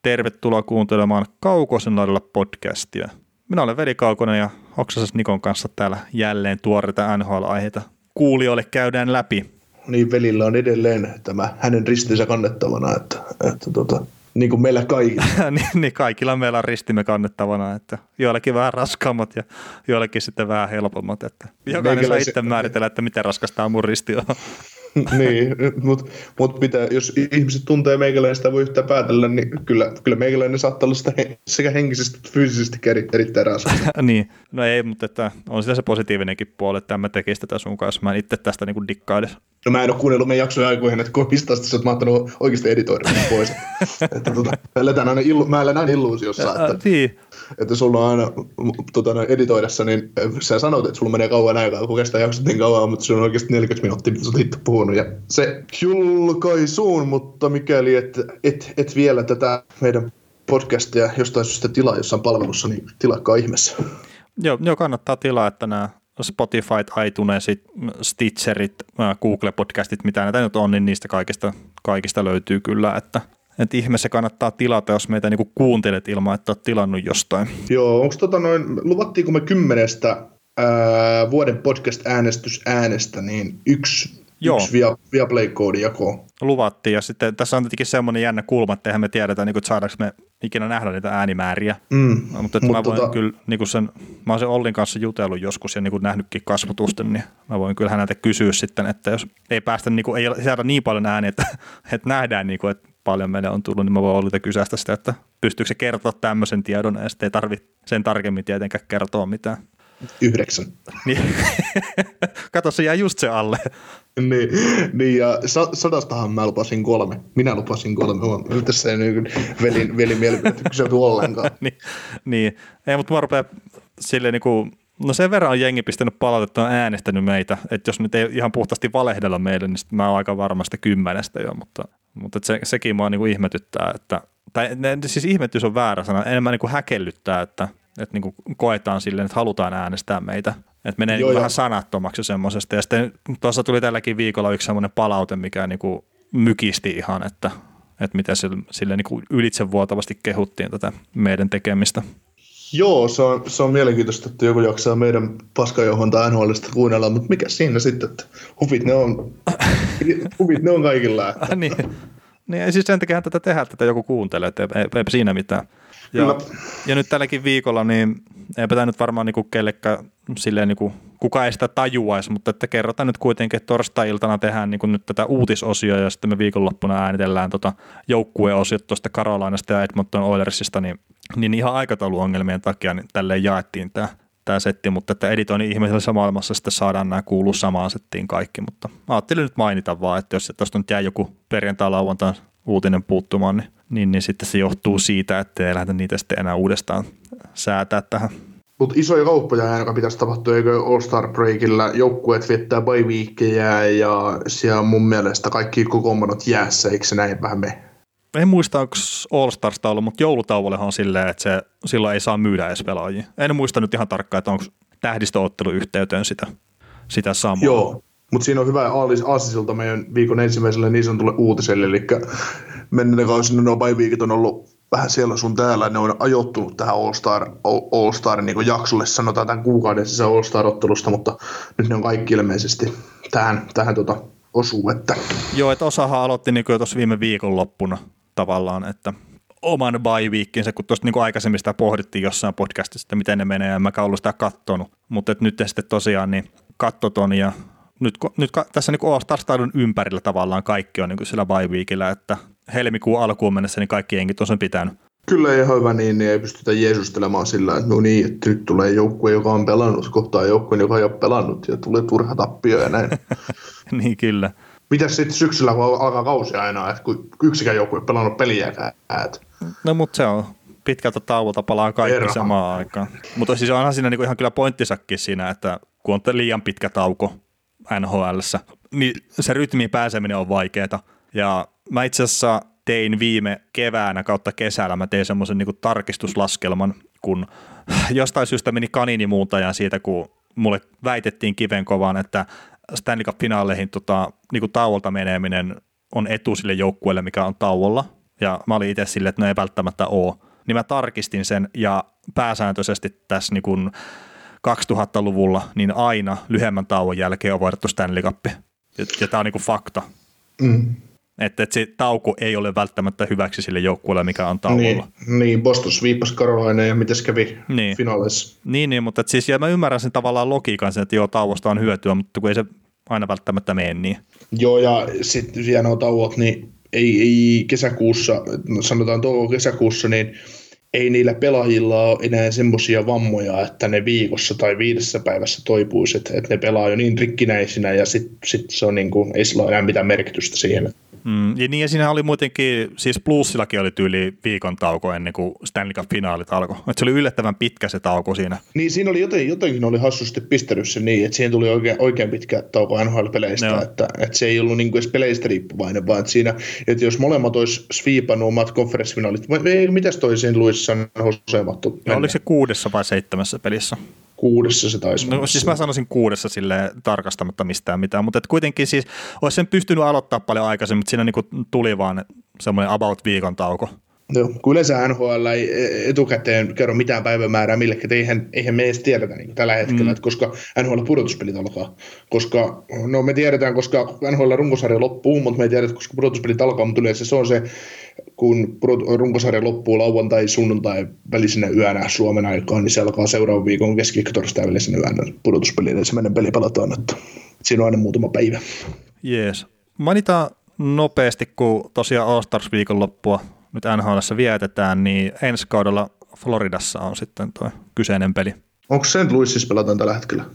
Tervetuloa kuuntelemaan Kaukosen laidalla podcastia. Minä olen Veli Kaukonen ja Hoksasas Nikon kanssa täällä jälleen tuoreita NHL-aiheita kuulijoille käydään läpi. Niin, Velillä on edelleen tämä hänen ristinsä kannettavana, että niin kuin meillä kaikilla. niin, kaikilla meillä on ristimme kannettavana, että joillekin vähän raskaammat ja joillekin sitten vähän helpommat. Että jokainen saa itse määritellä, että miten raskas tämä mun risti on. Niin, mutta jos ihmiset tuntee meikäläinen sitä voi yhtään päätellä, niin kyllä meikäläinen saattaa olla sitä sekä henkisesti että fyysisesti erittäin raskasta. Niin, no ei, mutta että on sillä se positiivinenkin puoli, että mä tekisin tätä sun kanssa. Mä en itse tästä niin dikkailen. No mä en ole kuunnellut meidän jaksoja aikoihin, että mistä asti sä oot mahtanut oikeasti editoida pois. Mä elän aina illuusiossa, että sulla on aina editoidessa, niin sä sanoit, että sulla menee kauan aikaa, kun kestää jaksot niin kauan, mutta se on oikeasti 40 minuuttia, mitä sä oot itse puhunut. Ja se julkaisuun, mutta mikäli et vielä tätä meidän podcastia jostain syystä tilaa jossain palvelussa, niin tilaakaan ihmeessä. Joo, kannattaa tilaa, että nämä Spotify, iTunesit, Stitcherit, Google-podcastit, mitä näitä nyt on, niin niistä kaikista löytyy kyllä, että ihmeessä kannattaa tilata, jos meitä niinku kuuntelet ilman, että olet tilannut jostain. Joo, onko luvattiinko me 10 vuoden podcast-äänestä, niin yksi Viaplay-koodi jakoon? Luvattiin, ja sitten tässä on tietenkin semmoinen jännä kulma, että eihän me tiedetä, niin kuin, että saadaanko me ikinä nähdä niitä äänimääriä. Mutta mä voin kyllä, niin mä oon sen Ollin kanssa jutellut joskus ja niin kuin nähnytkin kasvotusten, niin mä voin kyllä häneltä kysyä sitten, että jos ei päästä, niin kuin, ei saada niin paljon ääniä, että nähdään, niin kuin, että paljon meille on tullut, niin mä voin Ollilta kysästä sitä, että pystyykö se kertoa tämmöisen tiedon, ja sitten ei tarvitse sen tarkemmin tietenkään kertoa mitään. 9. Niin. Kato, se jää just se alle. Niin ja 100stahan mä lupasin 3. Minä lupasin 3. Nyt tässä ei velin mielipidettä kyselty ollenkaan. niin. Ei, mutta mä rupean silleen niinku, no sen verran on jengi pistänyt palautetta, on äänestänyt meitä, että jos nyt ei ihan puhtaasti valehdella meille, niin mä oon aika varmasti 10 jo, mutta sekin mua niinku ihmetyttää, että, tai siis ihmetys on väärä sana, enemmän niinku häkellyttää, että niinku koetaan silleen, että halutaan äänestää meitä. Että menee niin vähän sanattomaksi semmoisesta. Ja sitten tuossa tuli tälläkin viikolla yksi semmoinen palaute, mikä niinku mykisti ihan, että miten sille niinku ylitsevuotavasti kehuttiin tätä meidän tekemistä. Joo, se on mielenkiintoista, että joku jaksaa meidän paskajouhonta NHLista kuunnella, mutta mikä siinä sitten, että huvit ne on kaikilla. Että. niin, siis sen takia tätä tehdä, että joku kuuntelee, että eipä siinä mitään. Ja nyt tälläkin viikolla, niin eipä tämä nyt varmaan niinku kellekään silleen, niinku, kukaan ei sitä tajuaisi, mutta että kerrotaan nyt kuitenkin, että torstai-iltana tehdään niinku nyt tätä uutisosioa ja sitten me viikonloppuna äänitellään joukkueosiot tuosta Carolinasta ja Edmonton Oilersista, niin ihan aikatauluongelmien takia niin tälleen jaettiin tämä setti, mutta että editoinnin ihmeellisessä maailmassa sitten saadaan nämä kuulua samaan settiin kaikki, mutta ajattelin nyt mainita vaan, että jos tuosta nyt jää joku perjantai-lauantain uutinen puuttumaan, niin sitten se johtuu siitä, että ei lähdetä niitä sitten enää uudestaan säätää tähän. Mutta isoja kauppoja, joka pitäisi tapahtua, eikö All-Star Breakillä joukkueet viettää bye-weekkejä ja siellä on mun mielestä kaikki kokoonpanot jäässä, eikö se näin vähän mene? En muista, onko All-Starsta ollut, mutta joulutauollehan on silleen, että silloin ei saa myydä edes pelaajia. En muista nyt ihan tarkkaan, että onko tähdistöotteluyhteyteen sitä samaa. Joo, mutta siinä on hyvä aasisilta meidän viikon ensimmäiselle niin sanotulle uutiselle, eli menneenä kausina nuo bye-weekit on ollut vähän siellä sun täällä, ne on ajoittunut tähän All-Star niin jaksolle, sanotaan tämän kuukauden sisään All-Star-ottelusta, mutta nyt ne on kaikki ilmeisesti tähän osuu. Että. Joo, että osahan aloitti niin jo tuossa viime viikonloppuna tavallaan, että oman bye-weekinsä, kun tuosta niin aikaisemmin sitä pohdittiin jossain podcastissa, että miten ne menee, ja mäkään ollut sitä kattonut, mutta nyt sitten tosiaan niin kattoton, ja nyt tässä niin All-Star-stadun ympärillä tavallaan kaikki on niin sillä bye-weekillä, että helmikuun alkuun mennessä niin kaikki jenkit on sen pitänyt. Kyllä ihan hyvä niin ei pystytä jeesustelemaan sillä, että no niin, että nyt tulee joukkue, joka on pelannut, kohtaa joukkue, joka ei ole pelannut, ja tulee turha tappio ja näin. Niin kyllä. Mitäs sitten syksyllä, kun alkaa kausi aina, että kun yksikään joukkue ei pelannut peliäkään? No mutta se on pitkältä tauolta palaa kaikki samaan aikaan. Mutta siis onhan siinä niinku ihan kyllä pointtisakin siinä, että kun on liian pitkä tauko NHL:ssä, niin se rytmiin pääseminen on vaikeaa. Ja mä itse asiassa tein viime keväänä kautta kesällä, mä tein semmoisen niinku tarkistuslaskelman, kun jostain syystä meni kaniinimuuntajan siitä, kun mulle väitettiin kivenkovaan, että Stanley Cup-finaaleihin niinku tauolta meneminen on etu sille joukkueelle, mikä on tauolla. ja mä olin itse silleen, että ne ei välttämättä ole. Niin mä tarkistin sen, ja pääsääntöisesti tässä niin kuin 2000-luvulla niin aina lyhyemmän tauon jälkeen on voitettu Stanley Cup. Ja tämä on niin kuin fakta. Että se tauko ei ole välttämättä hyväksi sille joukkueelle, mikä on tauolla. Niin Boston sviippasi Carolina ja miten se kävi finaaleissa. Niin, mutta siis, ja mä ymmärrän sen tavallaan logiikan sen, että joo, tauosta on hyötyä, mutta kun ei se aina välttämättä mene niin. Joo, ja sitten siellä nuo tauot, niin ei kesäkuussa, sanotaan kesäkuussa, niin ei niillä pelaajilla ole enää semmoisia vammoja, että ne viikossa tai 5 päivässä toipuisi, että ne pelaa jo niin rikkinäisinä ja sit se on niin kuin, ei sillä ole enää mitään merkitystä siihen. Ja siinä oli muutenkin, siis Bluesillakin oli tyyli viikon tauko ennen kuin Stanley Cup-finaalit alkoi. Että se oli yllättävän pitkä se tauko siinä. Niin siinä oli jotenkin oli hassusti pistänyt se niin, että siihen tuli oikein pitkä tauko NHL-peleistä, että se ei ollut niin kuin edes peleistä riippuvainen, vaan että siinä, että jos molemmat olisi sviipannut omat konferenssifinaalit, mitäs toi siinä Louisissa hoseemattu? Oliko se 6 vai 7 pelissä? 6 se taisi. No siis mä sanoisin 6 silleen tarkastamatta mistään mitään, mutta kuitenkin siis olisi sen pystynyt aloittaa paljon aikaisemmin, mutta siinä niinku tuli vaan semmoinen about viikon tauko. Joo, kun yleensä NHL ei etukäteen kerro mitään päivämäärää millekin, eihän me edes tiedetä niin tällä hetkellä, että koska NHL-pudotuspelit alkaa. Koska, no me tiedetään, koska NHL-runkosarja loppuu, mutta me ei tiedetä, koska pudotuspelit alkaa, mutta yleensä se on se, kun runkosarja loppuu lauantai, sunnuntai välisenä yönä Suomen aikaan, niin se alkaa seuraavan viikon keskiviikko-torstai välisenä yönä pudotuspeli, eli ensimmäinen peli pelataan, että siinä on aina muutama päivä. Jees. Mainitaan nopeasti, kun tosiaan All-Stars viikonloppua nyt NHL:ssä vietetään, niin ensi kaudella Floridassa on sitten tuo kyseinen peli. Onko St. Louisissa pelataan tällä hetkellä?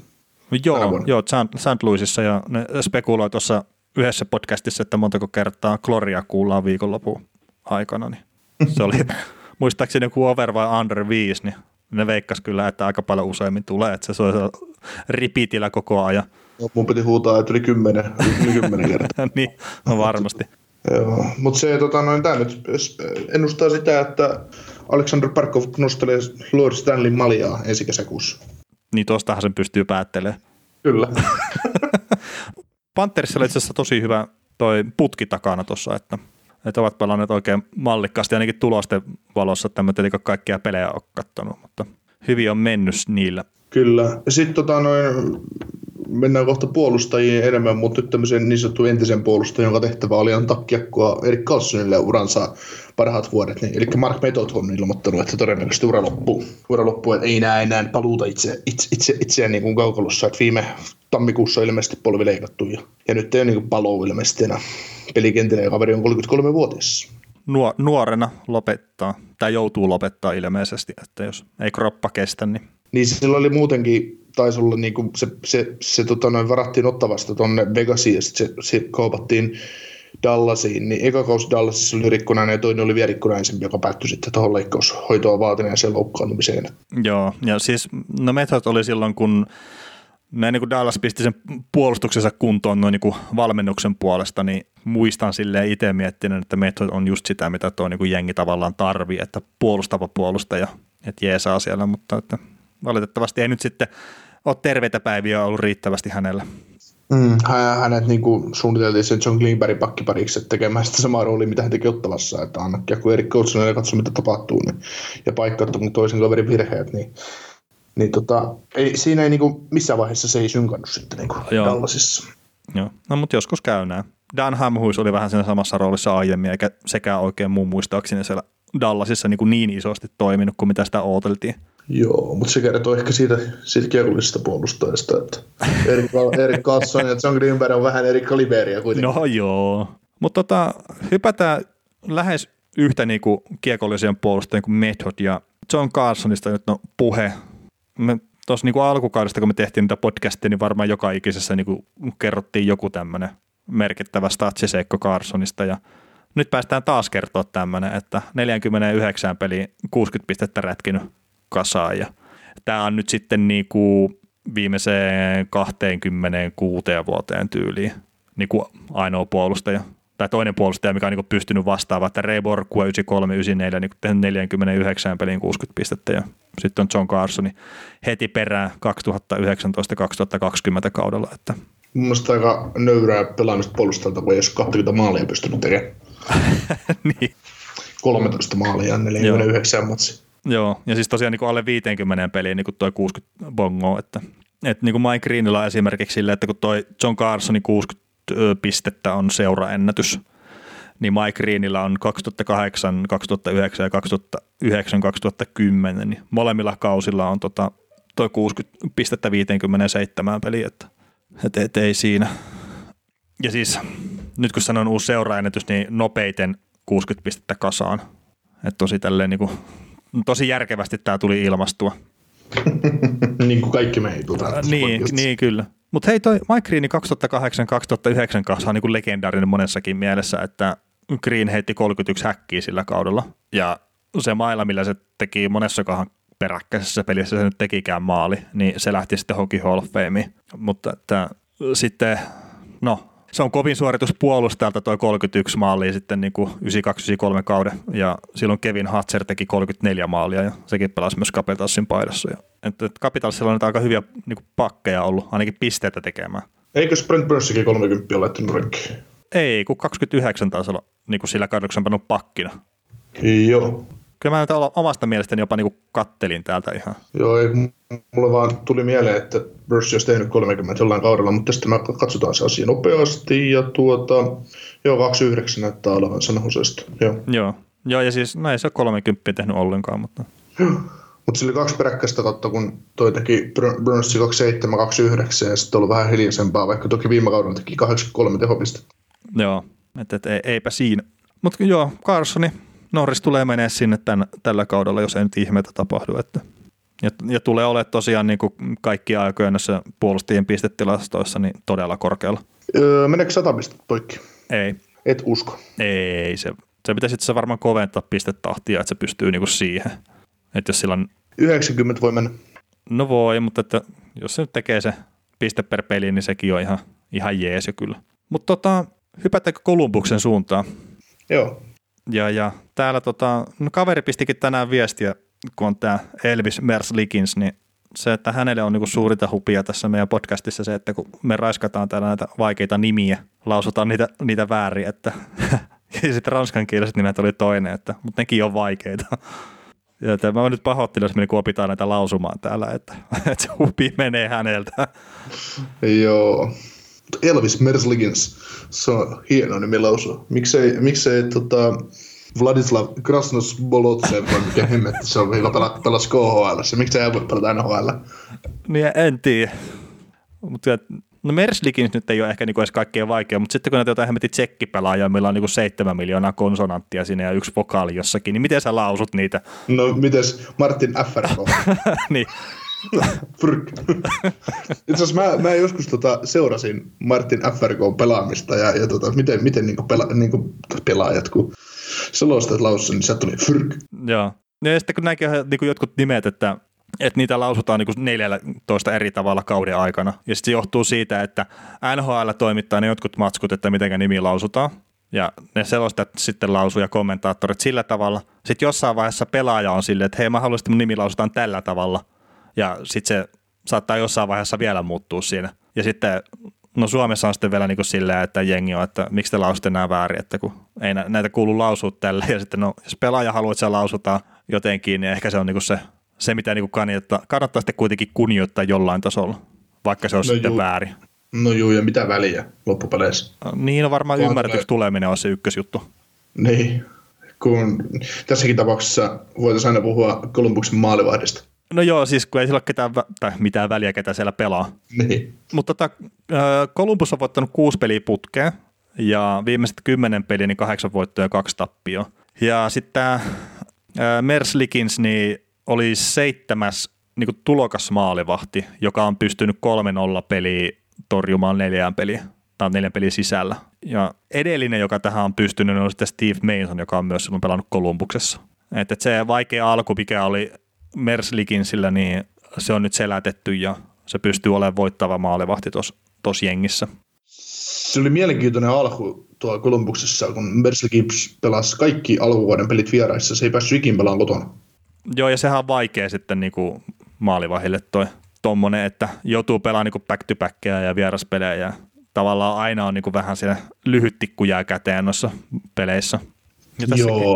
Joo, St. Louisissa, ja ne spekuloi tuossa yhdessä podcastissa, että montako kertaa Gloria kuullaan viikonlopun aikana, niin se oli muistaakseni joku over vai under 5, niin ne veikkasi kyllä, että aika paljon useammin tulee, että se on repeatillä koko ajan. Mun piti huutaa, että yli 10 kertaa. Niin, no varmasti. Joo, mutta se tämä nyt ennustaa sitä, että Alexander Barkov nostelee Lord Stanley maljaa ensi kesäkuussa. Niin tuostahan sen pystyy päättelemään. Kyllä. Pantherissa oli itse asiassa tosi hyvä toi putki takana tuossa, että ovat pelanneet oikein mallikkaasti, ainakin tulosten valossa, että mä tietenkään kaikkia pelejä ole katsonut, mutta hyvin on mennyt niillä. Kyllä. Sitten mennään kohta puolustajiin enemmän, mutta nyt tämmöisen niin sanottu entisen puolustajan, jonka tehtävä oli antaa kiekkoa Erik Karlssonille uransa parhaat vuodet. Niin, eli Mark Method on ilmoittanut, että todennäköisesti ura loppuu, että ei näe enää paluuta itseään niin kuin kaukalossa, että viime tammikuussa on ilmeisesti polvi leikattu ja nyt ei ole niin paluu ilmeisesti enää pelikentillä ja kaveri on 33-vuotias. Nuorena lopettaa, tai joutuu lopettaa ilmeisesti, että jos ei kroppa kestä, niin... Niin sillä oli muutenkin, taisi olla niin kuin se varattiin Ottavasta tuonne Vegasiin ja sitten se kaupattiin Dallasiin, niin eka kausi Dallasissa oli rikkonainen ja toinen oli vielä rikkonaisempi, joka päättyi sitten tuohon leikkaushoitoa vaatineeseen loukkaantumiseen. Joo, ja siis no Method oli silloin, kun näin niin kuin Dallas pisti sen puolustuksensa kuntoon noin niin kuin valmennuksen puolesta, niin muistan silleen itse miettinyt, että Method on just sitä, mitä tuo niin kuin jengi tavallaan tarvii, että puolustava puolustaja, että jeesaa siellä, mutta että valitettavasti ei nyt sitten ole terveitä päiviä ollut riittävästi hänellä. Hänet niin kuin suunniteltiin sen John Klingbergin pakkipariksi, että tekemään sitä samaa roolia, mitä hän teki Ottavassa, että annakin, kun Erik Karlssonille katsoo, mitä tapahtuu, niin, ja paikkauttaa toisen kaverin virheet, niin siinä ei niin kuin, missään vaiheessa se ei synkannut sitten niin kuin Dallasissa. Joo, no mutta joskus käy näin. Dan Hamhuis oli vähän siinä samassa roolissa aiemmin, eikä sekään oikein muun muistaakseni siellä Dallasissa niin isosti toiminut kuin mitä sitä odoteltiin. Joo, mutta se kertoo ehkä siitä kiekollisesta puolustajasta, että Erik Karlsson ja John Klingberg on vähän eri kaliberia kuitenkin. No joo, mutta hypätään lähes yhtä niinku kiekollisen puolustajien kuin Method ja John Carlssonista nyt on puhe. Me tuossa niinku alkukaudesta, kun me tehtiin niitä podcasteja, niin varmaan joka ikisessä niinku kerrottiin joku tämmöinen merkittävä statsiseikko Carlssonista ja nyt päästään taas kertoa tämmöinen, että 49 peliin 60 pistettä rätkinyt kasaan ja tämä on nyt sitten niinku viimeiseen 26 vuoteen tyyliin niinku ainoa puolustaja tai toinen puolustaja, mikä on niinku pystynyt vastaamaan, että Ray Borkua 93-94 niinku tehnyt 49 peliin 60 pistettä ja sitten on John Carlsson heti perään 2019-2020 kaudella. Että. Mun mielestä aika nöyrää pelaamista puolustajalta, kun ei jos 20 maalia pystynyt tekemään. Niin. 13 maalia 49 matsia. Joo, ja siis tosiaan niin kuin alle 50 peliin niin kuin toi 60 bongoa, että niin kuin Mike Greenilla esimerkiksi silleen, että kun toi John Carsonin 60 pistettä on seuraennätys, niin Mike Greenillä on 2008, 2009 ja 2009-2010, niin molemmilla kausilla on toi 60 pistettä 57 peliä, että ei siinä. Ja siis nyt kun sanon uusi seuraennätys, niin nopeiten 60 pistettä kasaan, että tosi järkevästi tämä tuli ilmastua. Niin kuin kaikki me ei tule. Niin kyllä. Mutta hei, toi Mike Green 2008-2009 kanssa on niin kuin legendaarinen monessakin mielessä, että Green heitti 31 häkkiä sillä kaudella, ja se maila, millä se teki monessakaan peräkkäisessä pelissä, se nyt tekikään maali, niin se lähti sitten Hockey Hall of Fameen. Mutta että sitten, se on kovin suoritus puolustajalta toi 31 maalia sitten niin kuin 92-93 kauden, ja silloin Kevin Hatcher teki 34 maalia, ja sekin pelasi myös Capitalsin paidassa. Että Capitalsilla on aika hyviä niin kuin pakkeja ollut, ainakin pisteitä tekemään. Eikö Brent Burnskin 30 ole laittanut renkkiin? Ei, kun 29 taisi olla niin kuin sillä kaudella, kun se on pannut pakkina. Joo. Kyllä mä omasta mielestäni jopa niin kuin kattelin täältä ihan. Joo, ei, mulle vaan tuli mieleen, että Burns olisi tehnyt 30 jollain kaudella, mutta sitten me katsotaan se asia nopeasti, ja 29 näyttää olevan San Josesta. Joo, ja siis ei se ole 30 tehnyt ollenkaan, mutta... Mutta sillä oli 2 peräkkäistä kautta, kun toi teki Burns 27, 29, ja sitten ollut vähän hiljaisempaa, vaikka toki viime kaudella teki 83 tehopistettä. Joo, että eipä siinä. Mutta joo, Carsoni, Norris tulee menee sinne tällä kaudella, jos ei nyt ihmeitä tapahdu. Ja tulee olemaan tosiaan niin kuin kaikki aikoja näissä puolustajien pistetilastoissa niin todella korkealla. Meneekö 100 pistettä poikki? Ei. Et usko? Ei, se pitäisi itse varmaan koventaa pistetahtia, että se pystyy niin kuin siihen. Että jos sillä on... 90 voi mennä. No voi, mutta että jos se nyt tekee se piste per peli, niin sekin on ihan jees jo kyllä. Mutta hypätäänkö Columbuksen suuntaan? Joo. Ja täällä kaveri pistikin tänään viestiä, kun on tämä Elvis Merzlikins, niin se, että hänelle on niinku suurinta hupia tässä meidän podcastissa se, että kun me raiskataan täällä näitä vaikeita nimiä, lausutaan niitä väärin, että ja sitten ranskankieliset nimet oli toinen, mutta nekin on vaikeita. Ja mä nyt pahoittelen, jos me opitaan näitä lausumaan täällä, että se hupi menee häneltä. Joo. Elvis Merzlikins, se on hieno nimi lausua. Miksei Vladislav Krasnosbolotsev, mikä hemmetti se on, joka pelasi KHL:ssä. Miksei hän voi pelata NHL? Niin en tiedä. Merzlikins nyt ei ole ehkä edes kaikkein vaikea, mutta sitten kun näitä jotain hemmetti tsekkipelaajia, meillä on 7 miljoonaa konsonanttia siinä ja 1 vokaali jossakin, niin miten sä lausut niitä? No mites Martin FRK? Niin. Itse asiassa mä joskus seurasin Martin FRK pelaamista ja miten pelaajat, kun selostajat lausuivat, niin sieltä tuli frk. Joo. Ja sitten kun näinkin on jotkut nimet, että niitä lausutaan 14 eri tavalla kauden aikana. Ja sitten se johtuu siitä, että NHL toimittaa ne jotkut matskut, että miten nimi lausutaan. Ja ne selostajat sitten lausuu ja kommentaattorit sillä tavalla. Sitten jossain vaiheessa pelaaja on silleen, että hei, mä haluaisin, että mun nimi lausutaan tällä tavalla. Ja sitten se saattaa jossain vaiheessa vielä muuttua siinä. Ja sitten, Suomessa on sitten vielä silleen, että jengi on, että miksi te lausutte nämä väärin, että kun ei näitä kuulu lausua tällä. Ja sitten jos pelaaja haluaa, että se lausutaan jotenkin, niin ehkä se on se mitä kannattaa sitten kuitenkin kunnioittaa jollain tasolla, vaikka se on sitten väärin. No juu, ja mitä väliä loppupeleissä? Niin, on varmaan ymmärretyksi tuleminen on se ykkösjuttu. Niin, kun tässäkin tapauksessa voitaisiin aina puhua Columbuksen maalivahdista. No joo, siis kun ei sillä ole mitään väliä, ketä siellä pelaa. Niin. Mutta Columbus on voittanut 6 peliä putkeen, ja viimeiset 10 peliä, niin 8 voittoa ja 2 tappioa. Ja sitten tämä Merzlikins, niin oli 7. tulokas maalivahti, joka on pystynyt 3-0 peliä torjumaan 4 peliä, tai 4 peliä sisällä. Ja edellinen, joka tähän on pystynyt, on sitten Steve Mason, joka on myös silloin pelannut Columbuksessa. Että se vaikea alku, mikä oli Merzlikinsillä, niin se on nyt selätetty ja se pystyy olemaan voittava maalivahti tuossa jengissä. Se oli mielenkiintoinen alku tuolla Columbuksessa, kun Merzlikins pelasi kaikki alkuvuoden pelit vieraissa, se ei päässyt ikin pelaamaan kotona. Joo, ja sehän on vaikea sitten maalivahille tommonen, että joutuu pelaamaan back-to-backia ja vieraspelejä ja tavallaan aina on vähän siellä lyhyt tikku jää käteen noissa peleissä. Joo.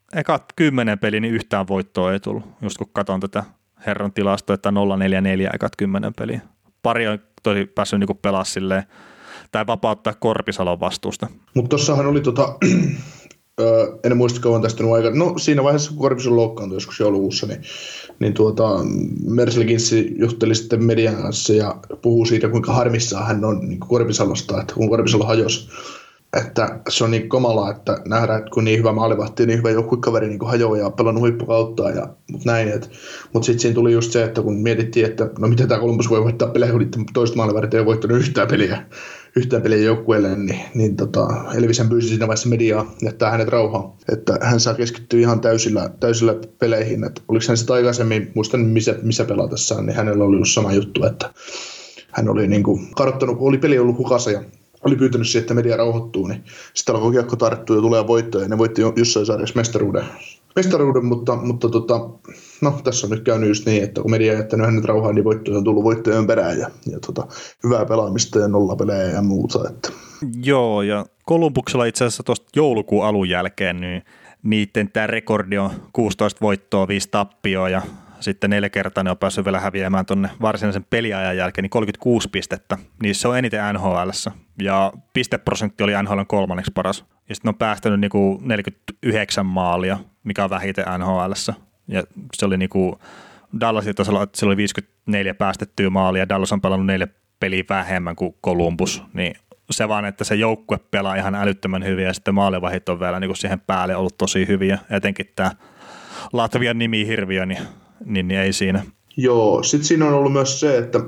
ekat 10 peliä, niin yhtään voittoa ei tullut, just kun katson tätä herran tilastoa, että 0-4-4 ekat 10 peliä. Pari on tosi päässyt niinku pelaa silleen, tai vapauttaa Korpisalon vastuusta. Mutta tossahan oli en muista kauan tästä aika. No siinä vaiheessa, kun Korpisalo loukkaantui joskus joulukuussa, niin Merzel Ginssi jutteli sitten median kanssa ja puhuu siitä, kuinka harmissaan hän on niin Korpisalosta, että kun Korpisalo hajosi. Että se on niin kamalaa, että nähdään, että kun niin hyvä maalivahti ja niin hyvä joukkuekaveri niin hajoaa ja pelannut huippukautta. Mutta sitten siinä tuli just se, että kun mietittiin, että no miten tämä Columbus voi voittaa pelejä, kun toiset maalivahdit ei ole voittanut yhtään peliä joukkueelle, niin Elvisen pyysi siinä vaiheessa mediaa jättää hänet rauhaan. Että hän saa keskittyä ihan täysillä peleihin. Että oliko hän sitten aikaisemmin, muistan missä pelatessaan, niin hänellä oli ollut sama juttu, että hän oli niin kuin karottanut, oli peli ollut hukassa ja oli pyytänyt siihen, että media rauhoittuu, niin sitten alkoi kiekko tarttua ja tulee voittoja. Ja ne voitti jossain sarjassa mestaruuden, mutta tässä on nyt käynyt just niin, että kun media on jättänyt hänet rauhaan, niin voittoja on tullut voittojen perään ja hyvää pelaamista ja nollapelejä ja muuta. Että. Joo, ja Columbuksella itse asiassa tuosta joulukuun alun jälkeen, niin niiden tämä rekordi on 16 voittoa, 5 tappioa ja sitten 4 kertaa ne on päässyt vielä häviämään tuonne varsinaisen peliajan jälkeen, niin 36 pistettä. Niissä on eniten NHL:ssä ja pisteprosentti oli NHL:n 3. paras. Ja sitten ne on päästänyt niinku 49 maalia, mikä on vähiten NHL:ssä. Ja se oli niinku Dallasin tasolla, että siellä oli 54 päästettyä maalia. Dallas on pelannut 4 peliä vähemmän kuin Columbus, niin se vaan, että se joukkue pelaa ihan älyttömän hyvin ja sitten maalivahit on vielä niinku siihen päälle ollut tosi hyviä. Etenkin tämä Latvian nimihirviö, niin ei siinä. Joo, sitten siinä on ollut myös se, että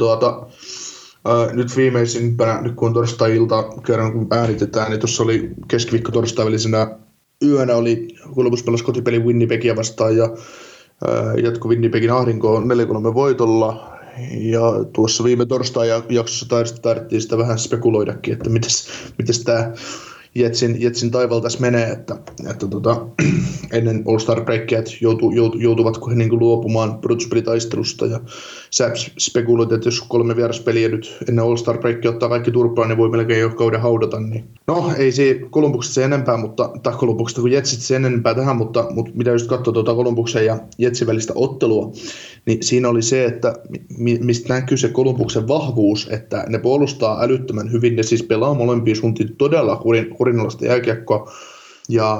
nyt viimeisimpänä, nyt kun torstai-ilta kerran kun äänitetään, niin tuossa oli keskiviikko torstai välisenä yönä oli Columbus pelasi kotipeli Winnipegia vastaan ja jatko Winnipegin ahdinkoon 4-3 voitolla. Ja tuossa viime torstai-jaksossa taidettiin sitä vähän spekuloidakin, että mites tämä Jetsin taival tässä menee, että ennen All-Star Breakia joutuvatko he niin kuin luopumaan pudotuspelitaistelusta ja sä spekuloit, että jos 3 vieraspeliä nyt ennen All-Star Breakia ottaa kaikki turpaan, niin voi melkein jo kauden haudata. Niin. No ei se Columbuksesta se enempää, tai Columbuksesta kuin Jetsit se enempää tähän, mutta mitä just katsoo Columbuksen ja Jetsin välistä ottelua, niin siinä oli se, että mistä näkyy se Columbuksen vahvuus, että ne puolustaa älyttömän hyvin, ne siis pelaa molempia suuntiin todella kurinalaista jääkiekkoa, ja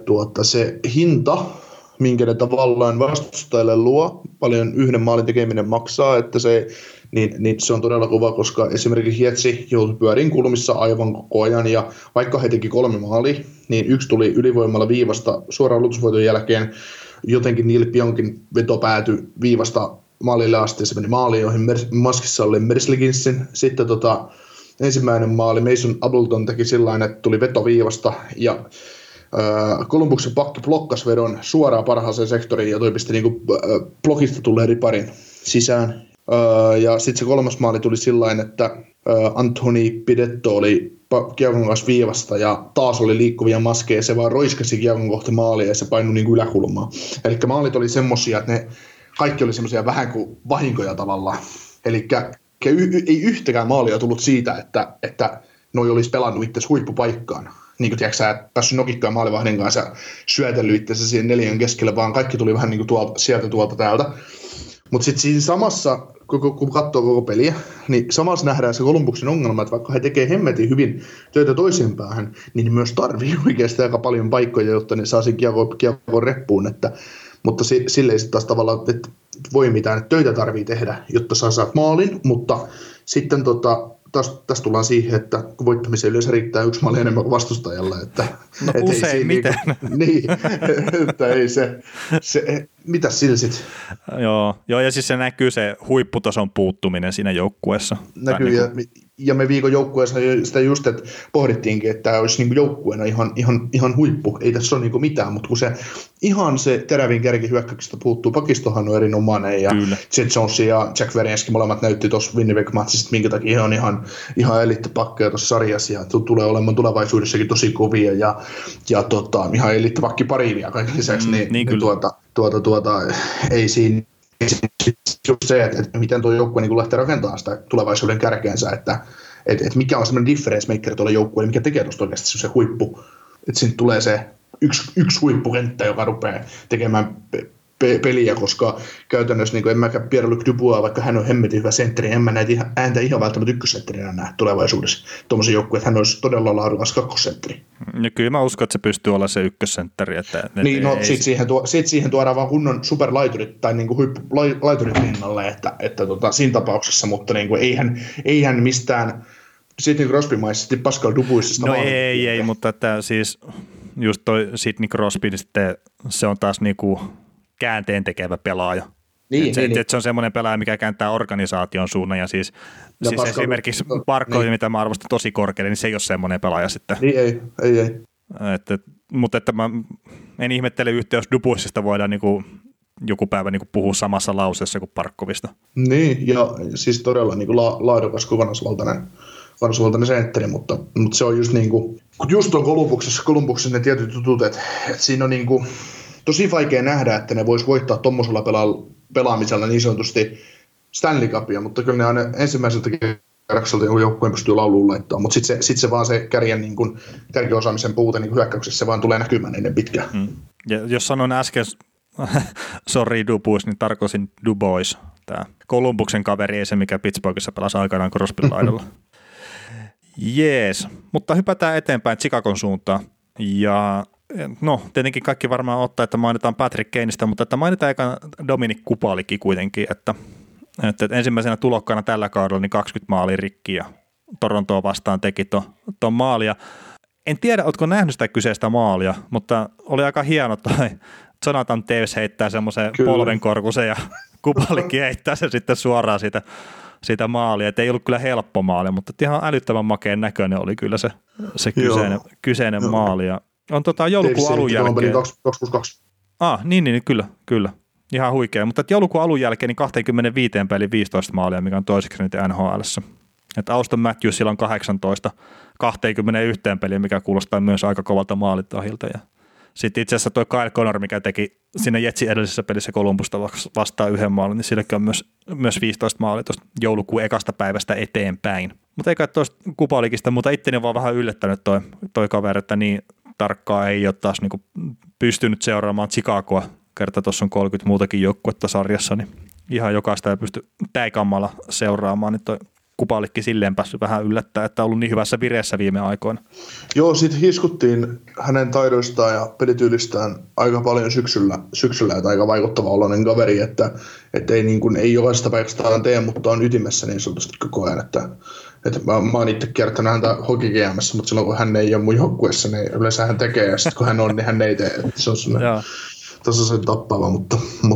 se hinta, minkä ne tavallaan vastustajalle luo, paljon yhden maalin tekeminen maksaa, että niin se on todella kova, koska esimerkiksi Jetsi joutui pyörin kulmissa aivan koko ajan, ja vaikka he teki 3 maalia, niin 1 tuli ylivoimalla viivasta suoraan luotusvoiton jälkeen, jotenkin Neil Pionkin veto päätyi viivasta maalille asti, se meni maaliin, joihin maskissa oli Merzel Ginssin. Sitten ensimmäinen maali Mason Appleton teki sillain, että tuli veto viivasta ja Columbuksen pakki blokkasi vedon suoraan parhaaseen sektoriin ja toi pisti niinku blokista tulleen riparin sisään. Ja sitten se 3. maali tuli sillain, että Anthony Pidetto oli kiekon kanssa viivasta ja taas oli liikkuvia maskeja, se vaan roiskasi kiekon kohti maalia ja se painui niin kuin yläkulmaan. Eli maalit oli semmosia, että ne kaikki oli semmosia vähän kuin vahinkoja tavallaan. Eli ei yhtäkään maalia tullut siitä, että noi olisi pelannut itse huippupaikkaan. Niin kuin tiedätkö, sä et päässyt nokikkaan maalivahdin kanssa syötellyt itsensä siihen 4 keskelle, vaan kaikki tuli vähän niin kuin sieltä tuolta täältä. Mutta sitten siinä samassa, kun katsoo koko peliä, niin samassa nähdään se Columbuksen ongelma, että vaikka he tekee hemmetin hyvin töitä toiseen päähän, niin ne myös tarvii oikeasti aika paljon paikkoja, jotta ne saa sen kiekon reppuun. Mutta sille ei sitten taas tavallaan, että voi mitään, että töitä tarvii tehdä, jotta saa maalin, mutta sitten tässä tullaan siihen, että kun voittamiseen yleensä riittää 1 maali enemmän kuin vastustajalla. Että, useimmiten. Niin, että ei se mitäs sillä sitten? Joo, ja siis se näkyy se huipputason puuttuminen siinä joukkueessa. Näkyy, ja me viikon joukkueessa sitä just, että pohdittiinkin, että tämä olisi niin joukkueena ihan huippu. Ei tässä ole niin mitään, mutta kun se terävin kärkihyökkäyksestä puuttuu, pakistohan on erinomainen, ja Jet Jones ja Jack Werenski molemmat näytti tuossa Winnipeg-matsissa, minkä takia he on ihan eliittipakkeja tuossa sarjassa, ja tulee olemaan tulevaisuudessakin tosi kovia, ja ihan eliittipakki pariin ja kaiken lisäksi, ei siinä just se, että miten tuo joukkue niin lähtee rakentamaan sitä tulevaisuuden kärkeensä, että mikä on semmoinen difference maker tuolla joukkueella, mikä tekee tuosta oikeasti se huippu. Että siinä tulee se yksi huippukenttä, joka rupeaa tekemään peliä, koska käytännössä niin en mäkään Pierre-Luc Dubois, vaikka hän on hemmetin hyvä sentteri, en mä näitä ääntä ihan välttämättä ykkössentterinä näe tulevaisuudessa. Tuommoisen joukkueen, että hän olisi todella laadukas kakkosentteri. Ja kyllä mä uskon, että se pystyy olla se ykkössentteri. Niin, no sit siihen tuodaan vaan kunnon superlaiturit tai niin huippulaiturit rinnalle, että siinä tapauksessa, mutta niin kuin, eihän mistään Sidney Crosby-maisesti Pascal Dubuisista. No ei, mutta että siis just toi Sidney Crosby, niin sitten se on taas niinku käänteen tekevä pelaaja. Niin. Se on semmoinen pelaaja, mikä kääntää organisaation suunnan, ja siis esimerkiksi Barkov, niin. Mitä mä arvostan tosi korkealle, niin se ei ole semmoinen pelaaja sitten. Niin ei. Mutta että mä en ihmettele yhtä, jos Dubuisista voidaan niinku joku päivä niinku puhua samassa lauseessa kuin Barkovista. Niin, ja siis todella niinku laadukas kuin vanhasvaltainen sentteri, mutta se on just niinku, just on Columbuksessa ne tietyt jutut, että siinä on niinku tosi vaikea nähdä, että ne vois voittaa tommosella pelaamisella niin sanotusti Stanley Cupia, mutta kyllä ne aina ensimmäiseltä kierrokselta jonkun joukkueen pystyy lauluun laittamaan, mutta sitten se vaan se kärkiosaamisen puute niin hyökkäyksessä, se vaan tulee näkymään ennen pitkään. Ja jos sanoin äsken, sorry Dubois, niin tarkoitin Dubois, tämä Columbuksen kaveri, ei se mikä Pittsburghissa pelasi aikanaan Crosbyn laidalla. Jees, mutta hypätään eteenpäin Chicagon suuntaan. Ja no, tietenkin kaikki varmaan ottaa, että mainitaan Patrick Kaneista, mutta että mainitaan eka Dominik Kupalikki kuitenkin, että ensimmäisenä tulokkaana tällä kaudella niin 20 maalia rikki ja Torontoa vastaan teki tuon maalia. En tiedä, oletko nähnyt sitä kyseistä maalia, mutta oli aika hieno toi Jonathan Toews heittää semmoisen polvenkorkusen ja Kupalikki heittää se sitten suoraan siitä maalia. Et ei ollut kyllä helppo maali, mutta ihan älyttömän makeen näköinen oli kyllä se kyseinen maali. Ja on joulukuun alun jälkeen. 2+2. Niin, kyllä. Ihan huikea. Mutta joulukuun alun jälkeen niin 25 peli 15 maalia, mikä on toiseksi nyt NHL:ssä. Että Auston Matthewsilla on 18 21 peliä, mikä kuulostaa myös aika kovalta maalitahilta. Ja sitten itse asiassa tuo Kyle Connor, mikä teki sinne Jetsin edellisessä pelissä Columbusta vastaan yhden maalin, niin silläkin on myös 15 maalia tuosta joulukuun ekasta päivästä eteenpäin. Mutta eikä tuosta Kupalikista, mutta itteni on vaan vähän yllättänyt toi kaveri, että niin tarkkaan ei ole taas niinku pystynyt seuraamaan Chicagoa. Kerta tuossa on 30 muutakin joukkuetta sarjassa, niin ihan jokaista ei pysty täikammalla seuraamaan, niin toi Kupalikki silleen päässyt vähän yllättää, että on ollut niin hyvässä vireessä viime aikoina. Joo, sitten hiskuttiin hänen taidoistaan ja pelityylistään aika paljon syksyllä että aika vaikuttava oloinen kaveri, että ei, niin kuin, ei jokaisesta paikasta tee, mutta on ytimessä niin sanotusti koko ajan, että mä oon itse kiertänyt häntä Hockey GM:ssä, mutta silloin kun hän ei ole mun joukkueessa, niin yleensä hän tekee, ja sitten kun hän on, niin hän ei tee, että se on sellainen tasaisen tappava, mutta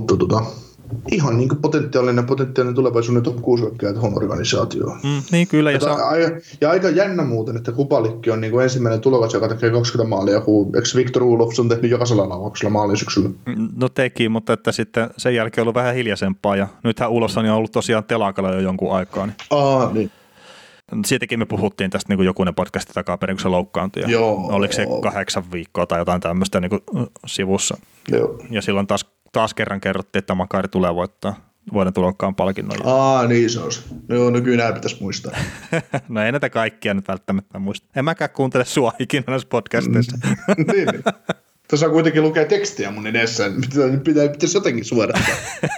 ihan niin kuin potentiaalinen tulevaisuuden top 6 hyökkääjä tuohon organisaatioon. Niin kyllä. Ja aika jännä muuten, että Kupalikki on niin kuin ensimmäinen tulokas, joka tekee 20 maalia, eikö Victor Ulofs on tehnyt jokaisella lauauksella maalia syksyllä? No teki, mutta että sitten sen jälkeen on ollut vähän hiljaisempaa, ja nythän Ulofs on ollut tosiaan telakalla jo jonkun aikaa. Niin. Siitäkin me puhuttiin tästä niin kuin jokunen podcasti takaperin, kun se loukkaantui. Oliko se 8 viikkoa tai jotain tämmöistä niin kuin sivussa. Joo. Ja silloin taas kerran kerrottiin, että Makari tulee voittaa vuoden tulokkaan palkinnon. Niin se olisi. Joo, no kyllä nämä pitäisi muistaa. No ei näitä kaikkia nyt välttämättä muista. En mäkään kuuntele sua ikinä näissä podcasteissa. Niin. Tuossa kuitenkin lukee tekstiä mun edessä. Pitäisi jotenkin suodattaa.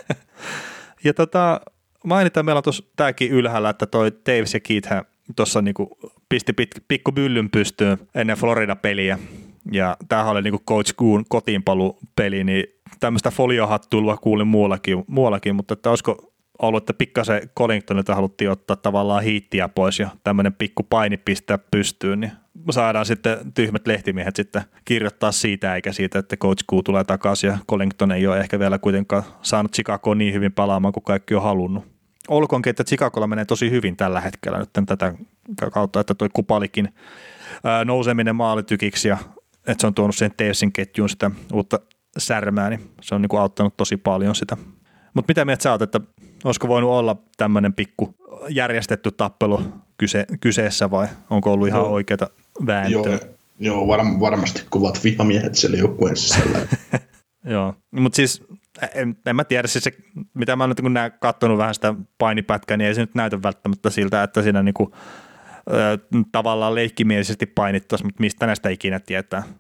Ja mainitaan, meillä on tuossa tämäkin ylhäällä, että toi Toews ja Keith tuossa niinku pisti pikku byllyn pystyyn ennen Florida-peliä. Ja tämähän oli niinku Coach Goon kotiinpalupeli, niin tämmöistä foliohattuilua kuulin muuallakin, mutta että olisiko ollut, että pikkasen Collingtonilta haluttiin ottaa tavallaan hiittiä pois ja tämmöinen pikku paini pistää pystyyn, niin saadaan sitten tyhmät lehtimiehet sitten kirjoittaa siitä eikä siitä, että Coach Goon tulee takaisin ja Collington ei ole ehkä vielä kuitenkaan saanut Chicagoa niin hyvin palaamaan kuin kaikki on halunnut. Olkoonkin, että Chicagolla menee tosi hyvin tällä hetkellä nyt tätä kautta, että toi Kupalikin nouseminen maalitykiksi ja että se on tuonut sen Toewsin ketjuun sitä uutta särmää, niin se on niinku auttanut tosi paljon sitä. Mutta mitä mieltä sä oot, että olisiko voinut olla tämmöinen pikku järjestetty tappelu kyseessä vai onko ollut ihan oikeata vääntöä? Joo, varmasti kovat vihamiehet siellä joukkueen sisällä. Joo, mutta siis en mä tiedä, siis se, mitä mä oon nyt kun katsonut vähän sitä painipätkää, niin ei se nyt näytä välttämättä siltä, että siinä niinku tavallaan leikkimielisesti painittaisiin, mutta mistä näistä ikinä tietää.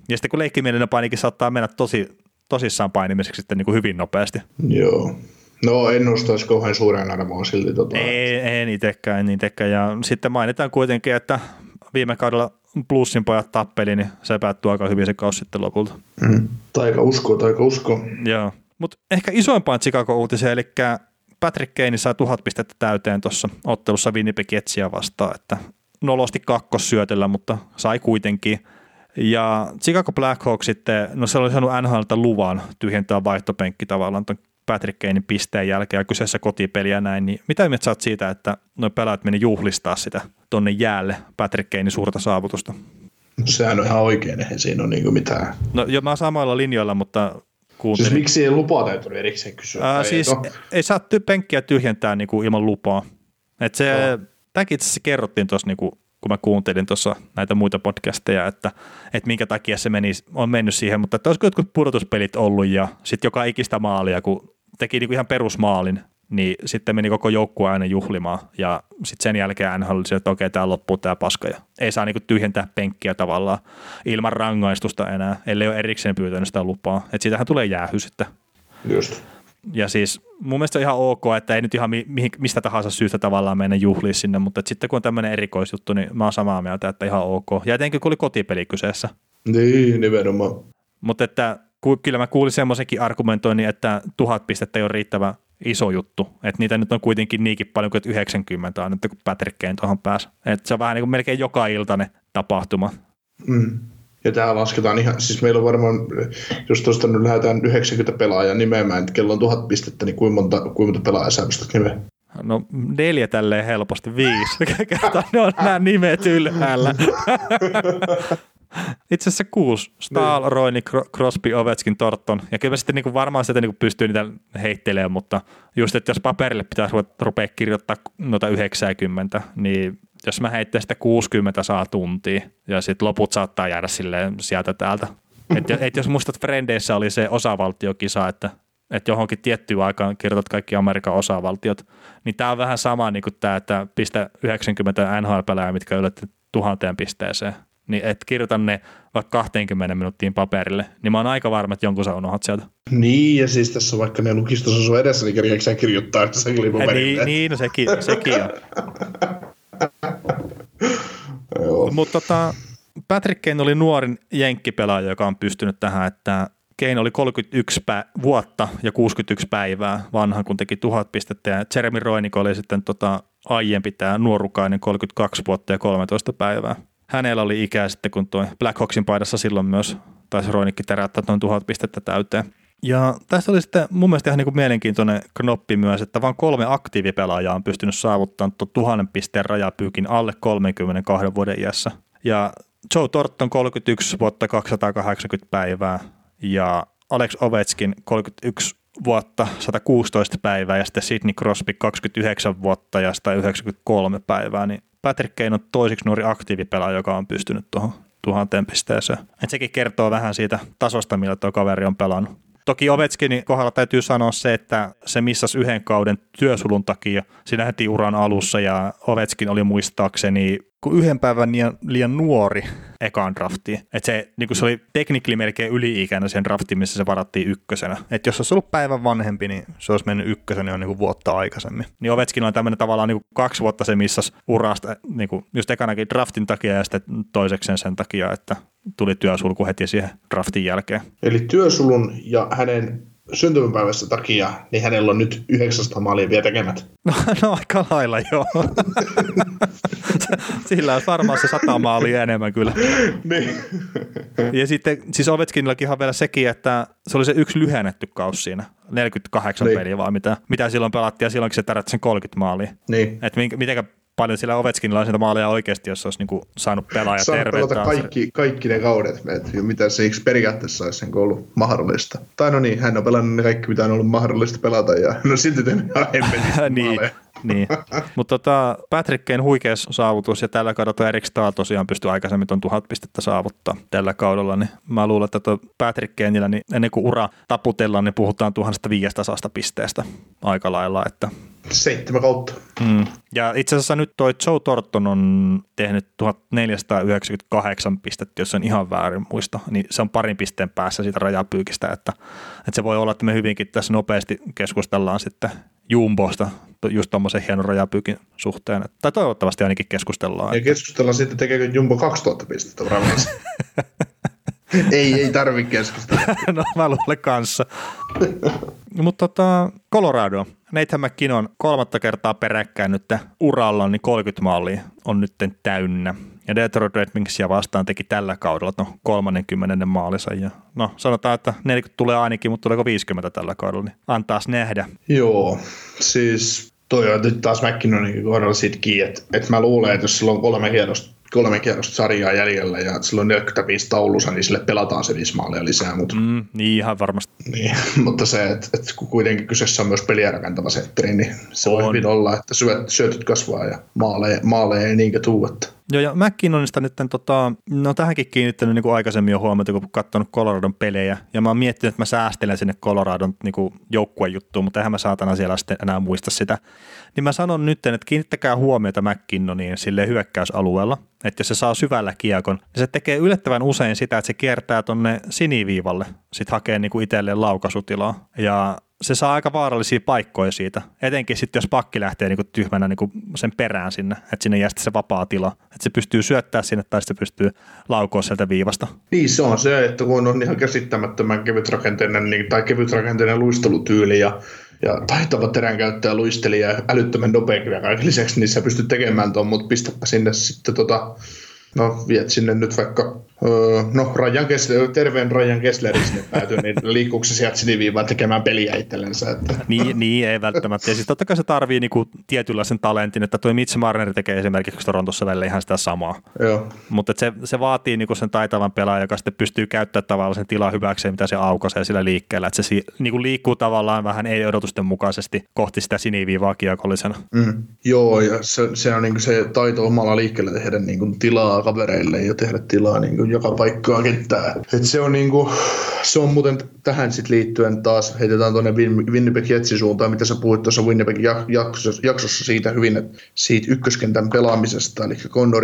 Ja sitten kun leikkimielinen painikin saattaa mennä tosissaan painimiseksi sitten niin kuin hyvin nopeasti. Joo. No en nostaisi kauhean suuren armoa silti. En itsekään. Ja sitten mainitaan kuitenkin, että viime kaudella Plussin pojat tappeli, niin se päättyi aika hyvin se kausi sitten lopulta. Taika usko. Joo. Mutta ehkä isoimpaan Chicago-uutiseen, eli Patrick Kane sai 1000 pistettä täyteen tuossa ottelussa Winnipeg Jetsiä vastaan, että nolosti kakkossyötöllä, mutta sai kuitenkin. Ja Chicago Blackhawks sitten, no se oli saanut NHL:ltä luvan tyhjentää vaihtopenkki tavallaan ton Patrick Kanein pisteen jälkeen ja kyseessä kotipeliä ja näin, niin mitä mieltä sä oot siitä, että nuo pelaajat meni juhlistaa sitä tonne jäälle Patrick Kanein suurta saavutusta? Sehän on ihan oikein, eihän siinä ole niinku mitään. No jo mä oon samoilla linjoilla, mutta kuuntelin. Siis miksi ei lupaa täytynyt erikseen kysyä? Siis ei saa penkkiä tyhjentää niinku ilman lupaa. Et se, tämäkin itse asiassa kerrottiin tuossa, niinku, kun mä kuuntelin tuossa näitä muita podcasteja, että minkä takia se on mennyt siihen, mutta että olisiko jotkut pudotuspelit ollut ja sitten joka ikistä maalia, kun teki niinku ihan perusmaalin, niin sitten meni koko joukkue aina juhlimaan ja sitten sen jälkeen NHL oli, että okei, tämä loppuu tämä paska ja ei saa niinku tyhjentää penkkiä tavallaan ilman rangaistusta enää, ellei ole erikseen pyytänyt sitä lupaa, että siitähän tulee jäähy sitten. Just. Ja siis mun mielestä on ihan ok, että ei nyt ihan mistä tahansa syystä tavallaan mennä juhliin sinne, mutta sitten kun on tämmöinen erikoisjuttu, niin mä oon samaa mieltä, että ihan ok. Ja etenkin kun oli kotipeli kyseessä. Niin, nimenomaan. Mutta että kyllä mä kuulin semmoisenkin argumentoinnin, että 1000 pistettä ei ole riittävän iso juttu. Että niitä nyt on kuitenkin niinkin paljon kuin 90 on nyt, kun Patrick Kane tuohon pääsi. Että se on vähän niin kuin melkein joka iltainen tapahtuma. Ja tää lasketaan ihan, siis meillä on varmaan, jos tuosta nyt lähdetään 90 pelaajaa nimeämään, että kello on 1000 pistettä, niin kuinka monta pelaajaa sä pystyt nimeä? No 4 tälleen helposti, 5. Ne on nämä nimet ylhäällä. Itse asiassa 6. Stahl, Roini, Crosby, Ovechkin, Thornton. Ja kyllä sitten niin varmaan sitä niin pystyy niitä heittelemään, mutta just, että jos paperille pitäisi rupea kirjoittaa noita 90, niin jos mä heittän sitä 60 saa tuntia ja sitten loput saattaa jäädä silleen sieltä täältä. Et jos muistat Frendeissä oli se osavaltiokisa, että johonkin tiettyyn aikaan kirjoitat kaikki Amerikan osavaltiot, niin tää on vähän sama niin kuin tämä, että pistä 90 NHL-pelaajaa, mitkä yllätti 1000 pisteeseen. Niin et kirjoitan ne vaikka 20 minuuttiin paperille, niin mä oon aika varma, että jonkun sä unohdat sieltä. Niin, ja siis tässä vaikka ne lukistossa sun edessä, niin kerjääkö sä kirjoittaa sen paperille? Niin, no sekin on. Mutta Patrick Kane oli nuorin jenkkipelaaja, joka on pystynyt tähän, että Kane oli 31 vuotta ja 61 päivää vanha, kun teki 1000 pistettä, ja Jeremy Roenick oli sitten aiempi tämä nuorukainen 32 vuotta ja 13 päivää. Hänellä oli ikää sitten, kun tuo Blackhawksin paidassa silloin myös taisi Roenick teräyttää noin 1000 pistettä täyteen. Ja tässä oli sitten mun mielestä ihan niin kuin mielenkiintoinen knoppi myös, että vain 3 aktiivipelaajaa on pystynyt saavuttamaan 1000 pisteen rajapyykin alle 32 vuoden iässä. Ja Joe Thornton 31 vuotta 280 päivää ja Alex Ovechkin 31 vuotta 116 päivää ja sitten Sidney Crosby 29 vuotta ja 193 päivää, niin Patrick Kane on toisiksi nuori aktiivipelaaja, joka on pystynyt tuohon 1000 pisteeseen. Et sekin kertoo vähän siitä tasosta, millä tuo kaveri on pelannut. Toki Ovechkinin kohdalla täytyy sanoa se, että se missasi 1 kauden työsulun takia siinä heti uran alussa ja Ovechkin oli muistaakseni 1 päivän liian nuori ekaan draftiin. Että se, niin se oli teknikli melkein yli-ikäinen sen draftiin, missä se varattiin 1. Että jos olisi ollut päivän vanhempi, niin se olisi mennyt 1 jo niin vuotta aikaisemmin. Niin Ovechkin on tämmöinen tavallaan niin 2 vuotta se missasi urasta niin just ekanakin draftin takia ja sitten toisekseen sen takia, että tuli työsulku heti siihen draftin jälkeen. Eli työsulun ja hänen syntymäpäivässä takia, niin hänellä on nyt 900 maalia vielä tekemät. No aika lailla joo. Sillä on varmaan se 100 maalia enemmän kyllä. Niin. Ja sitten siis Ovechkinillakin ihan vielä sekin, että se oli se 1 lyhennetty kausi siinä. 48 niin. Peliä vai mitä silloin pelattiin ja silloinkin se tärätti sen 30 maalia. Niin. Että mitenkä paljon sillä Ovechkinilla on sitä maalia oikeasti, jos olisi niinku saanut pelaa ja terveyttä. Saanut kaikki ne kaudet, mitä se eikö periaatteessa olisi sen ollut mahdollista. Tai no niin, hän on pelannut ne kaikki, mitä on ollut mahdollista pelata, ja no silti tehnyt ihan hemmetistä maaleja. Niin. Mutta Patrick Kane huikea saavutus, ja tällä kaudella Erik Stahl tosiaan pystyi aikaisemmin tuon 1000 pistettä saavuttaa tällä kaudella, niin mä luulen, että Patrick Kaneilla, niin ennen kuin ura taputellaan, niin puhutaan 1500 pisteestä aika lailla, että 7 kautta. Ja itse asiassa nyt toi Joe Thornton on tehnyt 1498 pistettä, jos on ihan väärin muista, niin se on parin pisteen päässä siitä rajapyykistä, että se voi olla, että me hyvinkin tässä nopeasti keskustellaan sitten Jumbosta just tommoisen hienon rajapyykin suhteen, tai toivottavasti ainakin keskustellaan. Ja keskustellaan sitten, tekeekö Jumbo 2000 pistettä varmasti. Ei tarvitse keskustella. No mä luulen kanssa. Mutta Colorado, Nathan McKinnon 3. kertaa peräkkäin nyt uralla, niin 30 maalia on nyt täynnä. Ja Detroit Red Wingsia vastaan teki tällä kaudella 30. maalinsa. Ja no sanotaan, että 40 tulee ainakin, mutta tuleeko 50 tällä kaudella, niin antaas nähdä. Joo, siis toi on nyt taas McKinnonin kohdalla siitä kiinni, että mä luulen, että jos sillä on 3 kierrosta sarjaa jäljellä ja silloin 45 taulussa, niin sille pelataan se 5 maalia lisää. Mutta niin ihan varmasti. Niin, mutta se, että kun kuitenkin kyseessä on myös peliä rakentava setteri, niin se voi hyvin olla, että syötöt kasvaa ja maaleja ei niinkö tuu. Joo, ja McKinnonista nyt, no tähänkin kiinnittänyt niin kuin aikaisemmin jo huomiota, kun katsonut Coloradon pelejä, ja mä oon miettinyt, että mä säästelen sinne Coloradon niin kuin joukkuejuttuun, mutta eihän mä saatana siellä sitten enää muista sitä. Niin mä sanon nyt, että kiinnittäkää huomiota McKinnoniin silleen hyökkäysalueella, että jos se saa syvällä kiekon, niin se tekee yllättävän usein sitä, että se kiertää tonne siniviivalle, sit hakee niin kuin itselleen laukaisutilaa, ja se saa aika vaarallisia paikkoja siitä, etenkin sitten jos pakki lähtee niinku tyhmänä niinku sen perään sinne, että sinne jää sitten se vapaa tila, että se pystyy syöttämään sinne tai sitten pystyy laukoa sieltä viivasta. Niin se on se, että kun on ihan käsittämättömän kevytrakenteinen luistelutyyli ja taitava teränkäyttäjä, luistelija ja älyttömän nopea kaiken lisäksi, niin sä pystyt tekemään tuon, mutta pistäpä sinne sitten viet sinne nyt vaikka terveen Ryan Kesslerin sinne päätyy, niin liikkuuko se sieltä siniviivaan tekemään peliä itsellensä? Että. Niin, ei välttämättä. Ja siis totta kai se tarvii niinku tietynlaisen talentin, että toi Mitch Marner tekee esimerkiksi Torontossa välillä ihan sitä samaa. Joo. Mutta se vaatii niinku sen taitavan pelaajan, joka sitten pystyy käyttämään tavallaan sen tilaa hyväkseen, mitä se aukaisee sillä liikkeellä. Että se niinku liikkuu tavallaan vähän ei-odotusten mukaisesti kohti sitä siniviivaa kiekollisena. Joo, ja se on niinku se taito omalla liikkeellä tehdä niinku tilaa kavereille ja tehdä tilaa niinku joka paikkaa kenttää. Et se on muuten tähän sit liittyen taas, heitetään tuonne Winnipeg Jetsin suuntaan, mitä sä puhuit tuossa Winnipegin jaksossa siitä hyvin, että siitä ykköskentän pelaamisesta, eli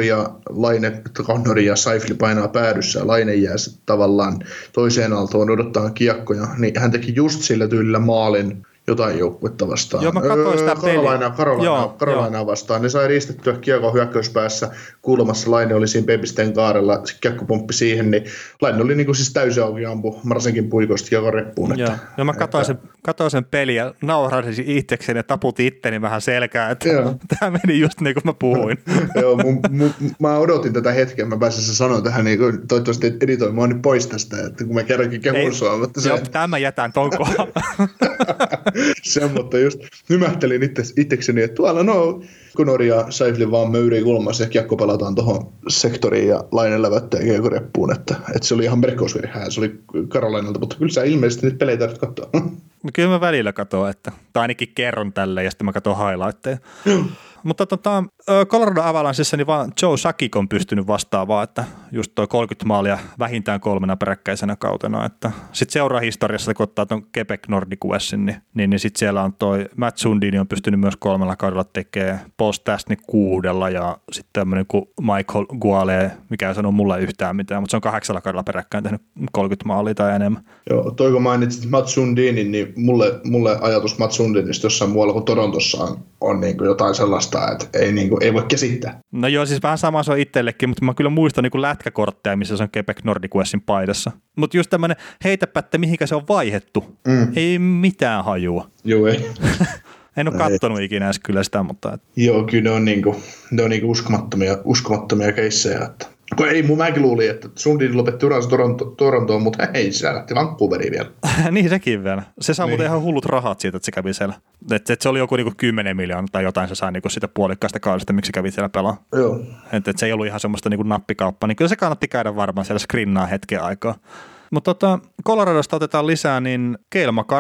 Connor ja Scheifele painaa päädyssä ja Laine jää sitten tavallaan toiseen aaltoon odottaa kiekkoja, niin hän teki just sillä tyylillä maalin jotain joukkuetta vastaan. Joo, mä katsoin sitä peliä. Carolinaa vastaan. Ne sai riistettyä kiekon hyökkäyspäässä kulmassa. Laine oli siinä pepisten kaarella, kiekko pomppi siihen, niin Laine oli niin kuin siis täysin auki ampu Marsenkin puikosta kiekon reppuun. Joo, mä katsoin sen peliä ja naurasin itsekseni ja taputin itteni vähän selkää, että tämä meni just niin kuin mä puhuin. Joo, mä odotin tätä hetkeä, mä pääsin sanoa tähän, niin toivottavasti editoimaan nyt pois tästä, että kun mä kerrankin kehun sua. Joo, tämän jätän ton kohdalla. Se, mutta just hymähtelin itsekseni, että tuolla Connor ja Scheifele vaan möyrii kulmassa ja kiekko pelataan tuohon sektoriin ja Laine lävättää kiekko reppuun, että se oli ihan merkkausvirhää, se oli Carolinalta, mutta kyllä sä ilmeisesti nyt pelejä tarvitset katsoa. No kyllä mä välillä katson, tai ainakin kerron tälle ja sitten mä katson highlightteja. Mutta Colorado Avalanchessa niin vaan Joe Sakic on pystynyt vastaavaan, että just toi 30 maalia vähintään 3 peräkkäisenä kautena. Että sitten seurahistoriassa, kun ottaa tuon Quebec Nordiquessin, niin sitten siellä on toi Matt Sundin on pystynyt myös 3 kaudella tekemään, Paul Stastny 6 ja sitten tämmöinen kuin Michael Guale, mikä ei sano mulle yhtään mitään, mutta se on 8 kaudella peräkkäin tehnyt 30 maalia tai enemmän. Joo, toi kun mainitsit Matt Sundinin, niin mulle ajatus Matt Sundinista jossain muualla kuin Torontossa on niin kuin jotain sellaista, että ei voi käsittää. No joo, siis vähän sama se on itsellekin, mutta mä kyllä muistan niin kuin lätkäkortteja, missä se on Quebec Nordiquessin paidassa. Mutta just tämmöinen heitäpä, että mihinkä se on vaihettu. Ei mitään hajua. Joo, ei. En ole kattonut ikinä edes kyllä sitä, mutta. Joo, kyllä ne on niinku uskomattomia keissejä, että. Mäkin luulin, että Sundin lopetti uransa Torontoon, mutta ei, se lähti Vancouveriin vielä. Niin, sekin vielä. Se saa muuten ihan hullut rahat siitä, että se kävi siellä. Että se oli joku niinku 10 miljoonaa tai jotain, se sai niinku sitä puolikkaasta kaudesta, miksi se kävi siellä pelaa. Joo. Että se ei ollut ihan semmoista niinku nappikauppaa, niin kyllä se kannatti käydä varmaan siellä skrinnaa hetken aikaa. Mutta Coloradosta otetaan lisää, niin Cale Makar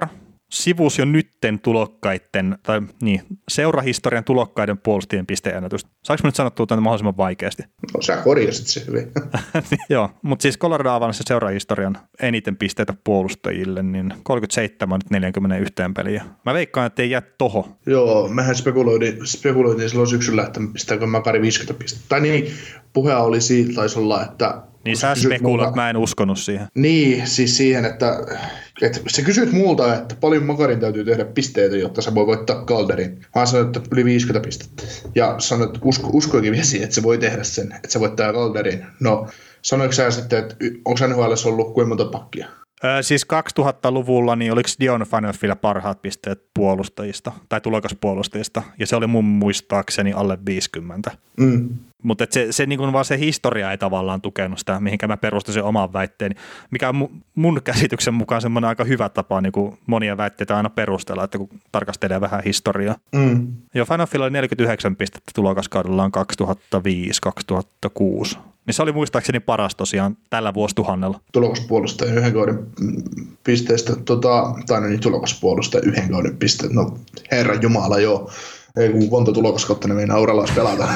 sivus jo nytten tulokkaiden, tai niin, seurahistorian tulokkaiden puolustajien pisteennätystä. Saanko mä nyt sanottua tämän mahdollisimman vaikeasti? No sä korjasit se hyvin. Joo, mutta siis Colorado Avalanche seurahistorian eniten pisteitä puolustajille, niin 37 nyt 41 peliä. Mä veikkaan, että ei jää toho. Joo, mehän spekuloitiin silloin syksyllä, että pistääkö Makari 50 pistettä. Tai niin, puhea oli siitä, taisi olla, että... Niin sä spekuloit, mä en uskonut siihen. Niin, siis siihen, että sä kysyt multa, että paljon Makarin täytyy tehdä pisteitä, jotta sä voi voittaa Calderin. Mä sanoin, että yli 50 pistettä. Ja sanoin, että uskoikin vielä siihen, että se voi tehdä sen, että se voittaa Calderin. No, sanoiko sä sitten, että onko NHL:ssä ollut kuinka monta pakkia? Siis 2000-luvulla, niin oliko Dion Phaneufillä parhaat pisteet puolustajista, tai tulokaspuolustajista, ja se oli mun muistaakseni alle 50. Mutta se niin vaan se historia ei tavallaan tukenut sitä, mihinkä mä perustasin oman väitteeni, mikä on mun käsityksen mukaan semmoinen aika hyvä tapa niin kuin monia väitteitä aina perustella, että kun tarkastelee vähän historiaa. Ja Phaneufilla oli 49 pistettä tulokaskaudellaan 2005-2006. Niin se oli muistaakseni paras tosiaan tällä vuosituhannella. Tulokaspuolustaja yhden kauden pisteestä, tai niin tulokaspuolustaja yhden kauden pisteet. No herran jumala, joo. Ei kun monta tulokaskautta ne meinaa urallaan pelata.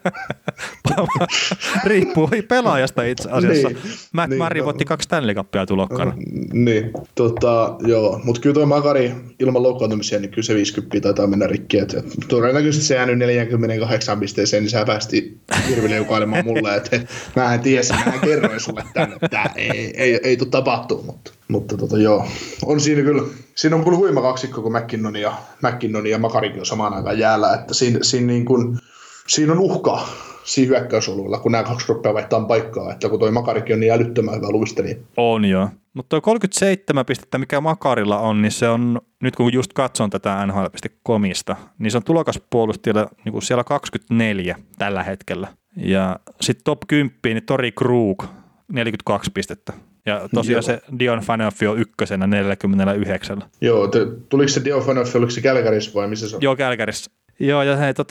Riippuu pelaajasta itse asiassa. Niin, McMurray voitti 2 Stanley Cupia tulokkana. Niin, joo. Mutta kyllä tuo Makari ilman loukkaantumisia, niin kyllä se 50 taitaa mennä rikki. Todennäköisesti se jäänyt 48 pisteeseen, niin sä päästi hirvileukoilemaan mulle, että mä en tiedä, mä en kerroin sulle tänne, että tämä ei tule tapahtua, mutta joo. On siinä kyllä, siinä on kyllä huima kaksikko, kun McKinnon ja Makarikin on samaan aikaan jäällä, että siinä on uhka siinä hyökkäysoluilla, kun nämä 2 rupeaa vaihtamaan paikkaa, että kun toi Makarikin on niin älyttömän hyvä luistelija. On joo, mutta tuo 37 pistettä, mikä Makarilla on, niin se on, nyt kun just katson tätä NHL.comista, niin se on tulokaspuolustajalla niin kuin siellä 24 tällä hetkellä. Ja sitten top 10, niin Tori Krug, 42 pistettä. Ja tosiaan se Dion Phaneuf on ykkösenä 49. Joo, tuliko se Dion Phaneuf, oliko se Kälkärissä vai missä se on? Joo, Kälkärissä. Joo, ja hei,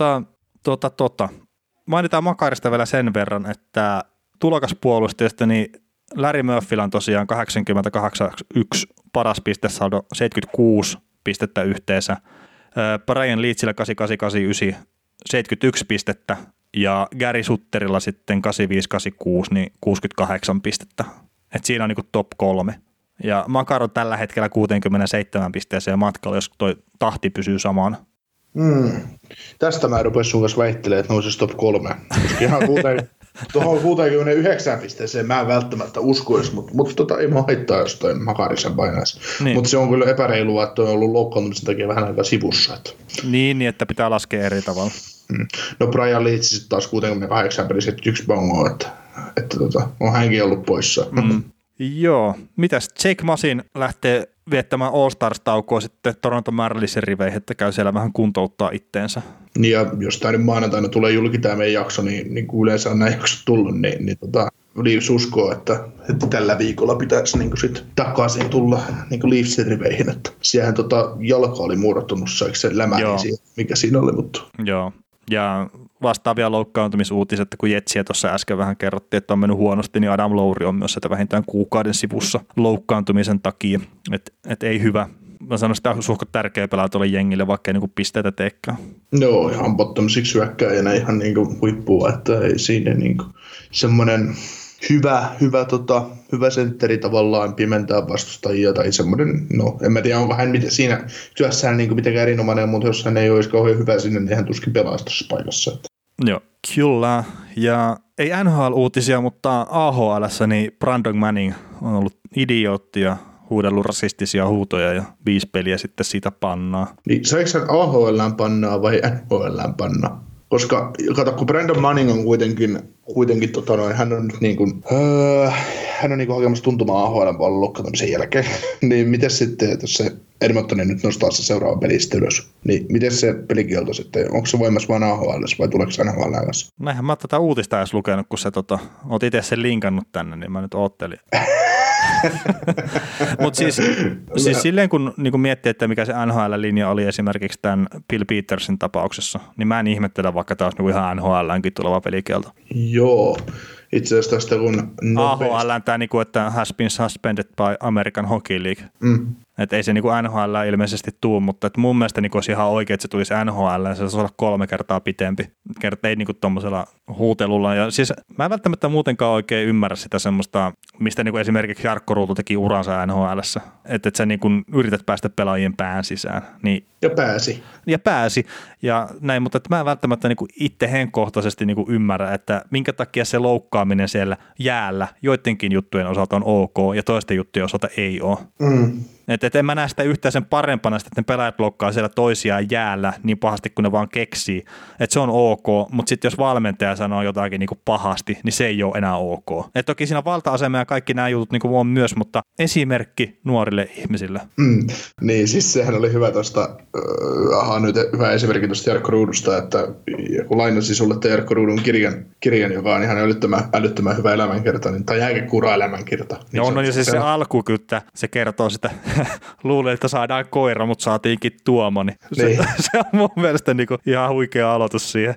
mainitaan Makarista vielä sen verran, että tulokaspuolustajasta, niin Larry Murphyllä on tosiaan 88-1 paras pistesaldo, 76 pistettä yhteensä. Brian Leachillä 88-89, 71 pistettä. Ja Gary Sutterilla sitten 85-86, niin 68 pistettä. Et siinä on niinku top 3. Ja Makar on tällä hetkellä 67 pisteeseen matkalla, jos toi tahti pysyy samana. Tästä mä rupesin sun kanssa väittelemään, että nousisi top 3. Ihan tuohon 69 pisteeseen mä en välttämättä uskoisi, mutta ei mua haittaa, jos toi Makarisen painaisi. Niin. Mutta se on kyllä epäreilua, että toi on ollut loukkaantumisen takia vähän aikaa sivussa. Että. Niin, että pitää laskea eri tavalla. No Brian Leach sitten taas 68 peli 71 bongoa, että on hänkin ollut poissa. Joo. Mitäs Jake Masin lähtee viettämään All-Stars-taukoa sitten Toronto Marliesen riveihin, että käy siellä vähän kuntouttaa itteensä. Niin ja jos tämä nyt maanantaina tulee julki tämä meidän jakso, niin kuin yleensä on nämä jaksot tullut, niin Leafs uskoo, että tällä viikolla pitäisi niin sit takaisin tulla niin Leafsin riveihin. Että siellähän jalka oli muodottunut, eikö se lämäni mikä siinä oli. Mutta. Joo. Ja vastaavia loukkaantumisuutisia, että kun Jetsiä tuossa äsken vähän kerrottiin, että on mennyt huonosti, niin Adam Lowry on myös sitä vähintään kuukauden sivussa loukkaantumisen takia. Et ei hyvä. Mä sanon, että tämä on suhko tärkeä pelaa tuolle jengille, vaikka ei niinku pisteitä teekään. Joo, ihan bottomsiksi hyökkääjänä ihan niinku huippua, että ei siinä niinku semmoinen hyvä sentteri tavallaan pimentää vastustajia tai semmoinen, no en mä tiedä onko hän siinä työssään niin mitenkään erinomainen, mutta jos hän ei olisi kauhean hyvä sinne, niin hän tuskin pelaisi tuossa paikassa. Joo, kyllä. Ja ei NHL-uutisia, mutta AHL:ssä niin Brandon Manning on ollut idiootti ja huudellut rasistisia huutoja ja 5 peliä sitten siitä pannaa. Niin, saiko hän AHL:ään pannaa vai NHL:ään pannaa? Koska kato, kun Brandon Manning on kuitenkin hän on nyt niin kuin, hän on niin kuin hakemassa tuntumaa AHL:n puolella loukkaantumisen jälkeen, niin miten sitten, jos se Edmontonin nyt nostaa se seuraava pelistä ylös, niin miten se pelikielto sitten, onko se voimassa vain AHL:ssä vai tuleeko se NHL:n kanssa? Näinhän mä tätä uutista edes lukenut, kun se oot itse sen linkannut tänne, niin mä nyt oottelin. Mutta siis silleen kun miettii, että mikä se NHL-linja oli esimerkiksi tämän Bill Petersin tapauksessa, niin mä en ihmettele vaikka taas ihan NHL:nkin tuleva pelikielto. Joo, itse asiassa tästä kun AHL tämä, että has been suspended by American Hockey League. Että ei se niin kuin NHL ilmeisesti tuu, mutta että mun mielestä niin olisi ihan oikein, että se tulisi NHL ja se olisi olla 3 kertaa pitempi. Ei niin kuin tuommoisella huutelulla. Ja siis mä en välttämättä muutenkaan oikein ymmärrä sitä semmoista, mistä niin kuin esimerkiksi Jarkko Ruutu teki uransa NHL:ssä. Että sä niin kuin yrität päästä pelaajien pään sisään. Niin, ja pääsi. Ja näin, mutta että mä en välttämättä niin kuin itse henkkohtaisesti niin kuin ymmärrä, että minkä takia se loukkaaminen siellä jäällä joidenkin juttujen osalta on ok ja toisten juttujen osalta ei ole. Että en mä näe sitä yhtään sen parempana, että ne pelaajat loukkaa siellä toisiaan jäällä niin pahasti kuin ne vaan keksii. Että se on ok, mutta sitten jos valmentaja sanoo jotakin niin kuin pahasti, niin se ei ole enää ok. Että toki siinä valta-asema ja kaikki nämä jutut niin kuin on myös, mutta esimerkki nuorille ihmisille. Niin, siis sehän oli hyvä tuosta, nyt hyvä esimerkki tuosta Jarkko Ruudusta, että kun lainasin sulle Jarkko Ruudun kirjan, joka on ihan älyttömän hyvä elämänkerta, niin, tai jääkekuura elämänkerta. Niin joo, no ja siis se alkukyttä, se kertoo sitä, luulin, että saadaan koira, mutta saatiinkin tuomo, niin. Se on mun mielestä niinku ihan huikea aloitus siihen.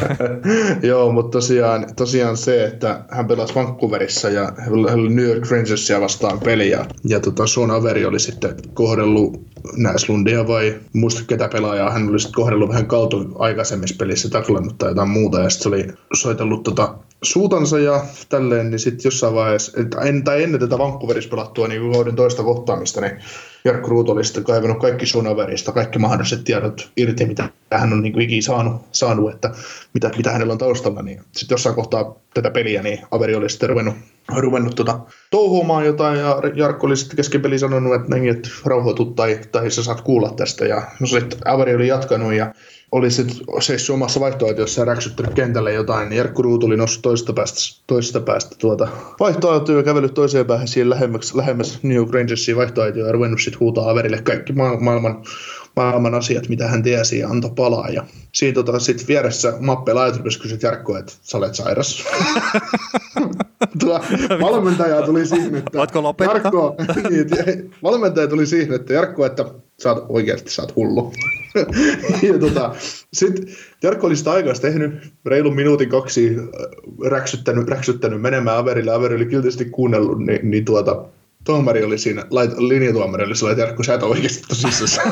Joo, mutta tosiaan se, että hän pelasi Vancouverissa ja hän oli New York Rangersia vastaan peliä, ja Sean Avery oli sitten kohdellut Näslundia vai muista ketä pelaajaa, hän oli sitten kohdellut vähän kaltoin aikaisemmissa pelissä taklannut tai jotain muuta, ja sitten se oli soitellut suutansa ja tälleen, niin sitten jossain vaiheessa, ennen tätä Vancouverissa pelattua niin kauden toista kohtaamista, niin Jarkko Ruutu oli sitten kaivannut kaikki Sean Averysta, kaikki mahdolliset tiedot irti, mitä hän on niin kuin ikinä saanut, että mitä hänellä on taustalla. Niin sitten jossain kohtaa tätä peliä, niin Avery oli sitten ruvennut touhuamaan jotain, ja Jarkko oli sitten kesken peliä sanonut, että rauhoitut tai sä saat kuulla tästä. Ja no sitten Avery oli jatkanut ja oli sitten seissyt omassa vaihtoehtoissa ja räksyttänyt kentälle jotain, niin Jarkko Ruutu oli noussut toisesta päästä vaihtoehtoja ja kävellyt toiseen päähän siihen lähemmäs New York Rangersia vaihtoehtoja ja ruvennut sitten huutaa Averylle kaikki maailman asiat, mitä hän tiesi ja antoi palaa. Ja siinä sitten vieressä mappelaajat rupesi kysyä Jarkkoa, että sä olet sairas. Valmentaja tuli siihen, että Jarkko, valmentaja tuli siihen, että Jarkko, että sä oot hullu. Ja sitten Jarkko oli sitä aikaa tehnyt reilun minuutin 2 räksyttänyt menemään Averylle. Avery oli kiltisti kuunnellut, niin tuomari oli siinä, linjatuomari oli sellainen, että Jarkko, sä et ole oikeasti tosissaan.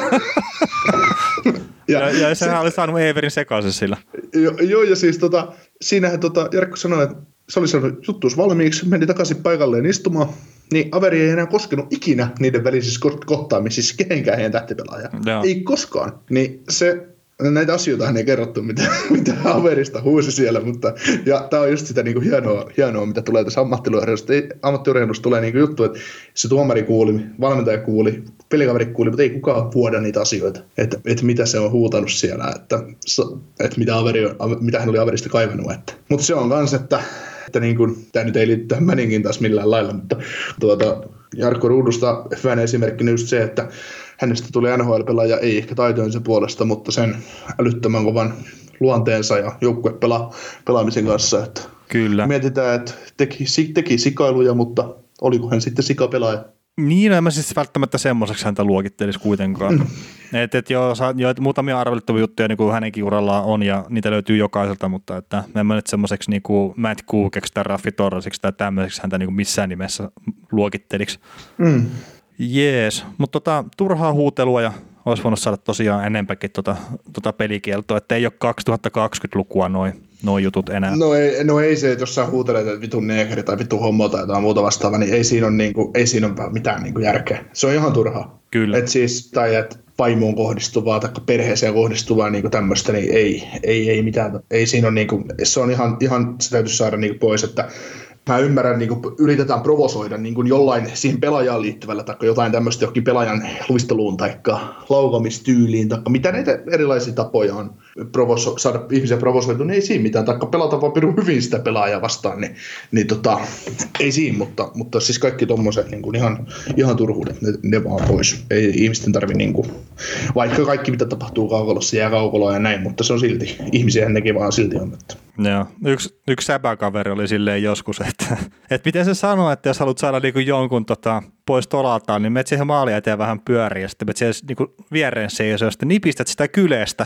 Ja sehän oli saanut Everin sekaisin sillä. Joo, ja siis siinähän Jarkko sanoi, että se oli sanonut juttuus valmiiksi, meni takaisin paikalleen istumaan, niin Avery ei enää koskenut ikinä niiden välisissä kohtaamisissa kehenkään heidän tähtipelaajaan. Ei koskaan. Niin näitä asioita ei kerrottu, mitä Averysta huusi siellä, ja tämä on just sitä niinku hienoa, mitä tulee tässä ammattiurheilusta tulee niinku juttu, että se tuomari kuuli, valmentaja kuuli, pelikaveri kuuli, mutta ei kukaan vuoda niitä asioita, että mitä se on huutanut siellä, että mitä hän oli Averysta kaivannut. Mutta se on kans, että niin kuin, tämä nyt ei liity tähän Manningin taas millään lailla, mutta Jarkko Ruudusta hyvänä esimerkkinä just se, että hänestä tuli NHL-pelaaja ei ehkä taitojensa puolesta, mutta sen älyttömän kovan luonteensa ja joukkuepelaamisen kanssa. Että kyllä. Mietitään, että teki sikailuja, mutta oliko hän sitten sikapelaaja? Niin, en mä siis välttämättä semmoiseksi häntä luokittelisi kuitenkaan. Muutamia arvelettavia juttuja niin kuin hänenkin urallaan on, ja niitä löytyy jokaiselta, mutta että en mä nyt semmoiseksi niin kuin Matt Cookeksi tai Raffi Torresiksi tai tämmöiseksi häntä niin kuin missään nimessä luokitteliksi. Jees, mutta turhaa huutelua ja olisi voinut saada tosiaan enempäkin pelikieltoa, että ei ole 2020-lukua noin jutut enää. No ei se, että jos sä huutelet, että vitun neekeri tai vitun homo tai jotain muuta vastaavaa, niin ei siinä ole mitään niinku järkeä. Se on ihan turhaa. Kyllä. Tai että vaimoon kohdistuvaa tai perheeseen kohdistuvaa niinku tämmöistä, niin ei mitään. Ei siinä ole niinku, se on ihan se täytyy saada niinku pois, että mä ymmärrän, niin kun yritetään provosoida niin kun jollain siihen pelaajaan liittyvällä tai jotain tämmöistä johonkin pelaajan luisteluun tai laukamistyyliin tai mitä näitä erilaisia tapoja on saada ihmisiä provosoitua, niin ei siinä mitään, tai pelata vaan pirun hyvin sitä pelaajaa vastaan, niin ei siinä, mutta siis kaikki tommoset niin ihan turhuudet, ne vaan pois. Ei ihmisten tarvi, niin kun, vaikka kaikki mitä tapahtuu kaukolossa jää kaukoloa ja näin, mutta se on silti, ihmisiähän nekin vaan silti on. Joo, yksi säpäkaveri oli silleen joskus, että miten se sanoo, että jos haluat saada niinku jonkun pois tolaltaan, niin menet siihen maaliin eteen vähän pyöriin, ja sitten menet siihen niinku viereen seisoo, ja sitten nipistät sitä kyleestä.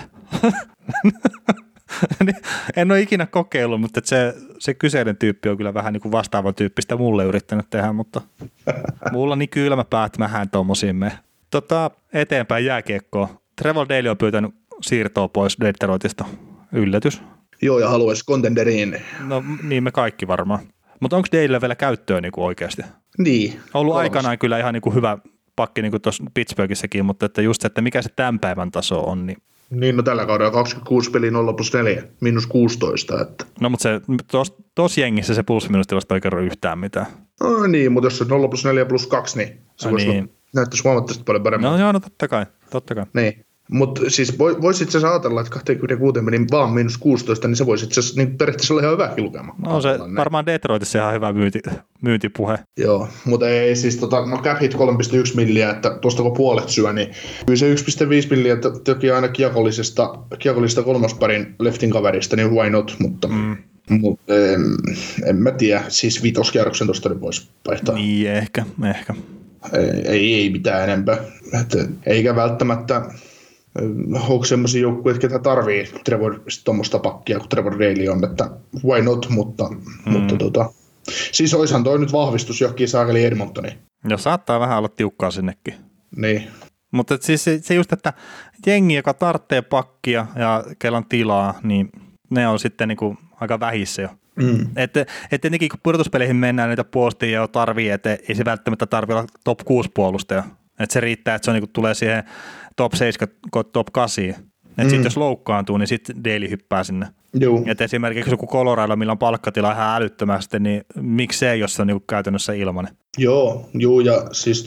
En ole ikinä kokeillut, mutta se kyseinen tyyppi on kyllä vähän niin kuin vastaavan tyyppistä mulle yrittänyt tehdä, mutta mulla on niin kylmä pää, että mähän tommosiin mene. Eteenpäin jääkiekkoon. Trevor Daley on pyytänyt siirtoa pois Detroitista. Yllätys. Joo, ja haluaisi contenderiin. No niin me kaikki varmaan. Mutta onko Daleyllä vielä käyttöä niin kuin oikeasti? Niin. On ollut aikanaan kyllä ihan niin kuin hyvä pakki niin kuin tuossa Pittsburghissäkin, mutta että just se, että mikä se tämän päivän taso on. Niin, no tällä kaudella 26 peliä 0+4, -16. Että. No mutta se, tos jengissä se plus-minus-tilasta ei kerro yhtään mitään. No niin, mutta jos se 0+4+2, niin se voisi näyttäisi huomattavasti paljon paremmin. No joo, no totta kai. Niin. Mutta siis voisit sä ajatella, että 26 meni vaan -16, niin se voisi itse asiassa niin periaatteessa olla ihan hyväkin lukema. No se varmaan Detroitissa ihan hyvä myyntipuhe. Joo, mutta ei siis no cap hit 3,1 milliä, että tuosta kun puolet syö, niin kyllä se 1,5 milliä toki aina kiekollisesta kolmosparin leftin kaverista, niin why not, mutta en mä tiedä, siis vitoskierroksen tuosta nyt voisi vaihtaa. Niin, ehkä. Ei mitään enempää, eikä välttämättä. Onko sellaisia joukkueita, ketä tarvii tuommoista pakkia, kun Trevor Daley on, että why not, mutta siis oishan toi nyt vahvistus johonkin saakeli Edmontoniin. No saattaa vähän olla tiukkaa sinnekin. Niin. Mutta siis se just, että jengi, joka tarvitsee pakkia ja kellan tilaa, niin ne on sitten niinku aika vähissä jo. Että tietenkin kun pudotuspeleihin mennään, niitä puolustajia jo tarvii, että ei se välttämättä tarvitse olla top 6 puolustaja. Että se riittää, että se on, niin tulee siihen top 7, top 8. Että sitten jos loukkaantuu, niin sitten Daley hyppää sinne. Että esimerkiksi joku Colorado, millä on palkkatila ihan älyttömästi, niin miksei, jos se on niin käytännössä ilmanen. Joo, ja siis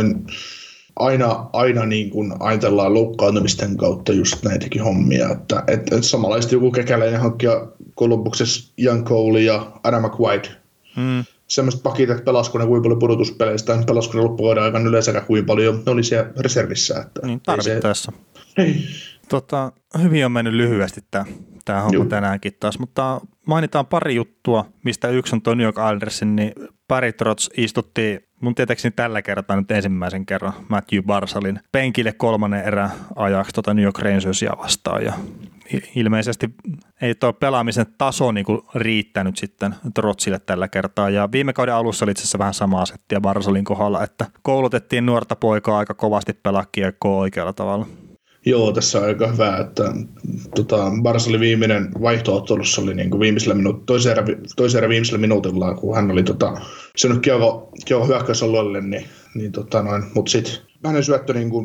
aina niin kuin ajatellaan loukkaantumisten kautta just näitäkin hommia, että samanlaista joku kekäläinen hankkia Columbuksessa Ian Cole ja Adam McWhite. Semmoiset pakit, että pelasiko ne kuinka paljon pudotuspeleistä, tai pelasiko ne loppuvuoden aikana yleensäkään kuinka paljon, ne oli siellä reservissä. Että niin, tarvittaessa. Hyvin on mennyt lyhyesti tämä homma tänäänkin taas, mutta mainitaan pari juttua, mistä yksi on tuo New York Islandersin, niin Barry Trotz istutti mun tietääkseni tällä kertaa nyt ensimmäisen kerran Matthew Barzalin penkille 3. erän ajaksi New York Rangersia vastaan, ja ilmeisesti ei tuo pelaamisen taso niinku riittänyt sitten Trotzille tällä kertaa, ja viime kauden alussa oli itse asiassa vähän samaa settiä Barzalin kohdalla, että koulutettiin nuorta poikaa aika kovasti pelaa kiekkoa oikealla tavalla. Joo, tässä on aika hyvä, että Barzalin viimeinen vaihto-ottelussa oli niinku toisen erän viimeisellä minuutilla, kun hän oli syönyt kiekko hyökkäysalueelle, mutta sitten hänen syöttö niinku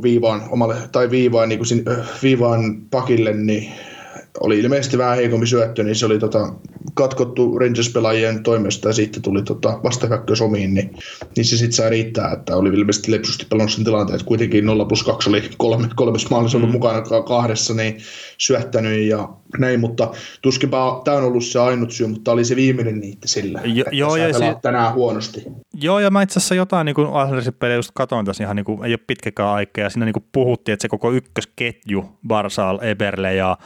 viivaan pakille, niin oli ilmeisesti vähän heikompi syöttö, niin se oli katkottu Rangers-pelaajien toimesta ja sitten tuli vastahyökkäys omiin, niin se sitten saa riittää, että oli ilmeisesti lepsusti pelannut sen tilanteen, että kuitenkin 0+2 oli kolmes maalissa ollut mukana 2, niin syöttänyt ja näin, mutta tuskinpa tämä on ollut se ainut syy, mutta oli se viimeinen niitti sillä, että sä tänään huonosti. Joo, ja mä itse asiassa jotain niin kuin Islandersin pelejä just katoin tässä ihan niin kuin, ei ole pitkäkään aikaa, ja siinä niin kuin puhuttiin, että se koko ykkösketju, Barzal, Eberle ja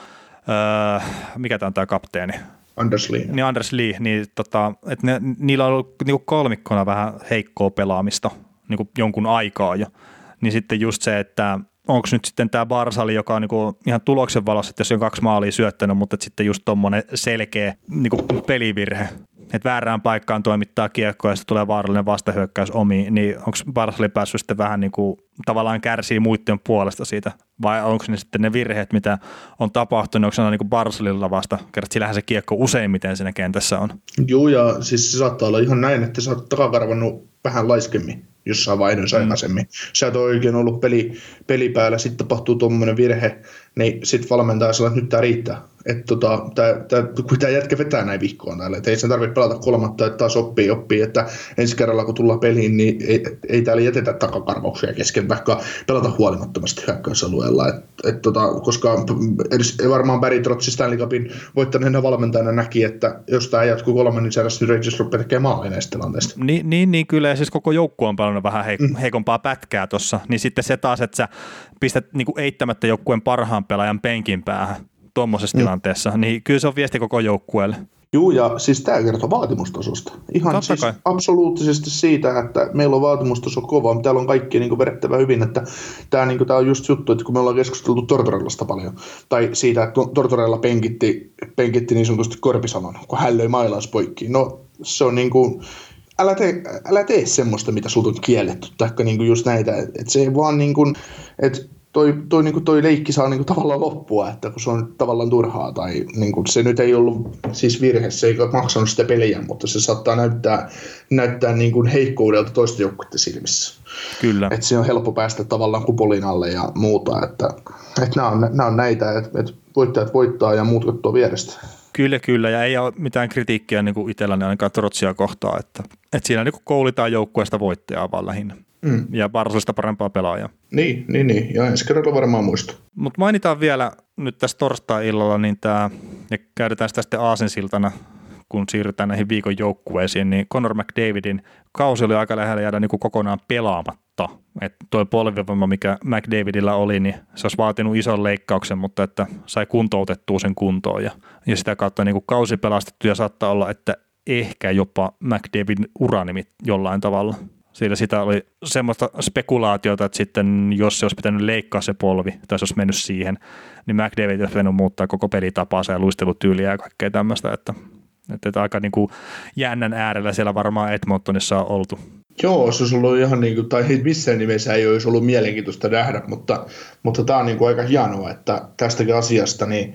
mikä tämä on tämä kapteeni? Anders Lee, niin että niillä on ollut niinku kolmikkona vähän heikkoa pelaamista niinku jonkun aikaa jo. Niin sitten just se, että onko nyt sitten tämä Barzali, joka on niinku ihan tuloksen valossa, että jos on 2 maalia syöttänyt, mutta sitten just tommoinen selkeä niinku pelivirhe, että väärään paikkaan toimittaa kiekkoa ja sitten tulee vaarallinen vastahyökkäys omiin, niin onko Barzali päässyt sitten vähän niin kuin tavallaan kärsii muiden puolesta siitä, vai onko ne sitten ne virheet, mitä on tapahtunut, onko se aina niin kuin Barzalilla vasta, kerran sillähän se kiekko useimmiten siinä kentässä on. Joo, ja siis se saattaa olla ihan näin, että sä oot takakarvannut vähän laiskemmin jossain vaiheessa aikaisemmin. Sä et ole oikein ollut peli päällä, sitten tapahtuu tuommoinen virhe, niin sitten valmentaja sanoo, että nyt tää riittää. Että kun tämä jätkä vetää näin vihkoon täällä, että ei sen tarvitse pelata 3, että taas oppii, että ensi kerralla kun tullaan peliin, niin ei täällä jätetä takakarvauksia kesken, vaikka pelata huolimattomasti hyökkäysalueella. Koska varmaan Barry Trotz Stanley Cupin voittaneena valmentajana näki, että jos tämä jatkuu 3, niin seuraavaksi Rangers rupeaa tekemään maaleja näistä tilanteista. Niin kyllä, ja siis koko joukkue on pelannut vähän heikompaa pätkää tuossa, niin sitten se taas, että sä pistät niinku eittämättä joukkueen parhaan pelaajan penkin päähän tuommoisessa tilanteessa, niin kyllä se on viesti koko joukkueelle. Joo, ja siis tämä kertoo vaatimustasosta. Ihan siis absoluuttisesti siitä, että meillä on vaatimustaso kova, mutta täällä on kaikki niin vedettävä hyvin, että tämä on just juttu, että kun me ollaan keskusteltu Tortorellasta paljon, tai siitä, että Tortorella penkitti niin sanotusti Korpisalon, kun hän löi mailauspoikkiin. No se on niin kuin älä tee semmoista, mitä sulta on kielletty, taikka niinku just näitä, että se ei vaan niinku, että toi leikki saa niinku tavallaan loppua, että kun se on tavallaan turhaa, tai niinku, se nyt ei ollut siis virhe, se ei ole maksanut sitä peliä, mutta se saattaa näyttää niinku heikkoudelta toisten joukkueiden silmissä. Kyllä. Että se on helppo päästä tavallaan kupolin alle ja muuta, että nämä on näitä, että voittajat voittaa ja muut katsoo vierestä. Kyllä, ja ei ole mitään kritiikkiä niin kuin itselläni ainakaan Trotsia kohtaa, että siinä niin kuin koulitaan joukkueesta voittajaa vaan lähinnä. Ja varsinaista parempaa pelaajaa. Niin, ja ensi kerralla varmaan muistuu. Mutta mainitaan vielä nyt tässä torstai-illalla, niin ja käydetään sitä sitten aasinsiltana, kun siirrytään näihin viikon joukkueisiin, niin Connor McDavidin kausi oli aika lähellä jäädä niin kuin kokonaan pelaamatta. Että tuo polvivoima, mikä McDavidillä oli, niin se olisi vaatinut ison leikkauksen, mutta että sai kuntoutettua sen kuntoon ja sitä kautta niin kuin kausi pelastettu ja saattaa olla, että ehkä jopa McDavidin uranimi jollain tavalla. Sillä sitä oli semmoista spekulaatiota, että sitten jos se olisi pitänyt leikkaa se polvi, tai se olisi mennyt siihen, niin McDavid olisi pitänyt muuttaa koko pelitapaansa ja luistelutyyliä ja kaikkea tämmöistä, että aika niin kuin jännän äärellä siellä varmaan Edmontonissa on oltu. Joo, se olisi ollut ihan niin kuin, tai missään nimessä ei olisi ollut mielenkiintoista nähdä, mutta tämä on niin kuin aika hienoa, että tästäkin asiasta niin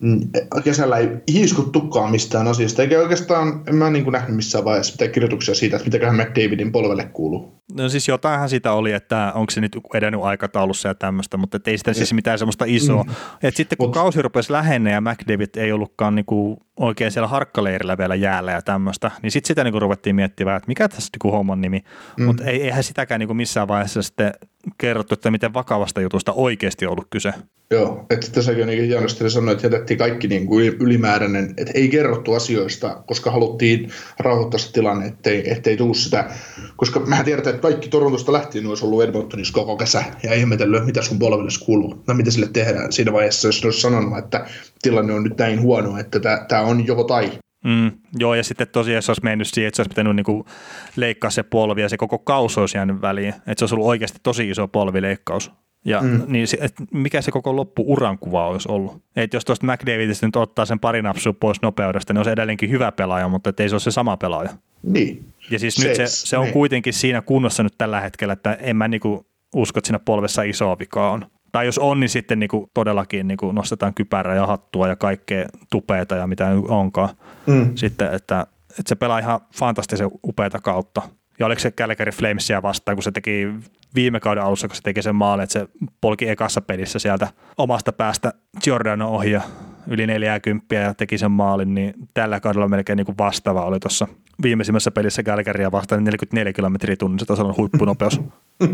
kesällä ei hiiskuttukaan mistään asiasta, eikä oikeastaan en mä niin kuin nähnyt missään vaiheessa mitään kirjoituksia siitä, että mitäköhän McDavidin polvelle kuuluu. No siis jotainhan sitä oli, että onko se nyt edennyt aikataulussa ja tämmöistä, mutta ei sitä siis mitään semmoista isoa. Et sitten kun kausi rupesi lähenneen ja McDavid ei ollutkaan niinku oikein siellä harkkaleirillä vielä jäällä ja tämmöistä, niin sitten sitä niinku ruvettiin miettimään, että mikä tässä niinku homman nimi, mutta eihän sitäkään niinku missään vaiheessa sitten kerrottu, että miten vakavasta jutusta oikeasti on ollut kyse. Joo, että tässäkin on niin hienosti sanoa, että jätettiin kaikki niin kuin ylimääräinen, että ei kerrottu asioista, koska haluttiin rauhoittaa se tilanne, ettei tule sitä, koska mehän tiedetään, että kaikki Torontosta lähtien olisi ollut Edmontonissa koko kesä ja ihmetellyt, mitä sun polvelle kuuluu, no mitä sille tehdään siinä vaiheessa, jos olisi sanonut, että tilanne on nyt näin huono, että tämä on joko tai. Joo, ja sitten tosiaan se olisi mennyt siihen, että se olisi pitänyt niinku leikkaa se polvi ja se koko kaus olisi jäänyt väliin, että se olisi ollut oikeasti tosi iso polvileikkaus. Ja niin mikä se koko loppu-urankuva olisi ollut? Että jos tuosta McDavidista nyt ottaa sen pari napsua pois nopeudesta, niin on se edelleenkin hyvä pelaaja, mutta ei se ole se sama pelaaja. Niin. Ja siis nyt se on kuitenkin siinä kunnossa nyt tällä hetkellä, että en mä niinku usko, että siinä polvessa isoa vikaa on. Tai jos on, niin sitten niinku todellakin niinku nostetaan kypärää ja hattua ja kaikkea tupeita ja mitä onkaan. Sitten, että se pelaa ihan fantastisen upeata kautta. Ja oliko se Calgary Flamesia vastaan, kun se teki viime kauden alussa, kun se teki sen maalin, että se polki ekassa pelissä sieltä omasta päästä Giordano ohi ja yli 40 ja teki sen maalin, niin tällä kaudella melkein niin kuin vastaava oli tuossa viimeisimmässä pelissä Calgarya vastaan 44 kilometriä tunnissa tasolla huippunopeus.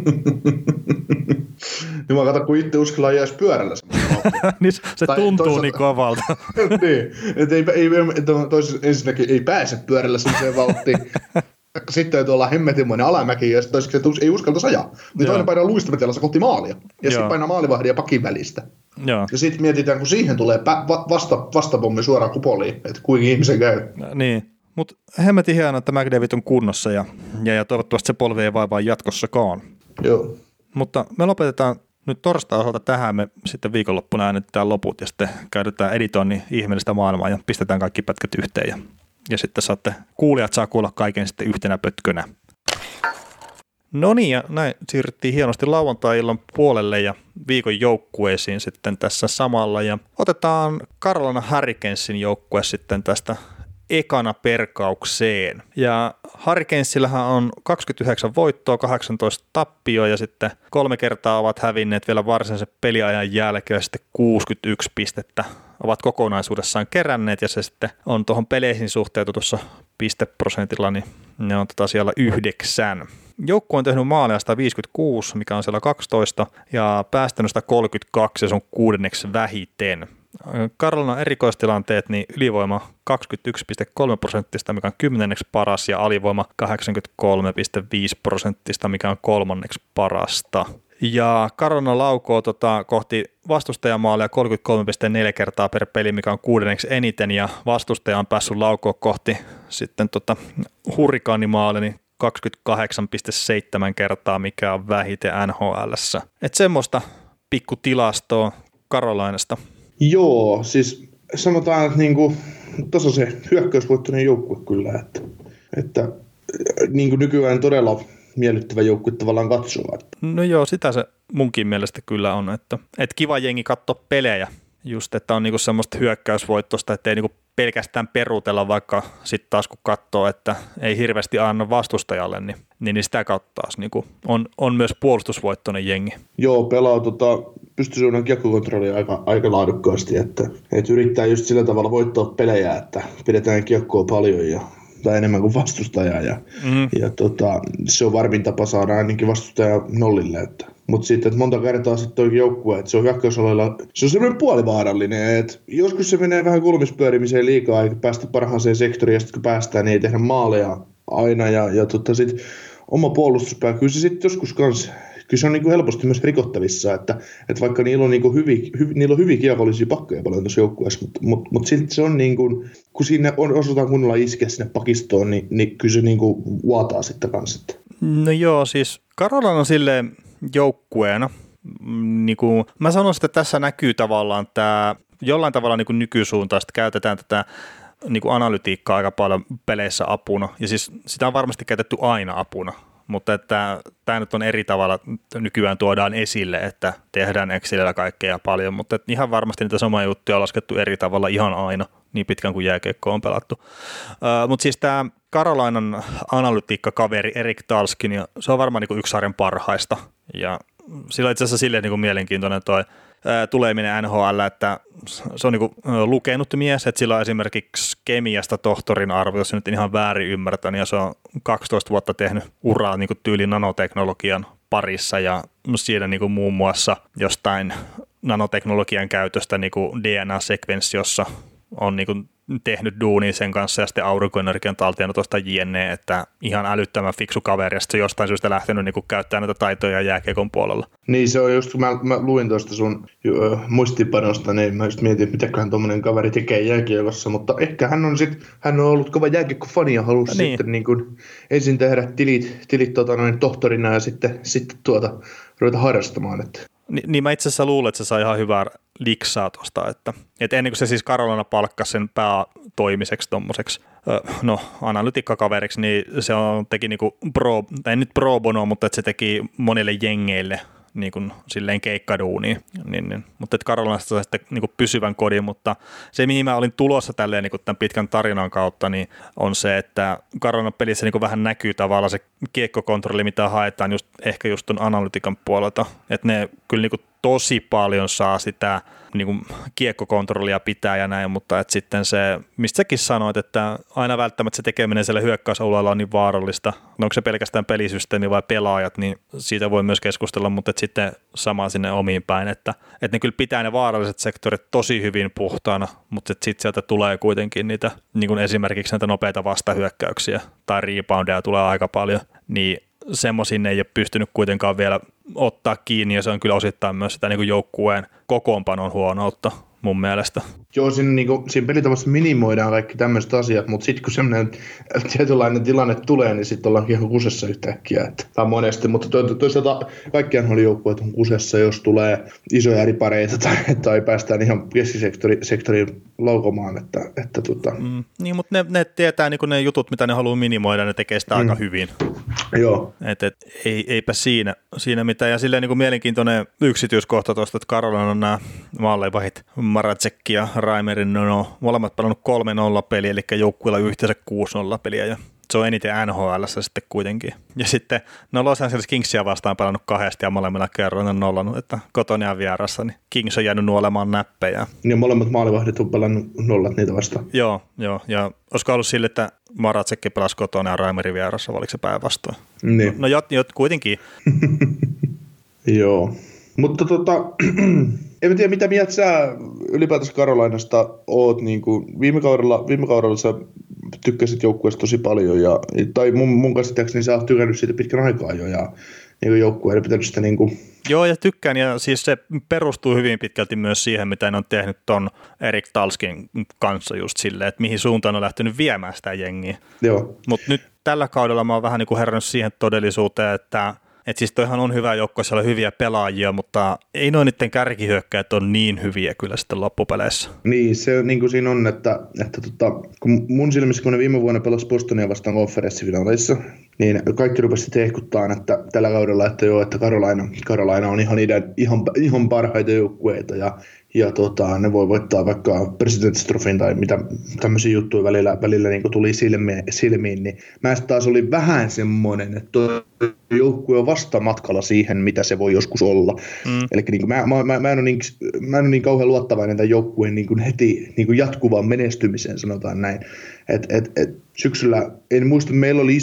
Niin mä katson, kun itse uskallaan jäisi pyörällä. Niin se tuntuu niin kovalta. Niin, että ensinnäkin ei pääse pyörällä sellaiseen vauhtiin. Sitten tuolla hemmetimoinen alamäki ja sitten ei uskaltaisi ajaa. Niin toinen painaa luistametelassa kohti maalia. Ja sitten painaa maalivahdin ja pakin välistä. Joo. Ja sitten mietitään, kun siihen tulee vastapommi suoraan kupoliin, että kuinka ihmisen käy. Niin, mutta hemmetin hienoa, että McDavid on kunnossa ja toivottavasti se polvi ei vaivaa jatkossakaan. Joo. Mutta me lopetetaan nyt torstain osalta tähän, me sitten viikonloppuna äänitetään loput ja sitten käydetään editoinnin ihmeellistä maailmaa ja pistetään kaikki pätkät yhteen ja sitten kuulijat saa kuulla kaiken sitten yhtenä pötkönä. No niin, ja näin siirryttiin hienosti lauantai-illan puolelle ja viikon joukkueisiin sitten tässä samalla. Ja otetaan Carolina Hurricanesin joukkue sitten tästä ekana perkaukseen. Ja Hurricanesillähän on 29 voittoa, 18 tappioa ja sitten 3 kertaa ovat hävinneet vielä varsinaisen peliajan jälkeen sitten 61 pistettä ovat kokonaisuudessaan keränneet ja se sitten on tuohon peleihin suhteutu tuossa pisteprosentilla, niin ne on siellä 9. Joukkue on tehnyt maaleja 156, mikä on siellä 12 ja päästänyt 132 ja se on 6. vähiten. Carolinan erikoistilanteet, niin ylivoima 21,3%, mikä on 10. paras, ja alivoima 83,5%, mikä on 3. parasta. Ja Carolina laukoo kohti vastustajamaalia 33,4 kertaa per peli, mikä on 6. eniten, ja vastustaja on päässyt laukoa kohti sitten hurrikaanimaalia, niin 28,7 kertaa, mikä on vähiten NHL:ssä. Että semmoista pikkutilastoa Carolinasta. Joo, siis sanotaan, että tuossa on se hyökkäysvoittoinen joukkue kyllä, että niin kuin nykyään todella miellyttävä joukkue tavallaan katsoa. No joo, sitä se munkin mielestä kyllä on, että kiva jengi katsoa pelejä, just että on niinku semmoista hyökkäysvoittosta, että ei niinku pelkästään peruutella, vaikka sitten taas kun katsoo, että ei hirveästi anna vastustajalle, niin sitä kautta taas niinku on myös puolustusvoittoinen jengi. Joo, pelaa pystysuunnan kiekkokontrollia aika laadukkaasti, että yrittää just sillä tavalla voittaa pelejä, että pidetään kiekkoa paljon tai enemmän kuin vastustajaa ja se on varmin tapa saada ainakin vastustaja nollille, mutta sitten, että monta kertaa sitten toikin joukkue, että se on hyökkäysalueella, se on semmoinen puolivaarallinen, että joskus se menee vähän kulmispyörimiseen liikaa, eikä päästä parhaaseen sektoriin, ja sitten kun päästään, niin ei tehdä maaleja aina, ja sitten oma puolustuspää, kyllä se sitten joskus kanssa, kyllä se on niinku helposti myös rikottavissa, että vaikka niillä on niinku niillä on hyviä kiekollisia pakkoja paljon tuossa joukkueessa, mutta silti se on niinku, kun siinä osataan kunnolla iskeä sinne pakistoon, niin kyllä se niinku vuotaa sitten kanssa. No joo, siis Carolina on silleen joukkueena, niin kuin mä sanoisin, että tässä näkyy tavallaan tämä jollain tavalla niin kuin nykysuuntaan, että käytetään tätä niin kuin analytiikkaa aika paljon peleissä apuna, ja siis sitä on varmasti käytetty aina apuna, mutta että tämä nyt on eri tavalla, nykyään tuodaan esille, että tehdään Excelillä kaikkea paljon, mutta että ihan varmasti niitä samoja juttuja on laskettu eri tavalla ihan aina, niin pitkään kuin jääkiekko on pelattu. Mutta siis tämä Carolinan analytiikkakaveri Erik Talskin, ja se on varmaan niin kuin yksi sarjan parhaista, ja sillä on itse asiassa silleen niin kuin mielenkiintoinen toi tuleminen NHL, että se on niin kuin lukenut mies, että sillä on esimerkiksi kemiasta tohtorin arvo, jos nyt ihan väärin ymmärtänyt, ja se on 12 vuotta tehnyt uraa niin kuin tyyli nanoteknologian parissa, ja siinä niin kuin muun muassa jostain nanoteknologian käytöstä niin kuin DNA-sekvenssiossa on niin kuin tehnyt duunia sen kanssa ja sitten aurinkoenergian talteenotosta jne, että ihan älyttömän fiksu kaveri ja sitten se jostain syystä lähtenyt niin kuin käyttämään näitä taitoja jääkiekon puolella. Niin se on just, kun mä luin tuosta sun muistipanosta, niin mä just mietin, että mitäköhän tommonen kaveri tekee jääkiekossa, mutta ehkä hän on ollut kova jääkiekkofani ja halusi sitten niin kuin ensin tehdä tilit tohtorina ja sitten ruveta harrastamaan. Että. Niin mä itse asiassa luulen, että se sai ihan hyvää liksaa tuosta, että ennen kuin se siis Carolina palkkasi sen päätoimiseksi tommoseksi analytiikkakaveriksi, niin se teki niinku tai nyt pro bono, mutta että se teki monille jengeille niin kuin silleen keikkaduuniin, mutta että Carolinasta sai sitten niin kuin pysyvän kodin, mutta se mihin mä olin tulossa tälleen niin kuin tämän pitkän tarinan kautta, niin on se, että Carolinan pelissä niin kuin vähän näkyy tavallaan se kiekkokontrolli, mitä haetaan ehkä just ton analytiikan puolelta, että ne kyllä niin kuin tosi paljon saa sitä niin kuin kiekkokontrollia pitää ja näin, mutta että sitten se, mistä säkin sanoit, että aina välttämättä se tekeminen siellä hyökkäysalueella on niin vaarallista, onko se pelkästään pelisysteemi vai pelaajat, niin siitä voi myös keskustella, mutta että sitten sama sinne omiin päin, että ne kyllä pitää ne vaaralliset sektorit tosi hyvin puhtaana, mutta sitten sieltä tulee kuitenkin niitä, niin kuin esimerkiksi näitä nopeita vastahyökkäyksiä tai reboundeja tulee aika paljon, niin semmoisiin ei ole pystynyt kuitenkaan vielä ottaa kiinni, ja se on kyllä osittain myös sitä niin kuin joukkueen kokoonpanon huonoutta mun mielestä. Joo, siinä pelitavassa minimoidaan kaikki tämmöiset asiat, mutta sitten kun semmoinen tietynlainen tilanne tulee, niin sitten ollaankin ihan kusessa yhtäkkiä. Tai monesti, mutta toisaalta kaikkiaan oli joukkueet on kusessa, jos tulee isoja ripareita tai päästään ihan keskisektoriin laukomaan. Niin, mutta ne tietää niin ne jutut, mitä ne haluaa minimoida, ne tekee sitä aika hyvin. Joo. Eipä siinä mitään. Ja silleen niin kuin mielenkiintoinen yksityiskohta tuosta, että Carolina on nämä maalleivahit Maracek ja Reimerin, ne on molemmat pelannut 3-0 peliä, eli joukkueella yhteensä 6-0 peliä, ja se on eniten NHL:ssä sitten kuitenkin. Ja sitten Los Angeles Kingsia vastaan pelannut 2 ja molemmilla kerroin on nollannut, että kotona ja vierassa, niin Kings on jäänyt nuolemaan näppejä. Ja molemmat maalivahdit on pelannut nollat niitä vastaan. Joo, ja olisiko ollut sille, että Maracek pelasi kotona ja Reimerin vierassa, vai oliko se päinvastoin? Niin. No kuitenkin. Joo, mutta en tiedä, mitä mieltä sä ylipäätänsä Carolinasta oot, niin kuin viime kaudella sä tykkäsit joukkueesta tosi paljon, tai mun käsittääkseni sä oot tykännyt siitä pitkän aikaa jo, ja niin joukkueelle pitänyt sitä niin kuin. Joo, ja tykkään, ja siis se perustuu hyvin pitkälti myös siihen, mitä ne on tehnyt ton Erik Talskin kanssa just silleen, että mihin suuntaan on lähtenyt viemään sitä jengiä. Joo. Mutta nyt tällä kaudella mä oon vähän niin kuin herännyt siihen todellisuuteen, että Että siis toihan on hyvä joukko, siellä on hyviä pelaajia, mutta ei noin niiden kärkihyökkäät on niin hyviä kyllä sitten loppupeleissä. Niin, se niin kuin siinä on, että kun mun silmissä, kun ne viime vuonna pelasi Bostonia vastaan konferenssifinaaleissa, niin kaikki rupesi tehkuttaan, että tällä kaudella, että joo, että Carolina on ihan parhaita joukkueita ja ne voi voittaa vaikka President's Trophyn tai mitä tämmöisiä juttuja välillä niin tuli silmiin, niin mä taas olin vähän semmoinen, että joukkue on vasta matkalla siihen, mitä se voi joskus olla. Eli niin mä en ole niin kauhean luottavainen tämän joukkueen niin heti niin jatkuvaan menestymiseen, sanotaan näin. Syksyllä, en muista, meillä oli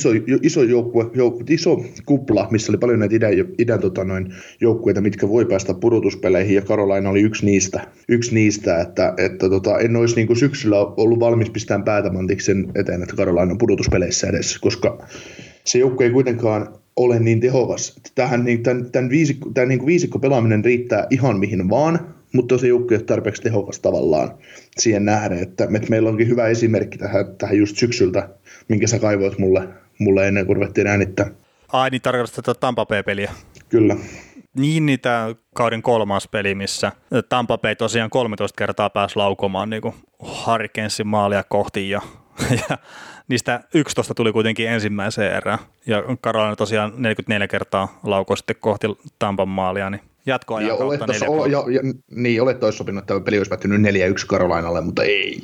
iso kupla, missä oli paljon näitä idän joukkueita, mitkä voi päästä pudotuspeleihin, ja Carolina oli yksi niistä että en olisi niin syksyllä ollut valmis pistämään päätä Mantiksen eteen, että Carolina on pudotuspeleissä edessä, koska se joukkue ei kuitenkaan ole niin tehokas. Tämän viisikko pelaaminen riittää ihan mihin vaan, mutta se joukko ei ole tarpeeksi tehokas tavallaan siihen nähdä, että meillä onkin hyvä esimerkki tähän just syksyltä, minkä sä kaivoit mulle ennen kuin ruvettiin äänittää. Ai niin, tarkoitat tätä Tampa Bay-peliä? Kyllä. Niin, tämä kauden 3. peli, missä Tampa Bay tosiaan 13 kertaa pääsi laukomaan niin Hurricanesin maalia kohti ja niistä 11 tuli kuitenkin ensimmäiseen erään. Ja Carolina tosiaan 44 kertaa laukoi sitten kohti Tampan maalia, niin jatkoajan kautta 4. Niin, olisi sopinut, että peli olisi päättynyt 4-1 Carolinalle, mutta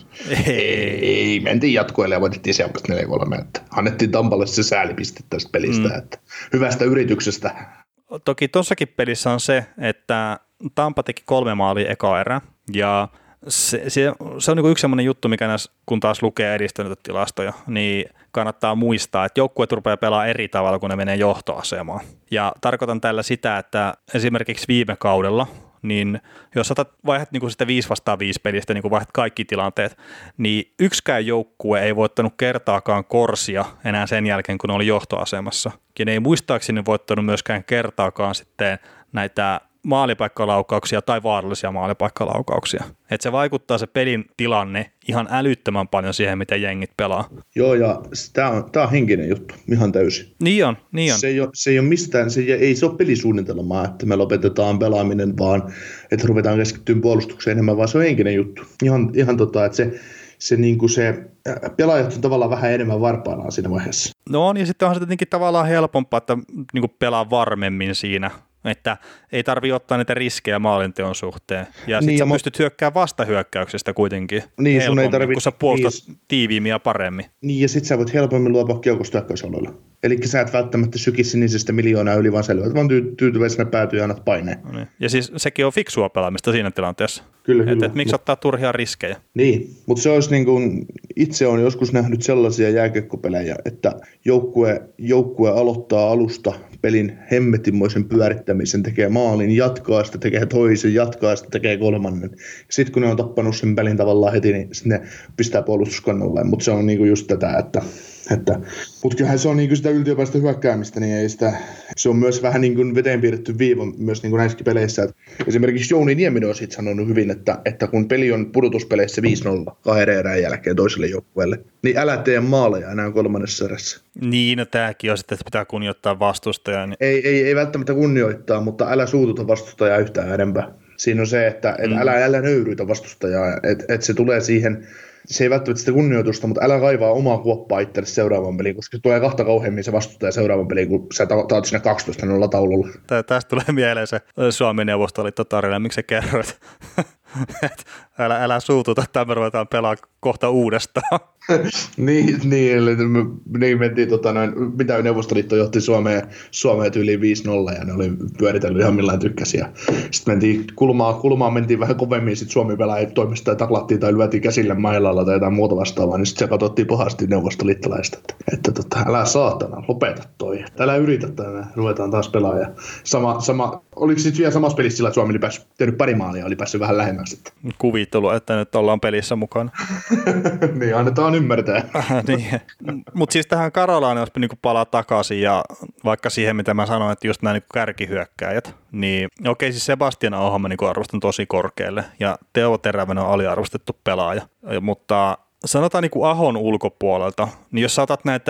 ei. Mentiin jatkoille ja voitettiin sieltä 4-3. Annettiin Tampalle se säälipiste tästä pelistä, että hyvästä yrityksestä. Toki tuossakin pelissä on se, että Tampa teki 3 maalia eka erää, ja se on niin yksi sellainen juttu, mikä näissä, kun taas lukee edistyneitä tilastoja, niin kannattaa muistaa, että joukkueet rupeaa pelaamaan eri tavalla, kun ne menee johtoasemaan. Ja tarkoitan tällä sitä, että esimerkiksi viime kaudella, niin jos vaihdat niin sitä 5-5 pelistä, niin vaihdat kaikki tilanteet, niin yksikään joukkue ei voittanut kertaakaan korsia enää sen jälkeen, kun ne oli johtoasemassa. Ja ne ei muistaakseni voittanut myöskään kertaakaan sitten näitä maalipaikkalaukauksia tai vaarallisia maalipaikkalaukauksia. Että se vaikuttaa se pelin tilanne ihan älyttömän paljon siihen, miten jengit pelaa. Joo, ja tämä on henkinen juttu, ihan täysin. Niin on. Se ei ole mistään, ei se ole pelisuunnitelmaa, että me lopetetaan pelaaminen, vaan että ruvetaan keskittymään puolustukseen enemmän, vaan se on henkinen juttu. Ihan että se pelaajat on tavallaan vähän enemmän varpaillaan siinä vaiheessa. No on, ja sitten on se tietenkin tavallaan helpompaa, että niin pelaa varmemmin siinä, että ei tarvitse ottaa niitä riskejä maalinteon suhteen. Ja sitten sä pystyt hyökkäämään vastahyökkäyksestä kuitenkin niin, helpommin, kun sä puolustat tiiviimmin ja paremmin. Niin, ja sitten sä voit helpommin luopua kiekosta hyökkäysalueella. Eli sä et välttämättä syki sinisestä miljoonaa yli, vaan selvä, vaan tyytyväisenä päätyy ja annat paineen. No niin. Ja siis sekin on fiksua pelaamista siinä tilanteessa. Kyllä. Että miksi ottaa turhia riskejä? Niin, mutta se olisi niin kuin, itse olen joskus nähnyt sellaisia jääkiekkopelejä, että joukkue aloittaa alusta pelin hemmetimoisen pyörittämisen, tekee maalin, jatkaa sitä, tekee toisen, jatkaa sitä, tekee kolmannen. Sitten kun ne on tappanut sen pelin tavallaan heti, niin sitten ne pistää puolustuskannalle. Mutta se on niinku just tätä, mutta kyllähän se on niinku sitä yltiöpäistä hyökkäämistä, niin ei sitä, se on myös vähän niin kuin veteen piirretty viiva myös niin kuin näissäkin peleissä. Et esimerkiksi Jouni Nieminen on siitä sanonut hyvin, että kun peli on pudotuspeleissä 5-0 2 erän jälkeen toiselle joukkueelle, niin älä tee maaleja enää 3. erässä. Niin, no tämäkin on sitten, että pitää kunnioittaa vastustajaa. Niin... Ei välttämättä kunnioittaa, mutta älä suututa vastustajaa yhtään enempää. Siinä on se, että älä nöyryytä vastustajaa, että se tulee siihen. Se ei välttämättä sitä kunnioitusta, mutta älä kaivaa omaa kuoppaa itselle seuraavan peliin, koska se tulee kahta kauheammin se vastustaja seuraavan peliin, kun sä taat sinne 12-0 taululla. Tästä tulee mieleen se Suomen Neuvostoliitto-tarina, miksi sä kerroit, että älä suututa, että me ruvetaan pelaamaan kohta uudestaan. niin mentiin, mitä Neuvostoliitto johti Suomeen tyyliin 5-0 ja ne oli pyöritellyt ihan millään tykkäsiä. Sitten mentiin kulmaan mentiin vähän kovemmin, sitten Suomi pelaajat toimesta taklattiin tai lyötiin käsille mailalla tai jotain muuta vastaavaa, niin sitten se katsottiin pahasti neuvostoliittolaista, että älä saatana, lopeta toi, älä yritä tänään, ruvetaan taas pelaamaan. Sama, oliko sitten vielä samassa pelissä sillä, että Suomi oli tehnyt pari maalia, oli päässyt vähän lähemmäksi. Kuvittelu, että nyt ollaan pelissä mukana. Niin, annetaan ymmärtää. Niin. Mutta siis tähän Carolinaan, jos niin palaa takaisin ja vaikka siihen, mitä mä sanoin, että just nämä niin kärkihyökkääjät, niin okei, siis Sebastian Ahoa mä niin arvostan tosi korkealle ja Teuvo Teräväinen on aliarvostettu pelaaja, mutta sanotaan niin Ahon ulkopuolelta, niin jos sä otat näitä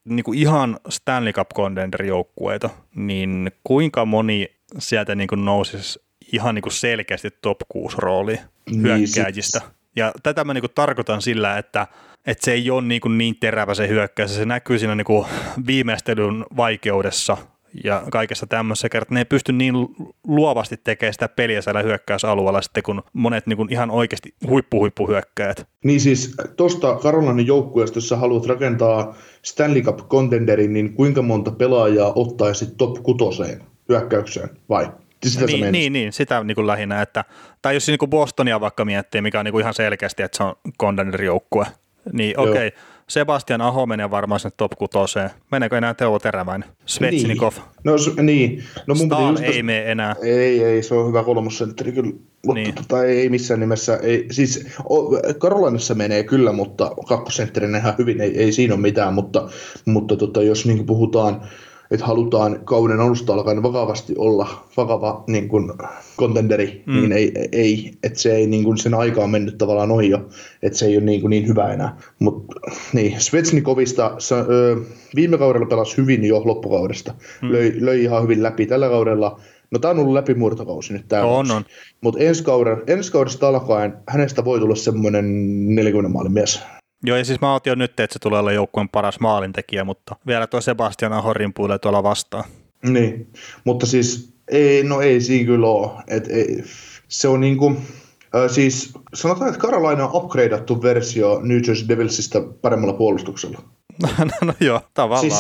niin kuin ihan Stanley Cup contender-joukkueita, niin kuinka moni sieltä niin kuin nousisi ihan niin kuin selkeästi top 6 rooliin hyökkääjistä. Ja tätä mä niin kuin tarkoitan sillä, että se ei ole niin terävä se hyökkäys, se näkyy siinä niin kuin viimeistelyn vaikeudessa ja kaikessa tämmöisessä, kertaa ne ei pysty niin luovasti tekemään sitä peliä siellä hyökkäysalueella sitten, kun monet niin kuin ihan oikeasti huippuhyökkäät. Niin siis tuosta Carolinan joukkueesta, jos sä haluat rakentaa Stanley Cup contenderin, niin kuinka monta pelaajaa ottaisit top 6 hyökkäykseen, vai? Niin, sitä niin kuin lähinnä, että, tai jos niin kuin Bostonia vaikka miettii, mikä on niin kuin ihan selkeästi, että se on contender-joukkue, niin okei. Sebastian Aho menee varmaan sinne top 6. Meneekö enää Teuvo Teräväinen? Svechnikov? Niin. No mun Stahl ei mene enää. Ei, se on hyvä kolmosentteri kyllä. Mutta ei missään nimessä. Ei, siis Carolinassa menee kyllä, mutta kakkosentterinä ihan hyvin, ei siinä ole mitään. Mutta jos niin puhutaan, että halutaan kauden alusta alkaen vakavasti olla vakava niin kuin contenderi, niin ei, että se ei niin kuin sen aikaa on mennyt tavallaan ohi jo, että se ei ole niin hyvä enää. Mutta niin, Svechnikovista viime kaudella pelasi hyvin jo loppukaudesta, löi ihan hyvin läpi tällä kaudella. No tämä on ollut läpimurtokausi nyt tämä. On. Mutta ensi kaudesta alkaen hänestä voi tulla semmoinen 40 maalin mies. Joo, ja siis mä otin jo nyt, että se tulee olla joukkueen paras maalintekijä, mutta vielä tuo Sebastian Aho rimpuilee tuolla vastaan. Niin, mutta siis ei siinä kyllä ole. Se on niinku, siis sanotaan, että Carolina on upgradeattu versio New Jersey Devilsistä paremmalla puolustuksella. No joo, tavallaan.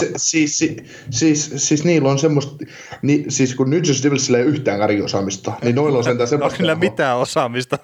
Siis niillä on semmoista, siis kun New Jersey Devilsillä ei ole yhtään kärkiosaamista, niin noilla on sentään semmoista. Kyllä mitään osaamista.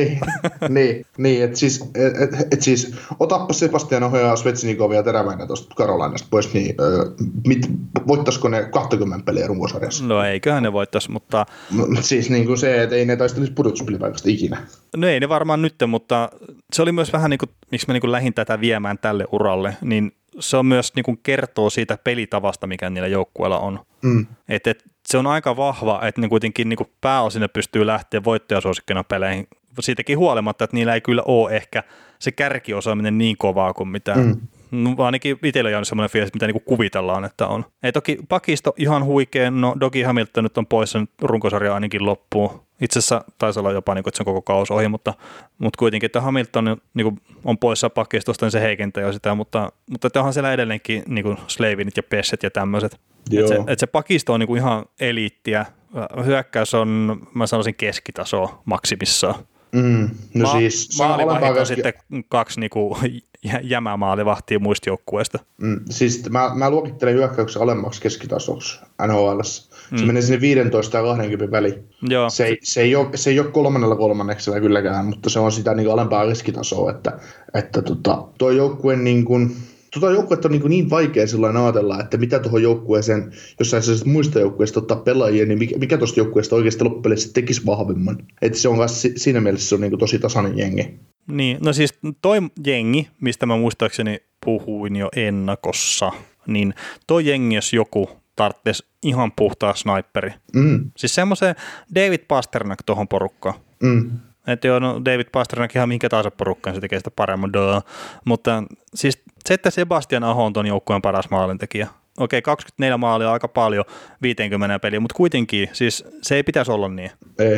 niin että siis otappa Sebastian Aho ja Svechnikov ja Teräväinen tuosta Carolinasta pois, niin voittaisiko ne 20 peliä runkosarjassa? No eiköhän ne voittaisi, mutta... Siis niin kuin se, että ei ne taistelisi pudotuspelipaikasta ikinä. No ei ne varmaan nyt, mutta se oli myös vähän niin kuin, miksi mä niin kuin lähdin tätä viemään tälle uralle, niin se on myös niin kuin kertoo siitä pelitavasta, mikä niillä joukkueilla on. Et se on aika vahva, että ne kuitenkin niin kuin pääosin ne pystyy lähteä voittajasuosikkina peleihin siitäkin huolimatta, että niillä ei kyllä ole ehkä se kärkiosaaminen niin kovaa kuin mitä ainakin itsellä on jäänyt semmoinen fiilis, mitä niinku kuvitellaan, että on. Ei toki pakisto ihan huikea, no Dougie Hamilton nyt on poissa, nyt runkosarja ainakin loppuu. Itse asiassa taisi olla jopa, että se on koko kausi ohi, mutta kuitenkin, että Hamilton on poissa pakistosta, niin se heikentää jo sitä, mutta onhan siellä edelleenkin Slavinit ja Pesset ja tämmöiset. Että se pakisto on ihan eliittiä, hyökkäys on, mä sanoisin, keskitasoa maksimissaan. No siis maalivahit on sitten 2 jämämaalivahtia muista joukkueista. Siis mä luokittelen hyökkäyksen alemmaksi keskitasoksi NHL:ssä. Se menee sinne 15 ja 20 väliin. Joo. Se ei ole kolmanneksella kylläkään, mutta se on sitä alempaa keskitasoa, että tuo joukkue joukkuetta on niin vaikea sellainen ajatella, että mitä tuohon joukkueeseen, jos sä muista joukkueesta ottaa pelaajia, niin mikä tuosta joukkueesta oikeasti loppujen tekisi vahvemman. Että se on myös siinä mielessä se on tosi tasainen jengi. Niin, no siis toi jengi, mistä mä muistaakseni puhuin jo ennakossa, niin toi jengi, jos joku tarvitsisi ihan puhtaa sniperi. Siis semmoisen David Pasternak tuohon porukkaan. Että joo, no David Pasternak ihan minkä tahansa porukkaan, se tekee sitä paremmin. Mutta siis se, että Sebastian Aho on ton joukkueen paras maalintekijä. Okei, 24 maalia on aika paljon 50 peliä, mutta kuitenkin siis se ei pitäisi olla niin.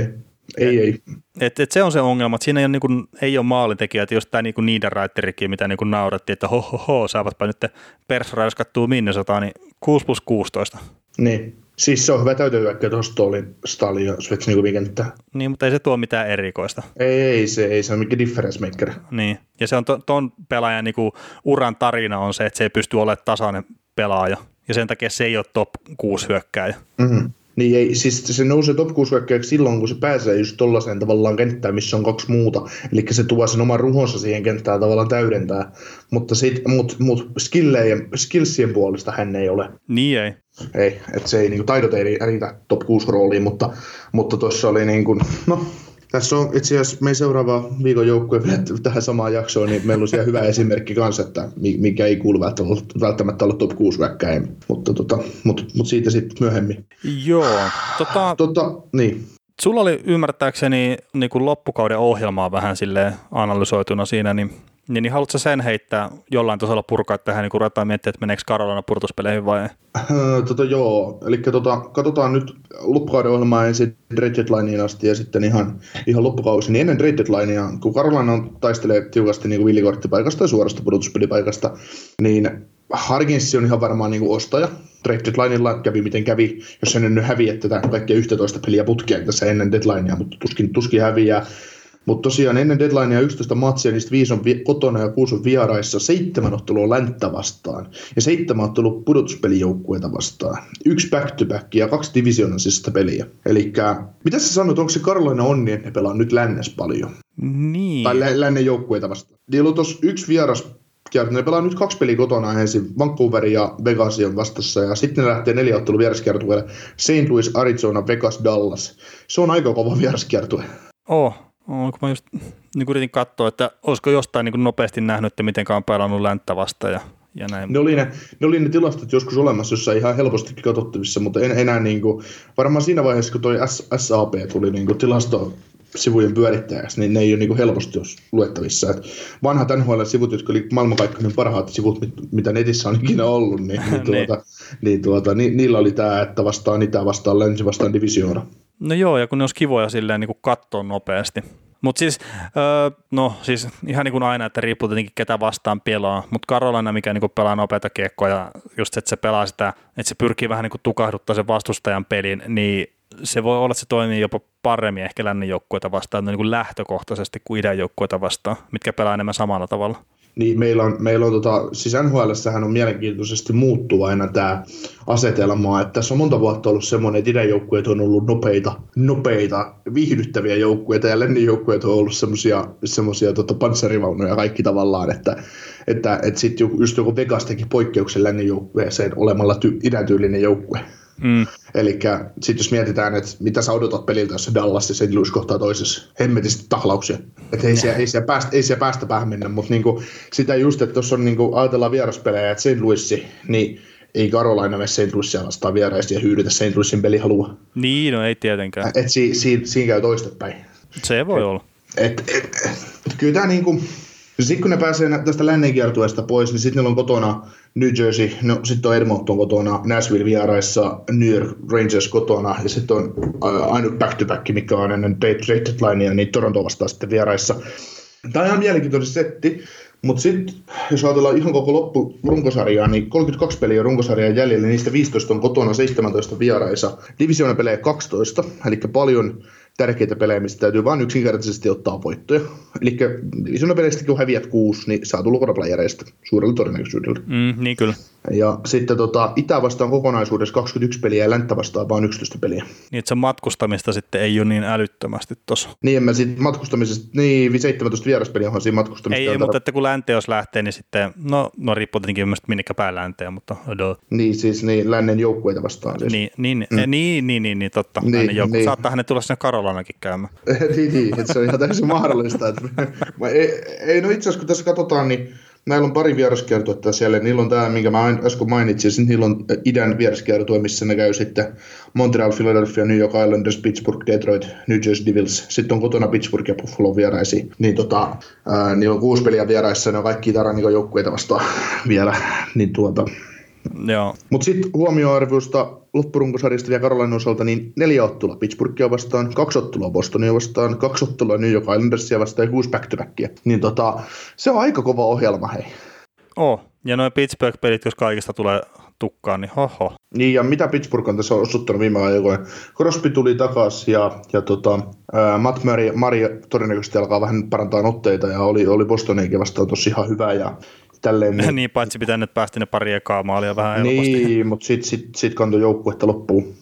Ei. Et se on se ongelma, että siinä ei ole maalintekijä, että jos tämä Niederreiterikin, mitä naurattiin, että saavatpa nyt persraidas kattuu Minnesota, niin 6+16. Niin. Siis se on hyvä täytöhyökkäjä tuossa Stahlin ja Svechnikovin kenttää. Niin, mutta ei se tuo mitään erikoista. Ei se on mikä difference maker. Niin, ja se on ton pelaajan uran tarina on se, että se ei pysty olemaan tasainen pelaaja, ja sen takia se ei ole top 6 hyökkääjä. Niin ei, siis se nousee top 6 hyökkääjäksi silloin, kun se pääsee just tollaiseen tavallaan kenttään, missä on 2 muuta. Eli se tuo sen oman ruhonsa siihen kenttään tavallaan täydentää. Mutta skillsien puolesta hän ei ole. Niin ei. Ei, että se ei, taidot ei riitä top 6 rooliin, mutta tuossa oli tässä on itse asiassa meidän seuraava viikon joukkue tähän samaan jaksoon, niin meillä on siellä hyvä esimerkki kanssa, että mikä ei kuulu välttämättä olla top 6 hyökkääjä, mutta siitä sitten myöhemmin. Joo. Niin. Sulla oli ymmärtääkseni loppukauden ohjelmaa vähän silleen analysoituna siinä, niin niin haluatko sen heittää jollain tasolla purkaa tähän, niin kun ruvetaan miettimään, että meneekö Carolina pudotuspeleihin vai ei? Joo, eli katsotaan nyt loppukauden ohjelmaa ensin trade deadlineen asti ja sitten ihan loppukausi. Niin ennen trade deadlinea, kun Carolina taistelee tiukasti niin kuin villikorttipaikasta ja suorasta pudotuspelipaikasta, niin Harkinsi on ihan varmaan niin kuin ostaja. Trade deadlinella kävi miten kävi, jos hän nyt häviää tätä kaikkea 11 peliä putkeen tässä ennen deadlinea, mutta tuskin häviää. Mutta tosiaan ennen deadlinea 11 matsia, niistä 5 on kotona ja 6 on vieraissa, 7 ottelua länttä vastaan ja 7 ottelua pudotuspelijoukkueita vastaan. 1 back-to-back ja 2 divisioonasista peliä. Eli mitä sä sanot, onko se Carolina onni, että ne pelaa nyt lännes paljon? Niin. Tai lännen joukkueita vastaan. Niillä on tuossa 1 vieras. Ne pelaa nyt 2 peliä kotona ensin, Vancouverin ja Vegasin vastassa, ja sitten ne lähtee 4 ottelun vieraskiertueelle, St. Louis, Arizona, Vegas, Dallas. Se on aika kova vieraskiertue. Kun mä just niin yritin katsoa, että olisiko jostain niin nopeasti nähnyt, että miten on pelannut länttä vasta ja näin. Ne oli ne tilastot joskus olemassa, jossa ihan helpostikin katsottavissa, mutta en enää niin kuin, varmaan siinä vaiheessa, kun toi SAP tuli niin kuin tilastosivujen pyörittäjäksi, niin ne ei ole niin kuin helposti luettavissa. Et vanhat NHL-sivut, jotka oli maailmankaikkeuden parhaat sivut, mitä netissä on ikinä ollut, niillä oli tämä, että vastaan itä, vastaan länsi, vastaan divisioona. No joo, ja kun ne olisi kivoja silleen niin kuin katsoa nopeasti. Mutta siis ihan niin kuin aina, että riippuu tietenkin ketä vastaan pelaa, mutta Carolina, mikä niin kuin pelaa nopeata kiekkoa ja just, että se pelaa sitä, että se pyrkii vähän niin kuin tukahduttaa sen vastustajan pelin, niin se voi olla, että se toimii jopa paremmin ehkä lännen joukkueita vastaan niin kuin lähtökohtaisesti kuin idän joukkueita vastaan, mitkä pelaa enemmän samalla tavalla. Niin, meillä on siis NHL:ssähän on mielenkiintoisesti muuttuvaina tämä asetelma, että tässä on monta vuotta ollut semmoinen, että idän joukkueet on ollut nopeita, viihdyttäviä joukkueita, ja lännen joukkueet on ollut semmoisia panssarivaunuja kaikki tavallaan, että sitten just joku Vegas teki poikkeuksen lännen joukkueeseen olemalla idän tyylinen joukkue. Eli sitten jos mietitään, että mitä sä odotat peliltä, jos se Dallas ja St. Louis kohtaa toisessa, hemmetisti taklauksia. Että ei siellä päästä päähän mennä, mutta niinku, sitä just, että tuossa on, niinku, ajatellaan vieraspelejä, että St. Louis, niin ei Carolina mene St. Louisia vastaan vieraisia ja hyydytä St. Louisin pelihalua. Niin, no ei tietenkään. Että siinä käy toistepäin. Se voi olla. Kyllä tämä niinku... Sitten kun ne pääsee tästä lännen kiertueesta pois, niin sitten niillä on kotona New Jersey, no sitten on Edmonton kotona, Nashville vieraissa, New York Rangers kotona ja sitten on ainut back-to-back, mikä on ennen trade deadlinea, niin Toronto vastaan sitten vieraissa. Tämä on ihan mielenkiintoinen setti, mutta sitten jos ajatellaan ihan koko loppurunkosarjaa, niin 32 peliä runkosarjaa jäljellä, niistä 15 on kotona, 17 vieraissa, divisioonapelejä 12, eli paljon tärkeitä pelejä, mistä täytyy vain yksinkertaisesti ottaa voittoja. Eli divisioonapeleistä kun häviät 6, niin saa ulkoraplajereista suurella todennäköisyydellä. Niin kyllä. Ja sitten itä vastaan kokonaisuudessa 21 peliä ja länttä vastaan vain 11 peliä. Niin, että se matkustamista sitten ei ole niin älyttömästi tuossa. Niin, en mä sitten matkustamisesta, niin 17 vieraspeliä onhan siinä matkustamista. Ei, mutta että kun länteen jos lähtee, niin sitten, no riippuu tietenkin myös minnekä päin länteen, mutta... Niin, siis lännen joukkueita vastaan. Siis. Niin, totta. Lännen joukkueita. Niin. Saattaa hänet tulla sinne Carolinakin käymään. niin, että se on ihan täysin mahdollista. No itse asiassa kun tässä katsotaan, niin näillä on pari vieraskiertuetta siellä. Niillä on tämä, minkä mä äsken mainitsin. Sitten niillä on idän vieraskiertue, missä ne käy sitten Montreal, Philadelphia, New York Islanders, Pittsburgh, Detroit, New Jersey Devils. Sitten on kotona Pittsburgh ja Buffalo vieraisia. Niin niillä on 6 peliä vieraissa, ne on kaikki Tarannikon joukkueita vastaan vielä. Niin Mutta sitten huomioarviosta loppurunkosarjasta vielä Carolinan osalta, niin 4 ottelua Pittsburghia vastaan, 2 ottelua Bostonia vastaan, 2 ottelua New York Islandersia vastaan ja 6 back-to-backia. Niin se on aika kova ohjelma, hei. Ja noin Pittsburgh-pelit, jos kaikista tulee tukkaan, niin hoho. Niin, ja mitä Pittsburgh on tässä osuttanut viime aikoina? Crosby tuli takaisin ja Matt Murray todennäköisesti alkaa vähän parantaa otteita ja oli Bostoniakin vastaan tosi ihan hyvä ja tälleen. Niin, paitsi pitää nyt päästä ne pari ekaa maalia vähän helposti. Niin, mutta sit kantoi joukkuetta loppuun.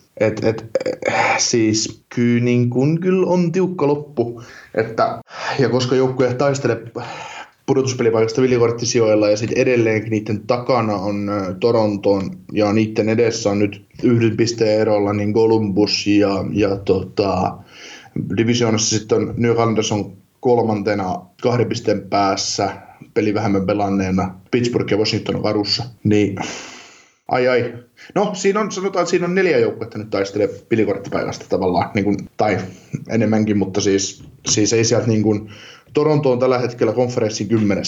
Siis kyllä on tiukka loppu. Ja koska joukkue taistelee pudotuspelipaikasta villikorttisijoilla ja sitten edelleenkin niiden takana on Toronton ja niiden edessä on nyt 1 pisteen erolla niin Columbus ja divisioonassa sitten on New York Islanders on 3. 2 pisteen päässä peli vähemmän pelanneena, Pittsburgh ja Washington on karussa, niin ai. No, sanotaan, että siinä on 4 joukkuetta nyt taistelee pelikorttipaikasta tavallaan, niin kuin, tai enemmänkin, mutta siis ei sieltä niin kuin, Toronto on tällä hetkellä konferenssin 10.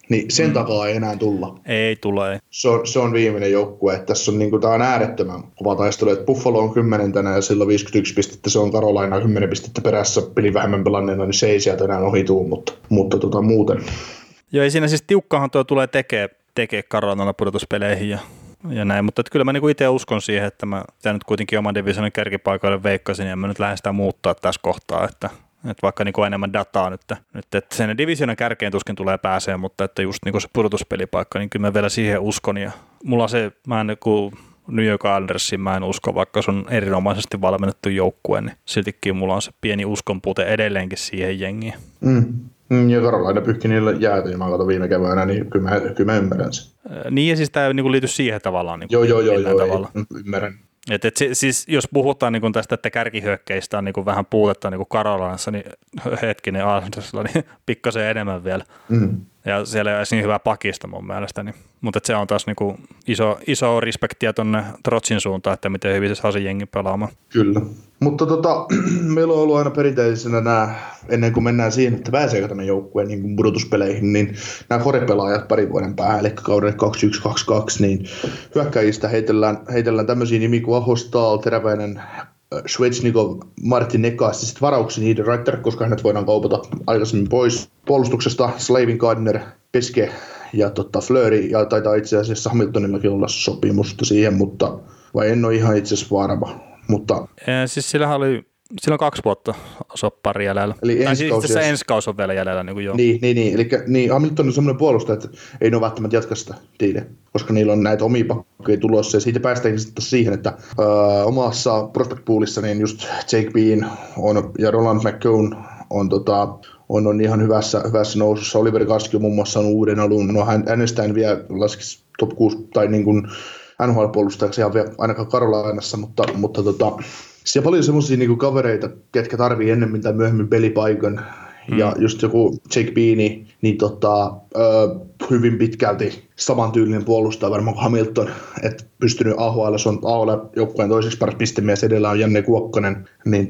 niin sen takaa ei enää tulla. Ei tule. Se on viimeinen joukkue. Tässä on, niin tämä on äärettömän kova taistelu, että Buffalo on 10. ja sillä on 51 pistettä, se on Carolina 10 pistettä perässä, peli vähemmän pelanneena, niin se ei sieltä enää ohituu, mutta muuten. Joo, ei siinä siis tiukkahan tuo tulee tekee Carolinalla pudotuspeleihin ja näin, mutta kyllä mä niinku itse uskon siihen, että mä nyt kuitenkin oman divisionin kärkipaikoille veikkasin ja mä nyt lähden sitä muuttaa tässä kohtaa, että vaikka niinku enemmän dataa nyt että sen divisionin kärkeen tuskin tulee pääsee, mutta että just niinku se pudotuspelipaikka, niin kyllä mä vielä siihen uskon ja mulla se, mä en niinku New York Islandersin mä en usko, vaikka se on erinomaisesti valmennettu joukkue, niin siltikin mulla on se pieni uskonpuute edelleenkin siihen jengiin. Ja Carolina pyyhki niillä jäätä, ja mä katson viime keväänä, niin kyllä mä ymmärrän sen. Niin, ja siis tämä ei niinku liity siihen tavallaan. Niinku joo, ymmärrän. Siis jos puhutaan niinku tästä, että kärkihyökkeistä on niinku vähän puutetta niinku Carolinassa, niin hetkinen Islandersilla, niin pikkasen enemmän vielä. Ja siellä ei ole niin hyvää pakista mun mielestäni. Mutta se on taas niinku iso respektiä tuonne Trotsin suuntaan, että miten hyvin se saa sen jengi pelaamaan. Kyllä. Mutta meillä on ollut aina perinteisenä nämä, ennen kuin mennään siihen, että pääseekö tämän joukkueen niin pudotuspeleihin, niin nämä koripelaajat parin vuoden päähän, eli kaudelle 21-22, niin hyökkäjistä heitellään tämmöisiä nimiä kuin Aho Stahl, Teräväinen, Svechnikov, Martin Nekas ja sitten varauksen Niederreiter, koska hänet voidaan kaupata aikaisemmin pois puolustuksesta, Slavin, Gardner, Peske ja Fleury, ja taitaa itse asiassa Hamiltonillakin olla sopimusta siihen, mutta vai en ole ihan itse asiassa varma. Mutta siis sillähän oli 2 vuotta soppari jäljellä. Eli ensi kausi on vielä jäljellä. Niin, joo. Niin. Eli Hamilton on semmoinen puolustaja, että ei ne ole välttämättä jatka sitä tiiliä, koska niillä on näitä omia pakkoja tulossa. Ja siitä päästäänkin sitten siihen, että omassa prospect poolissa niin just Jake Bean ja Roland McCone on ihan hyvässä nousussa. Oliver Kaski muun muassa on uuden alun. No hänestä en vielä laskisi top 6 tai niin kuin NHL-puolustajaksi ihan vielä ainakaan Carolinassa, mutta siellä on paljon semmoisia niinku kavereita, ketkä tarvii ennemmin tai myöhemmin pelipaikan. Ja just joku Jake Beanie, niin hyvin pitkälti samantyylinen puolustaja varmaan kuin Hamilton, että pystynyt AHL, se on AHL joukkueen toiseksi paras pistemies, edellä on Janne Kuokkonen, niin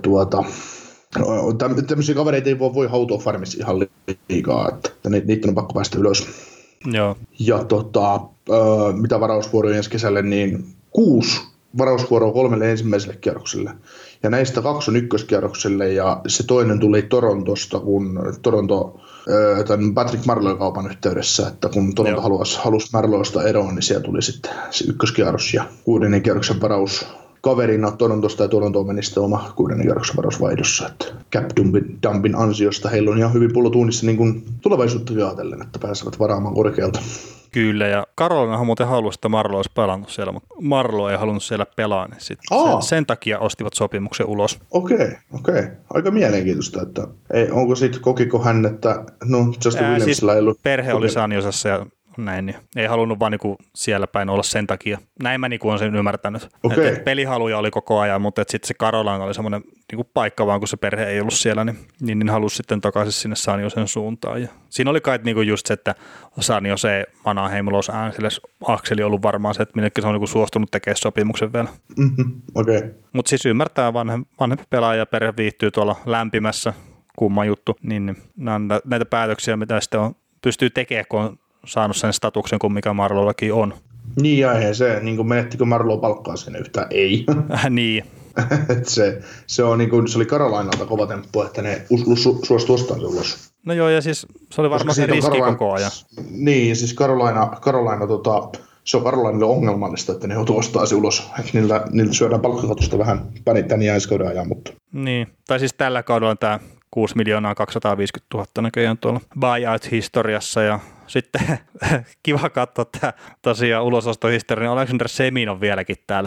tämmöisiä kavereita ei voi hautua farmissa ihan liikaa, että niitä on pakko päästä ylös. Joo. Ja mitä varausvuoroja ensi kesälle, niin 6 varausvuoroa 3 ensimmäiselle kierrokselle. Ja näistä 2 on ykköskierrokselle ja se toinen tuli Torontosta, kun Toronto tämän Patrick Marleau-kaupan yhteydessä, että kun Toronto halusi Marleausta eroon, niin siellä tuli sitten se ykköskierros ja 6. kierroksen varaus kaverina Torontosta ja Torontoon meni sitten oma 6. kierroksen varausvaihdossa. Että cap dumpin ansiosta heillä on ihan hyvin pullo tunnissa niin kuin tulevaisuutta ajatellen, että pääsevät varaamaan korkealta. Kyllä, ja Carolinahan muuten halusi, että Marleau olisi pelannut siellä, mutta Marleau ei halunnut siellä pelaa, niin sen takia ostivat sopimuksen ulos. Okei. Aika mielenkiintoista, että onko sitten kokiko hän, että Justin Williamsilla ei ollut perhe oli Saniosassa ja näin, niin ei halunnut vaan niinku siellä päin olla sen takia. Näin mä niinku olen sen ymmärtänyt. Et pelihaluja oli koko ajan, mutta sitten se Carolina oli semmoinen niinku paikka vaan, kun se perhe ei ollut siellä, niin halusi sitten takaisin sinne Saniosen suuntaan. Ja siinä oli kai niinku just se, että Saniose, Anaheim, Los Angeles, akseli ollut varmaan se, että minnekin se on niinku suostunut tekemään sopimuksen vielä. Mutta siis ymmärtää vanhempi pelaaja ja perhe viihtyy tuolla lämpimässä, kumma juttu, niin näitä päätöksiä, mitä sitten pystyy tekemään, kun on saanut sen statuksen kuin mikä Marleaullakin on. Niin ja eihän se, niin menettikö Marleau palkkaa sinne yhtään? Ei. Niin. se oli Carolinalta kova temppu, että ne suostu ostamaan se ulos. No joo, ja siis se oli varmaan se riski koko ajan. Niin, siis Carolina se on Carolinalle ongelmallista, että ne joutuu ostaa se ulos. Että niillä syödään palkkakatosta vähän tän ja ensi kauden ajan, mutta. Niin, tai siis tällä kaudella tämä 6 250 000 näköjään tuolla buyout-historiassa ja sitten kiva katsoa tämä tosiaan ulosostohistoria, niin Alexander Semin on vieläkin täällä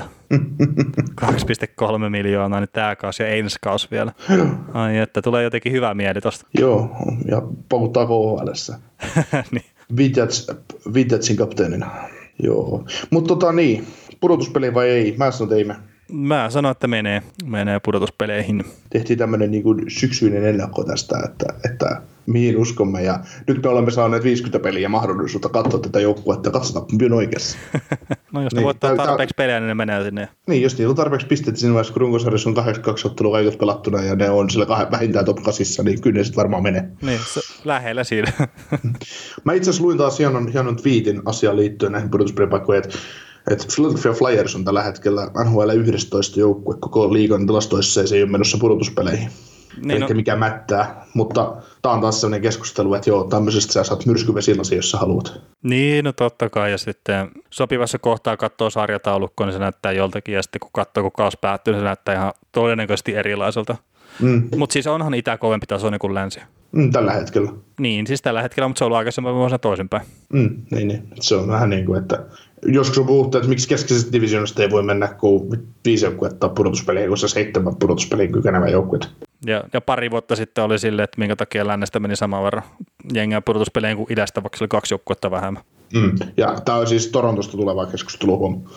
2,3 miljoonaa, niin tämä kausi ja ensi kausi vielä. Ai että tulee jotenkin hyvä mieli tosta. Joo, ja paukuttaa KHL:ssä. Niin. Vintagein kapteenina. Joo, mutta pudotuspeli vai ei? Mä sanon, että ei me. Mä sanon, että menee pudotuspeleihin. Tehtiin tämmöinen niin kuin syksyinen ennakko tästä, että mihin uskomme. Ja nyt me olemme saaneet 50 peliä mahdollisuutta katsoa tätä joukkuetta. Katsotaan, kumpi on oikeassa. No jos ne voittaa tarpeeksi pelejä, niin ne menee sinne. Niin, jos niillä on tarpeeksi pisteitä siinä vaiheessa, kun runkosarjassa on 82 ottelua kaiket pelattuna ja ne on sillä vähintään top 8, niin kyllä ne sitten varmaan menee. Niin, lähellä siinä. Mä itse asiassa luin taas hienon tweetin asiaan liittyen näihin pudotuspelipaikkoihin, että Philadelphia Flyers on tällä hetkellä NHL 11 joukkue koko liigan tilastoissa ja se ei ole menossa pudotuspeleihin. Niin eli mikä mättää, mutta tää on taas sellainen keskustelu, että joo, tämmöisestä sä saat myrskyvesilasi, jos sä haluat. Niin, no totta kai, ja sitten sopivassa kohtaa katsoo sarjataulukkoa, niin se näyttää joltakin, ja sitten kun katsoo, kun kaus päättyy, niin se näyttää ihan todennäköisesti erilaiselta. Mutta siis onhan itä kovempi tasoinen kuin länsi. Tällä hetkellä. Niin, siis tällä hetkellä, mutta se on ollut aikaisemmin vuosina toisinpäin. Niin. Se on vähän niin kuin, että joskus on puhuttu, että miksi keskeisestä divisioonasta ei voi mennä kuin 5 joukkuetta pudotuspeleihin, kun se 7 pudotuspeliin kykenevä joukkuetta. Ja pari vuotta sitten oli silleen, että minkä takia lännestä meni saman verran jengiä pudotuspeleihin kuin idästä, vaikka se oli 2 joukkuetta vähemmän. Ja tämä on siis Torontosta tulevaa keskustelua huomioon.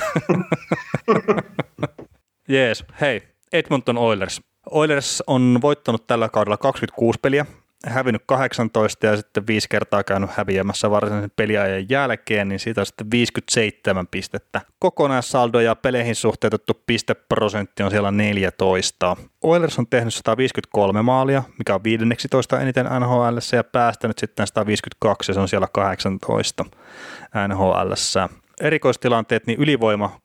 Jees, hei, Edmonton Oilers. Oilers on voittanut tällä kaudella 26 peliä, hävinnyt 18 ja sitten 5 kertaa käynyt häviämässä varsinaisen peliajan jälkeen, niin siitä on sitten 57 pistettä. Kokonaissaldo ja peleihin suhteutettu pisteprosentti on siellä 14. Oilers on tehnyt 153 maalia, mikä on 15 eniten NHL:ssä ja päästänyt sitten 152 ja se on siellä 18 NHL:ssä. Erikoistilanteet, niin ylivoima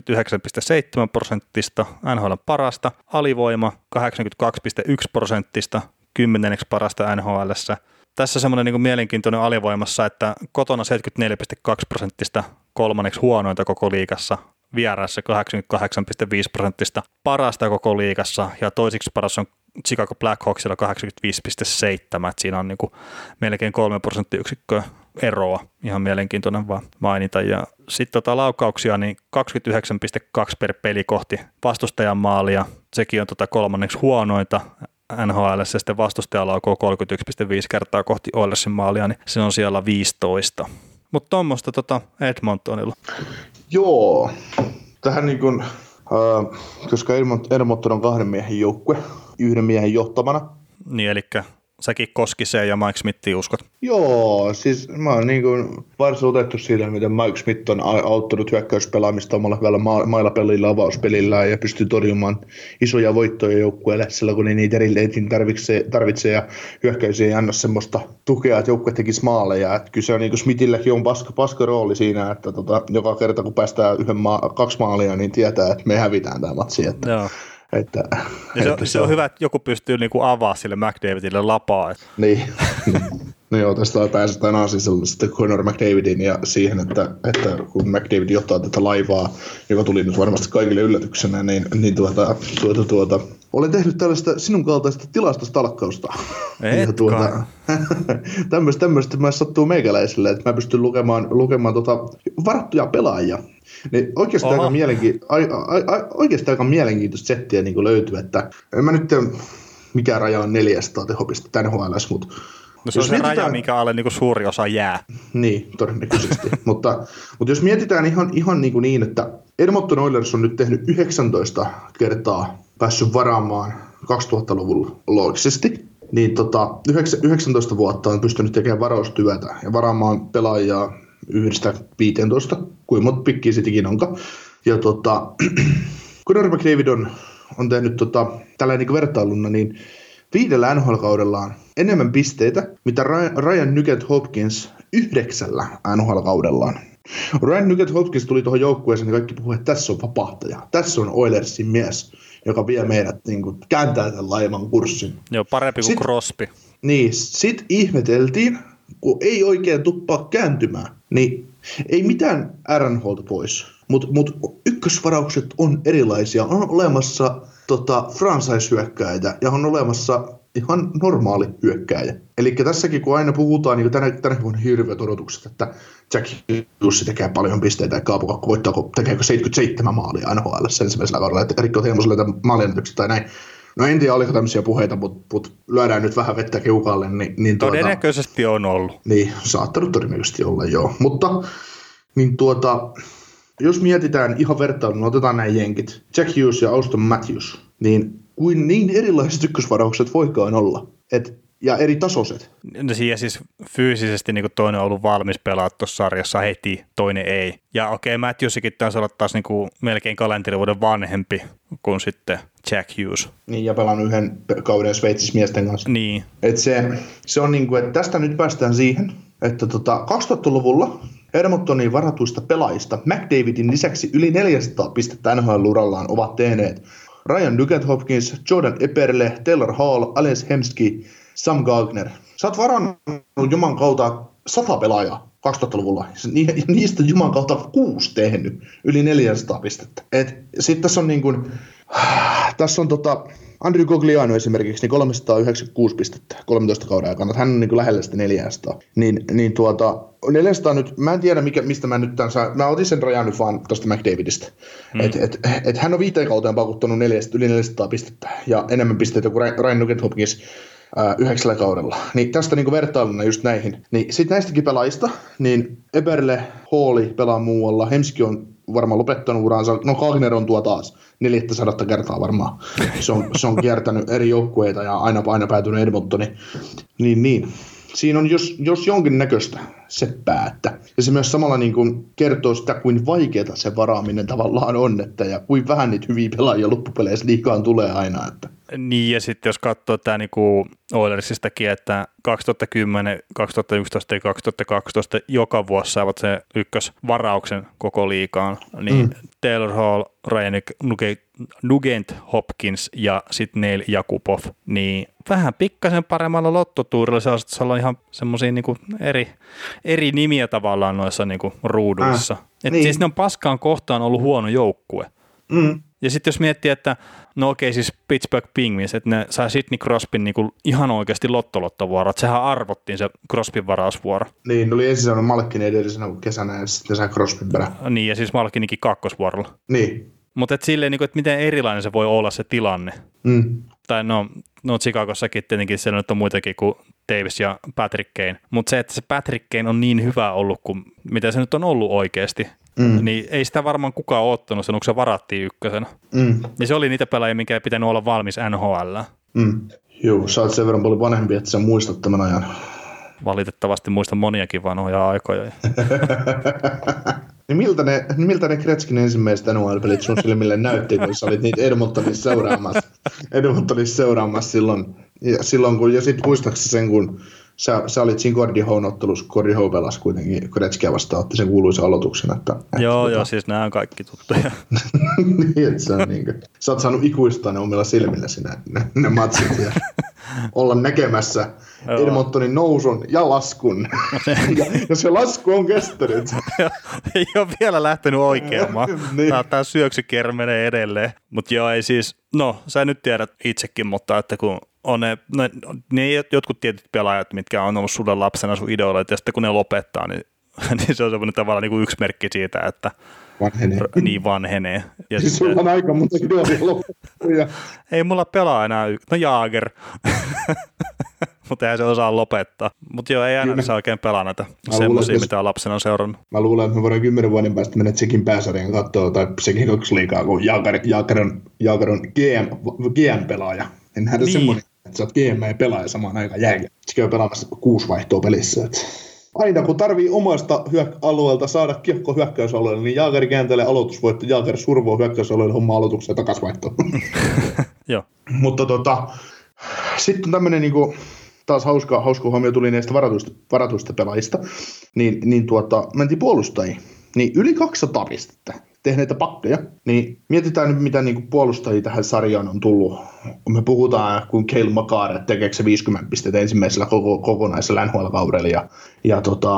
29,7%, NHL parasta, alivoima 82,1%, 10. parasta NHL:ssä. Tässä semmoinen niin mielenkiintoinen alivoimassa, että kotona 74,2%, 3. huonointa koko liigassa, vieraassa 88,5% parasta koko liigassa ja toisiksi paras on Chicago Blackhawksilla 85,7%, että siinä on niin kuin melkein 3 prosenttiyksikköä eroa, ihan mielenkiintoinen vaan mainita. Ja sitten laukauksia, niin 29,2 per peli kohti vastustajan maalia, sekin on 3. huonointa NHL:ssä, sitten vastustaja laukoo 31,5 kertaa kohti Oilersin maalia, niin se on siellä 15. Mutta tuommoista Edmontonilla. Joo, tähän niin kuin, koska Edmonton on 2 miehen joukkue, 1 miehen johtamana. Niin, eli säkin Koskiseen ja Mike Smithiin uskot. Joo, siis mä oon niin kuin varsin otettu siitä, miten Mike Smith on auttanut hyökkäyspelaamista omalla hyvällä mailapelillä, avauspelillä ja pystyy torjumaan isoja voittoja joukkueelle sillä, kun niitä erilleen tarvitsee ja hyökkäys ei anna semmoista tukea, että joukkue tekisi maaleja. Että kyllä se on niin kuin Smithilläkin on paska rooli siinä, että joka kerta kun päästään 2 maalia, niin tietää, että me hävitään tämä matsi. Että, joo. Se on hyvä, että joku pystyy niinku avaamaan sille McDavidille lapaa. Niin. No joo, tästä pääsetään aasialle sitten Connor McDavidin ja siihen, että kun McDavid johtaa tätä laivaa, joka tuli nyt varmasti kaikille yllätyksenä, niin olen tehnyt tällaista sinun kaltaista tilastustalkkausta. Tämmöistä myös sattuu meikäläisille, että mä pystyn lukemaan varattuja pelaajia. Niin oikeasti aika mielenkiintoista settiä niin löytyy, että mä nyt tiedä, mikä raja on 400 tehopista tämän HLS, mutta no se on se raja, mikä alle niin suuri osa jää. Niin, todennäköisesti. mutta jos mietitään ihan niin, että Edmonton Oilers on nyt tehnyt 19 kertaa päässyt varaamaan 2000-luvulla loogisesti, niin 19 vuotta on pystynyt tekemään varaustyötä ja varaamaan pelaajia 1-15, kuin monta pikkiä sitikin onkaan. Ja Connor McDavid on tehnyt tällainen niin vertailuna, niin 5 NHL-kaudellaan enemmän pisteitä, mitä Ryan Nugent-Hopkins 9 NHL-kaudellaan. Ryan Nugent-Hopkins tuli tuohon joukkueeseen, niin kaikki puhuivat, että tässä on vapahtaja, tässä on Oilersin mies, joka vie meidät niin kuin, kääntää tämän laivan kurssin. Joo, parempi kuin Crosby. Niin, sit ihmeteltiin, kun ei oikein tuppaa kääntymään, niin ei mitään RNH:lta pois, mutta ykkösvaraukset on erilaisia. On olemassa franchise-hyökkääjä ja on olemassa ihan normaali hyökkääjä. Eli tässäkin kun aina puhutaan, niin tänä on hirveät odotukset, että Jack Hughes tekee paljon pisteitä ja Kaapokakko voittaa, tekeekö 77 maalia NHL ensimmäisellä kaudella, että Erikko Teemoselle maaliennätykset tai näin. No en tiedä, oliko tämmöisiä puheita, mutta lyödään nyt vähän vettä kiukaalle. Niin todennäköisesti on ollut. Niin, saattanut todennäköisesti olla, joo. Mutta niin jos mietitään ihan vertailun, otetaan nämä jenkit, Jack Hughes ja Auston Matthews, niin kuin niin erilaiset ykkösvaraukset voikaan olla. Että ja eri tasoiset. No ja siis fyysisesti niin toinen on ollut valmis pelaa tuossa sarjassa heti, toinen ei. Ja okei, Matthewsikin taisi olla taas niin melkein kalenterivuoden vanhempi kuin sitten Jack Hughes. Niin, ja pelannut yhden kauden Sveitsissä miesten kanssa. Niin. Et se on niin kuin, että tästä nyt päästään siihen, että 2000-luvulla Edmontoniin varatuista pelaajista McDavidin lisäksi yli 400 pistettä NHL-urallaan ovat tehneet Ryan Nugent-Hopkins, Jordan Eberle, Taylor Hall, Alex Hemsky, Sam Gagner. Sä oot varannut juman kautta 100 pelaajaa 2000-luvulla. Niistä juman kautta 6 tehnyt yli 400 pistettä. Sitten tässä on niin kuin, Andrew Cogliano esimerkiksi, niin 396 pistettä 13 kauden aikana. Hän on niin kuin lähellä sitä 400. 400 nyt, mä en tiedä mistä mä nyt tämän saan. Mä otin sen rajan nyt vaan tuosta McDavidista. Et hän on 5 kauteen pakuttanut yli 400 pistettä ja enemmän pisteitä kuin Ryan Nugent-Hopkins 9 kaudella. Niin tästä niin kuin vertailuna just näihin. Niin sitten näistäkin pelaajista, niin Eberle, Halli pelaa muualla, Hemsky on varmaan lopettanut uransa. No Gagner on tuo taas 400 kertaa varmaan. Se on kiertänyt eri joukkueita ja aina päätynyt Edmontoniin. Niin. Siinä on jos jonkin näköistä seppää, että ja se myös samalla niin kuin kertoo sitä, kuin vaikeaa se varaaminen tavallaan on, että ja kuin vähän niitä hyviä pelaajia loppupeleissä liikaan tulee aina. Että. Niin, ja sitten jos katsoo tämä niinku Oilersistakin, että 2010, 2011 ja 2012 joka vuosi saavat se ykkösvarauksen koko liigaan, niin Taylor Hall, Ryan Nugent-Hopkins ja sitten Neil Jakubov, niin vähän pikkasen paremmalla lottotuurilla se on ihan semmoisia niinku eri nimiä tavallaan noissa niinku ruuduissa. Niin. Siis ne on paskaan kohtaan ollut huono joukkue. Ja sitten jos miettii, että no okei, siis Pittsburgh Penguins, että ne sai Sidney Crosbyn niinku ihan oikeasti lottolottovuoro, että sehän arvottiin se Crosbyn varausvuoro. Niin, oli ensin sellainen Malkkinen edellisenä kesänä ja sitten sai Crosbyn perään. Niin, ja siis Malkkinikin kakkosvuorolla. Niin. Mutta silleen, niinku, että miten erilainen se voi olla se tilanne. Tai no Chicagossakin tietenkin siellä nyt on muitakin kuin Davis ja Patrick Kane. Mutta se, että se Patrick Kane on niin hyvä ollut kuin mitä se nyt on ollut oikeasti, niin ei sitä varmaan kukaan ottanut sen, kun se varattiin ykkösenä. Ja se oli niitä pelaajia, minkä ei pitänyt olla valmis NHL. Joo, sä oot sen verran paljon vanhempi, että sä muistat tämän ajan. Valitettavasti muistan moniakin vanhoja aikoja. Niin miltä ne Gretzkin ensimmäiset NHL-pelit sun silmille näytti, kun sä olit niitä Edmontonissa seuraamassa silloin kun, ja sit muistaakseni sen, kun sä olit siinä Gordie Howen ottelussa, Gordie Howe pelasi kuitenkin Gretzkiä vastaan, otti sen kuuluisen aloituksen. Joo, siis nämä on kaikki tuttuja. Niin, että se on niin kuin, sä oot saanut ikuistaa ne omilla silmillä ne matsit ja olla näkemässä Edmontonin nousun ja laskun. ja se lasku on kestänyt. Ei ole vielä lähtenyt oikeamaan. Niin. Tämä syöksykierre menee edelleen. Mutta joo, ei siis, no sä nyt tiedät itsekin, mutta että kun on ne jotkut tietyt pelaajat, mitkä on ollut sulle lapsena sun idoleita, ja sitten kun ne lopettaa, niin se on semmoinen tavallaan niin kuin yksi merkki siitä, että vanhenee. Ja siis sulla on aika monta idolia lopettuja. Ei mulla pelaa enää Jaager. Mutta eihän se osaa lopettaa. Mutta joo, ei aina saa oikein pelaa näitä semmoisia, mitä lapsena on seurannut. Mä luulen, että me voidaan 10 vuoden päästä mennä Tsekin pääsarjan katsoa, tai Tsekin 2 liigaa, kun Jaager on GM-pelaaja. En nähdä semmoinen, että sä oot GM ja pelaaja samaan aikaan jääkin. Se käy pelaamassa 6 vaihtoa pelissä. Aina kun tarvii omasta alueelta saada kiekko hyökkäysalueelle, niin Jaager kääntelee aloitusvoitto, Jaager survoo hyökkäysalueelle homma aloituksen ja takasvaihtoon. Joo. Mutta sitten tämmöinen niinku, taas hauska huomio tuli näistä varatuista pelaajista, niin mentiin puolustajiin. Niin yli 200 pistettä tehneitä pakkeja, niin mietitään nyt, mitä niinku puolustajia tähän sarjaan on tullut. Me puhutaan, kun Cale Makar tekeekö se 50 pistettä ensimmäisellä kokonaisella NHL-kaudella, ja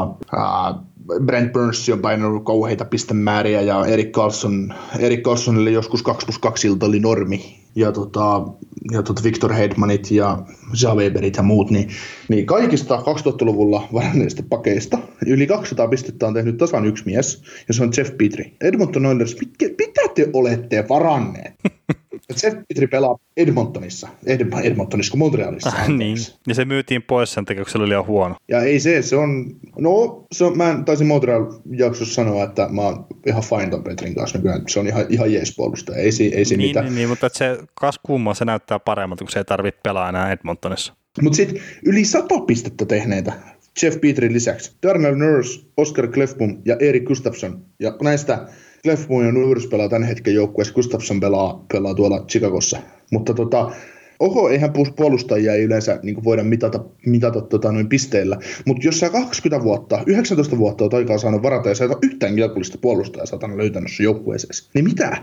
Brent Burns on painanut kauheita pistemääriä, ja Erik Karlssonille joskus 2+2 ilta oli normi, ja Victor Hedmanit ja Javeberit ja muut, niin kaikista 2000-luvulla varanneista pakeista yli 200 pistettä on tehnyt tasan yksi mies, ja se on Jeff Petrie. Edmonton Oilers, mitä te olette varanneet? Jeff Petrie pelaa Edmontonissa kuin Montrealissa. Niin, ja se myytiin pois sen takia, kun se oli liian huono. Ja ei se on, mä taisin Montreal-jaksossa sanoa, että mä oon ihan fine ton Petrien kanssa nykyään, se on ihan jees puolustaja, ei se mitään. Niin, mutta se kas kummaa, se näyttää paremmalta, kun se ei tarvitse pelaa enää Edmontonissa. Mutta sitten yli 100 pistettä tehneitä Jeff Petrin lisäksi. Darnell Nurse, Oscar Klefbom ja Erik Gustafsson. Ja näistä Klefbom ja Nurse pelaa tämän hetken joukkueessa. Gustafsson pelaa tuolla Chicagossa. Mutta eihän puolustajia ei yleensä niin voida mitata noin pisteillä. Mutta jos sä 20 vuotta, 19 vuotta oot aikaa saanut varata ja sä et ole yhtään kilkullista puolustajaa saatana löytänyt sun joukkueeseen, niin mitä?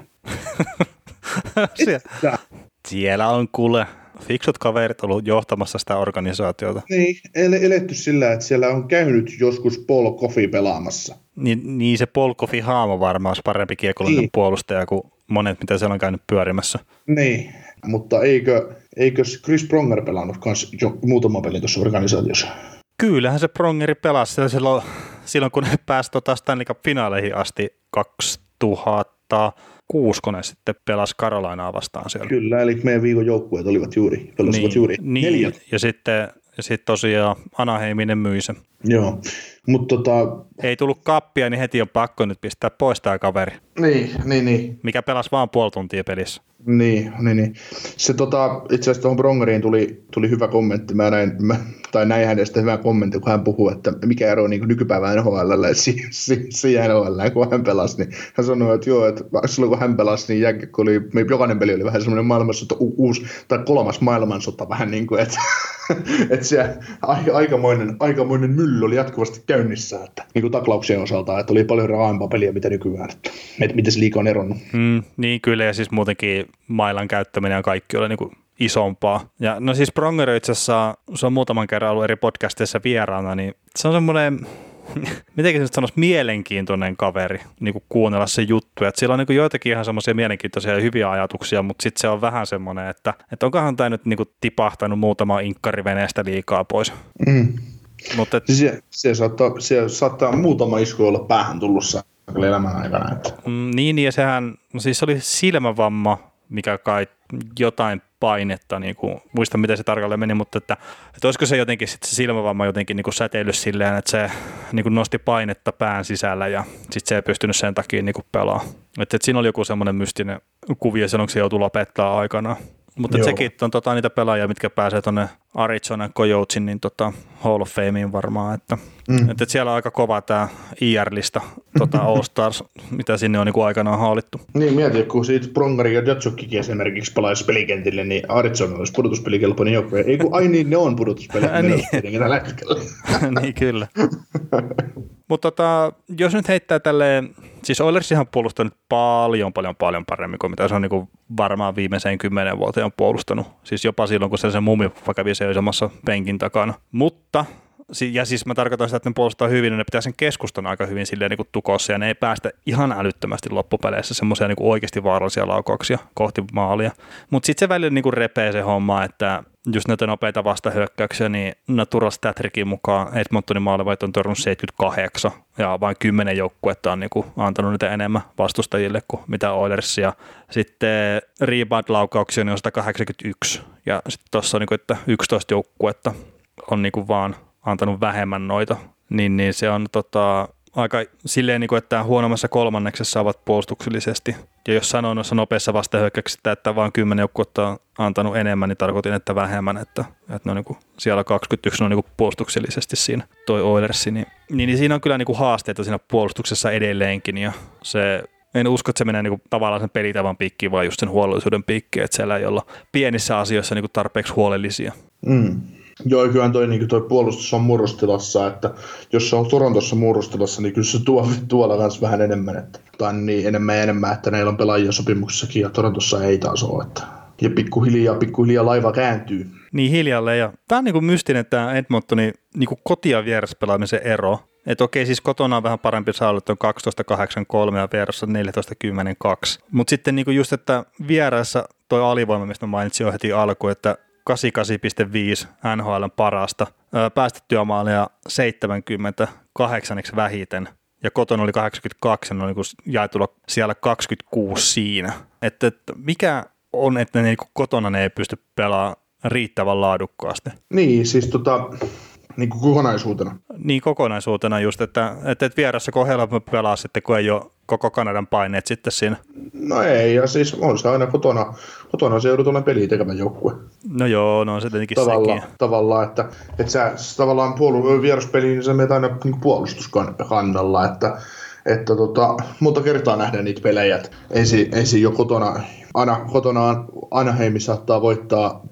Siellä on kuule fiksut kaverit ollut johtamassa sitä organisaatiota. Niin, eletty sillä, että siellä on käynyt joskus Paul Coffey pelaamassa. Niin se Paul Coffey haamo varmaan olisi parempi kiekollinen puolustaja kuin monet, mitä siellä on käynyt pyörimässä. Niin, mutta eikö Chris Pronger pelannut myös jo muutama peli tuossa organisaatiossa? Kyllähän se Prongeri pelasi silloin kun ne pääsi Stanley Cup-finaaleihin asti 2006, kun ne sitten pelasi Carolinaa vastaan siellä. Kyllä, eli meidän viikon joukkueet pelasivat juuri 4. Ja sitten tosiaan Anaheiminen myi se. Joo, mutta ei tullut kappia, niin heti on pakko nyt pistää pois tämä kaveri. Niin. Mikä pelasi vaan puoli tuntia pelissä. Niin. Se itse asiassa tuohon Prongeriin tuli hyvä kommentti. Näin hänestä hyvä kommentti, kun hän puhuu, että mikä ero niin nykypäivän NHL:llä ja siihen NHL:ään, kun hän pelasi. Niin hän sanoi, että joo, että silloin kun hän pelasi, niin jokainen peli oli vähän semmoinen maailmansota, uusi tai 3. maailmansota vähän niin kuin, että se aikamoinen mylly oli jatkuvasti käynnissä, että niin kuin taklauksien osalta, että oli paljon raaempaa peliä mitä nykyään, että miten se liiga on eronnut. Niin kyllä, ja siis muutenkin mailan käyttäminen ja kaikki oli niin kuin isompaa. Ja no siis Pronger itse asiassa, se on muutaman kerran ollut eri podcasteissa vieraana, niin se on semmoinen, mitenkin se sanoisi, mielenkiintoinen kaveri niin kuin kuunnella se juttu. Että siellä on niin kuin joitakin ihan semmoisia mielenkiintoisia ja hyviä ajatuksia, mutta sitten se on vähän semmoinen, että onkohan tämä nyt niin kuin tipahtanut muutama inkkari veneestä liikaa pois. Mutta se saattaa muutama isku olla päähän tullut elämän aikana. Niin, ja sehän, no siis se oli silmävamma, mikä kai jotain painetta, niin kuin, muista miten se tarkalleen meni, mutta että olisiko se jotenkin sitten se silmävamma jotenkin niin kuin säteillyt silleen, että se niin kuin nosti painetta pään sisällä ja sitten se ei pystynyt sen takia niin kuin pelaamaan. Että siinä oli joku semmoinen mystinen kuvio, silloin kun se joutui lopettaa aikanaan. Mutta sekin on niitä pelaajia, mitkä pääsee tuonne Arizona Coyotesin niin Hall of Fameen varmaan, että siellä on aika kova tämä IR-lista All Stars, mitä sinne on niin kuin aikanaan haalittu. Niin, mietin, kun siitä Prongeri ja Jatsukkikin esimerkiksi pelaisi pelikentille, niin Arizona olisi pudotuspelikelpoinen joukkue. Ei kun niin, ne on pudotuspelikelpoinen tällä hetkellä. Niin, kyllä. Mutta jos nyt heittää tälleen, siis Oilersihan puolustanut paljon paremmin kuin mitä se on niin kuin varmaan viimeiseen 10 vuoteen on puolustanut. Siis jopa silloin, kun se mumippa kävi seisomassa penkin takana. Mutta, ja siis mä tarkoitan sitä, että ne puolustaa hyvin, niin ne pitää sen keskustan aika hyvin silleen niin kuin tukossa, ja ne ei päästä ihan älyttömästi loppupeleissä semmoisia niin kuin oikeasti vaarallisia laukauksia kohti maalia. Mutta sitten se välillä niin kuin repee se homma, että just näitä nopeita vastahyökkäyksiä, niin Natural Stat-trickin mukaan Edmontonin maalivahti on torjunut 78, ja vain 10 joukkuetta on niin kuin antanut niitä enemmän vastustajille kuin mitä Oilers, ja sitten rebound-laukauksia niin on 181, ja sitten tuossa on niin kuin, että 11 joukkuetta on niin kuin vaan antanut vähemmän noita, niin se on aika silleen, niin kuin, että huonommassa kolmanneksessa ovat puolustuksellisesti. Ja jos sanoo noissa nopeissa vastahyökkäyksissä, että vain 10 joukkuetta on antanut enemmän, niin tarkoitin, että vähemmän, että ne on niin kuin, siellä 21 on niin kuin puolustuksellisesti siinä toi Oilersi. Niin siinä on kyllä niin kuin haasteita siinä puolustuksessa edelleenkin, ja en usko, että se menee niin kuin tavallaan sen pelitavan piikkiin, vaan just sen huolellisuuden piikkiin, että siellä ei olla pienissä asioissa niin kuin tarpeeksi huolellisia. Joo, kyllähän toi puolustus on murrostilassa, että jos se on Torontossa murrostilassa, niin kyllä se tuolla kanssa vähän enemmän, tai niin enemmän, että neillä on pelaajia sopimuksessakin, ja Torontossa ei taas ole, että ja pikkuhiljaa laiva kääntyy. Niin hiljalleen, ja tämä on niin kuin mystinen tämä Edmontonin niin kuin koti- ja vieraspelaamisen ero. Että okei, siis kotona on vähän parempi saalut, on 12-8-3 ja vieressä 14-10-2. Mutta sitten niin kuin just, että vieressä toi alivoima, mistä mainitsin jo heti alkuun, että 88,5 NHL:n parasta, päästettyä maalia 78 vähiten, ja kotona oli 82, ja oli jaetulla siellä 26 siinä. Että mikä on, että ne kotona ne ei pysty pelaamaan riittävän laadukkaasti? Niin, siis niin kuin kokonaisuutena. Niin, kokonaisuutena just, että vieressä kohdalla pelaa sitten, kun ei ole koko Kanadan paineet sitten siinä. No ei, ja siis on se aina kotona se joudut olemaan peliä tekemään joukkue. No joo, no on se tietenkin sekin. Tavallaan, että sä tavallaan vieraspeliin, niin sä menet aina niin puolustuskannalla, että monta kertaa nähdään niitä pelejä, että ensin jo kotona Anaheim saattaa voittaa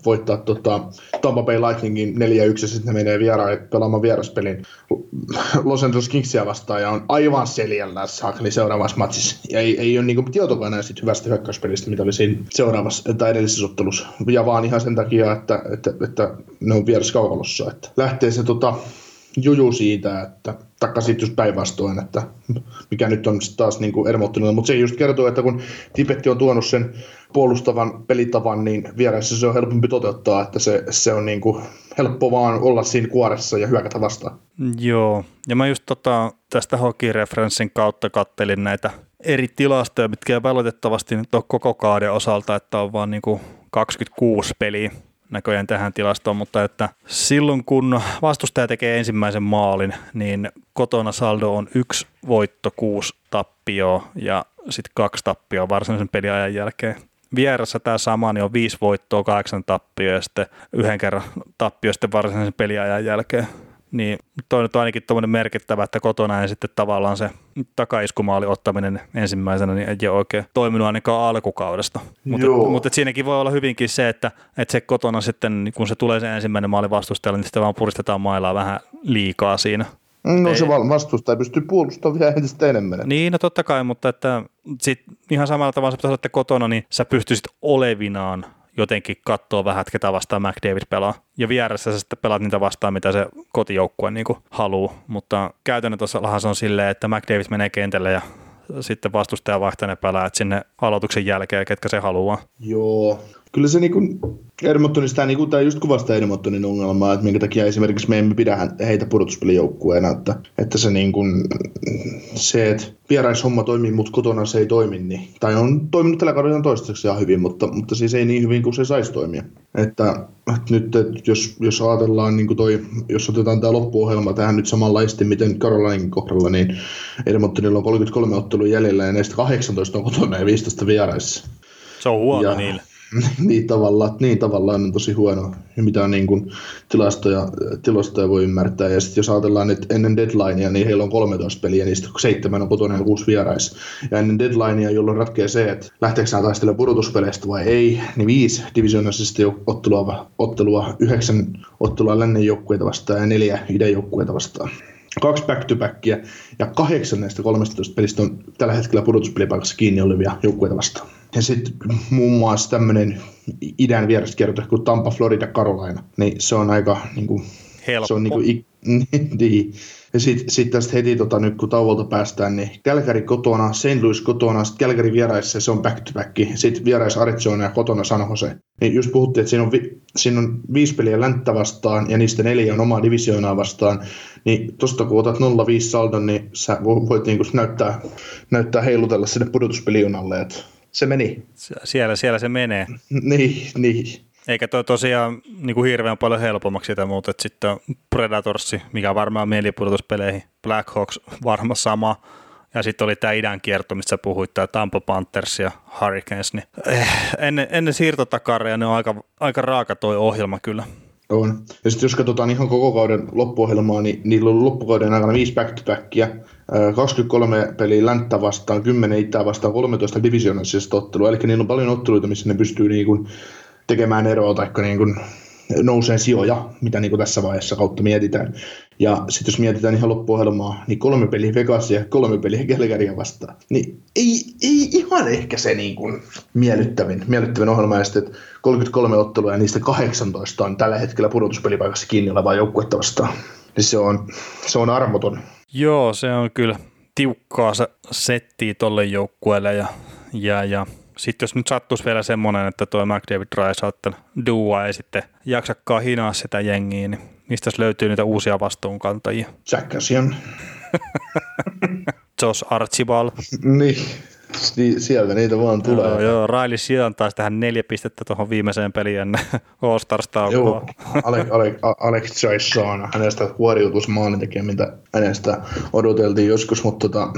Tampa Bay Lightningin 4-1 ja sitten ne menee pelaamaan vieraspelin Los Angeles Kingsia vastaan ja on aivan seljällä saakeli seuraavassa matsissa. Ja ei ole niinku tietokaan näin hyvästä hyökkäyspelistä, mitä oli siinä seuraavassa tai edellisessä ottelussa. Ja vaan ihan sen takia, että ne on vieraskaukalossa. Että lähtee se juju siitä, että takaisin just päinvastoin, että mikä nyt on taas niin kuin ermoittunut. Mutta se just kertoo, että kun Tipetti on tuonut sen puolustavan pelitavan, niin vieraissa se on helpompi toteuttaa, että se on niin kuin helppo vaan olla siinä kuoressa ja hyökätä vastaan. Joo, ja mä just tästä hockey-referenssin kautta kattelin näitä eri tilastoja, mitkä valitettavasti nyt on koko kauden osalta, että on vaan niin kuin 26 peliä näköjään tähän tilastoon, mutta että silloin kun vastustaja tekee ensimmäisen maalin, niin kotona saldo on 1 voitto, 6 tappioa ja sitten 2 tappioa varsinaisen peliajan jälkeen. Vieressä tämä sama, niin on 5 voittoa, 8 tappioa ja sitten 1 kerran tappio sitten varsinaisen peliajan jälkeen. Niin toi nyt on ainakin tuommoinen merkittävä, että kotona ja sitten tavallaan se takaiskumaali ottaminen ensimmäisenä niin ei ole oikein toiminut ainakaan alkukaudesta. Mutta siinäkin voi olla hyvinkin se, että se kotona sitten, kun se tulee se ensimmäinen maali vastustajalle, niin sitten vaan puristetaan mailaa vähän liikaa siinä. No se vastustaja pystyy puolustamaan vielä entistä enemmän. Niin, no totta kai, mutta että sit ihan samalla tavalla se pitäisi olla, että kotona niin sä pystyisit olevinaan jotenkin katsoo vähän, että ketä vastaan McDavid pelaa. Ja vieressä sä sitten pelaat niitä vastaan, mitä se kotijoukkue niin haluaa. Mutta käytännössä se on silleen, että McDavid menee kentälle ja sitten vastustaja vaihtaa ne pelaajat sinne aloituksen jälkeen, ketkä se haluaa. Joo. Kyllä se Edmontonista tämä just kuvastaa Edmontonin ongelmaa, että minkä takia esimerkiksi me emme pidä heitä pudotuspelijoukkueena, että se, että vieraishomma toimii, mutta kotona se ei toimi, niin, tai on toiminut tällä kaudella toistaiseksi ihan hyvin, mutta siis ei niin hyvin kuin se saisi toimia. Että nyt jos ajatellaan, niin jos otetaan tämä loppuohjelma tähän nyt samanlaisesti, miten Carolinain kohdalla, niin Edmontonilla on 33 ottelua jäljellä ja näistä 18 on kotona ja 15 vieraissa. Se on huono niille. Niin tavallaan on tosi huono, mitä niin kuin tilastoja voi ymmärtää. Ja sitten jos ajatellaan, että ennen deadlinea, niin heillä on 13 peliä, niistä 7 on kotona ja 6 vierais. Ja ennen deadlinea, jolloin ratkeaa se, että lähteekö nämä taistelemaan pudotuspeleistä vai ei, niin 5 divisioonasista ottelua, 9 ottelua lännen joukkueita vastaan ja 4 idän joukkueita vastaan. 2 back-to-backia ja 8 näistä 13 pelistä on tällä hetkellä pudotuspelipaikassa kiinni olevia joukkueita vastaan. Ja sitten muun muassa tämmöinen idän vieraskierto kuin Tampa, Florida, Carolina, niin se on aika helppo. Se on niin. Ja sitten tästä heti nyt kun tauolta päästään, niin Calgary kotona, St. Louis kotona, sitten Calgary vieraissa, se on back-to-back, sitten vierais Arizona ja kotona San Jose. Niin just puhuttiin, että siinä on 5 peliä länttä vastaan ja niistä 4 on omaa divisioonaa vastaan, niin tosta kun otat 0-5 saldon, niin sä voit näyttää heilutella sinne pudotuspelijunalle, että se meni. Siellä se menee. Niin. Eikä toi tosiaan niin kuin hirveän paljon helpommaksi sitä muuta, että sitten on Predatorsi, mikä varmaan mielipudotuspeleihin, Blackhawks varmaan sama, ja sitten oli tämä idän kierto, mistä sä puhuit, tämä Tampa Panthers ja Hurricanes, niin ennen siirtotakareja ne on aika raaka toi ohjelma kyllä. On. Ja sitten jos katsotaan ihan koko kauden loppuohjelmaa, niin niillä on loppukauden aikana 5 back-to-backia, 23 peliä länttä vastaan, 10 itää vastaan, 13 divisioonasista ottelua, eli niillä on paljon otteluita, missä ne pystyy tekemään eroa tai nousee sijoja, mitä tässä vaiheessa kautta mietitään. Ja sitten jos mietitään ihan loppuohjelmaa, niin 3 peliä Vegasia ja 3 peliä Calgarya vastaan. Niin ei ihan ehkä se miellyttävin ohjelma, ja sitten 33 ottelua ja niistä 18 on tällä hetkellä pudotuspelipaikassa kiinni olevaa joukkuetta vastaan. Niin se on armoton. Joo, se on kyllä tiukkaa settiä tolle joukkueelle ja sitten jos nyt sattuisi vielä semmoinen, että tuo McDavid Draisaitl duo ei sitten jaksakaan hinaa sitä jengiä, niin mistä löytyy niitä uusia vastuunkantajia? Jack Cassian. Josh Archibald. Niin, sieltä niitä vaan tulee. Joo, Riley Sheehan taisi tähän 4 pistettä tuohon viimeiseen peliin ennen All-Stars-taukoa. Joo, Alex Chiasson, hänestä kuoriutusmaalin tekijä, mitä hänestä odoteltiin joskus, mutta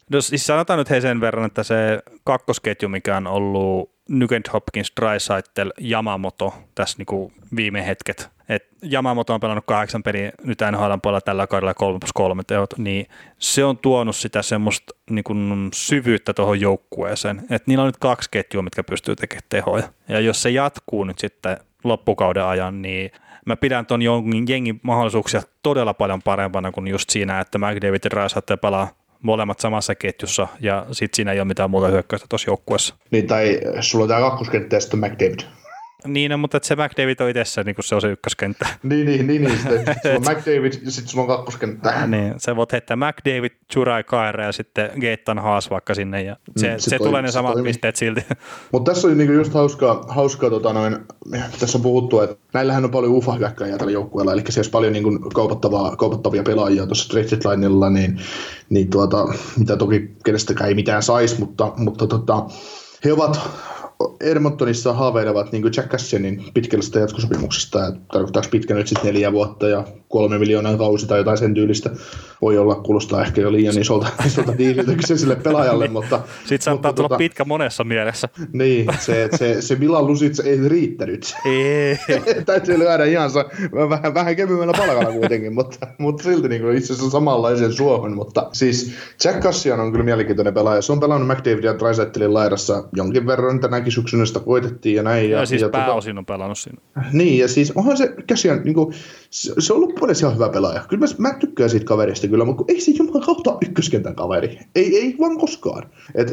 No siis sanotaan nyt sen verran, että se kakkosketju, mikä on ollut Nugent Hopkins, Draisaitl, Yamamoto tässä niinku viime hetket. Et Yamamoto on pelannut 8 peliä nyt NHL:n puolella tällä kaudella 3+3 teot, niin se on tuonut sitä semmoista niinku syvyyttä tuohon joukkueeseen. Että niillä on nyt 2 ketjua, mitkä pystyy tekemään tehoja. Ja jos se jatkuu nyt sitten loppukauden ajan, niin mä pidän ton jengin mahdollisuuksia todella paljon parempana kuin just siinä, että McDavid ja Draisaitl pelaa molemmat samassa ketjussa, ja sitten siinä ei ole mitään muuta hyökkäystä tuossa joukkueessa. Niin, tai sulla on tämä kakkoskenttä ja sitten McDavid. Niin, no, mutta että se McDavid on itsessä, niin kuin se on se ykköskenttä. Niin. Sitten sulla on McDavid ja sitten sulla on kakkoskenttä. Niin, sä voit heittää McDavid, Juraj Khaira ja sitten Gaetan Haas vaikka sinne, ja se tulee ne samat pisteet silti. Mutta tässä oli niinku just hauskaa tässä on puhuttu, että näillähän on paljon UFA-hyökkäjiä tällä joukkueella, eli siellä olisi paljon niinku kaupattavia pelaajia tuossa trade linella, niin mitä toki kenestäkään ei mitään saisi, mutta he ovat Edmontonissa haaveilevat niin kuin Jack Cassionin pitkästä jatkosopimuksesta, että tarkoittaako pitkä nyt sitten 4 vuotta ja 3 miljoonaa kausi tai jotain sen tyylistä. Voi olla, kuulostaa ehkä jo liian isolta diililtä kyseiselle pelaajalle, mutta sitten saattaa tulla pitkä monessa mielessä. Niin, se Milan Lucic ei riittänyt. Täytyy lyödä ihan vähän kevyemmällä palkalla kuitenkin, mutta silti niin kuin itse asiassa samanlaisen suohon. Mutta siis Jack Cassian on kyllä mielenkiintoinen pelaaja. Se on pelannut McDavid ja Draisaitlin laidassa jonkin verran tänäkin syksynä sitä koitettiin ja näin. Ja siis pääosin on pelannut siinä. Niin, ja siis onhan se Cassian, niin kuin, se on loppuudessa ihan hyvä pelaaja. Kyllä mä tykkään siitä kaverista kyllä, mutta ei se juman kautta ykköskentän kaveri. Ei vaan koskaan.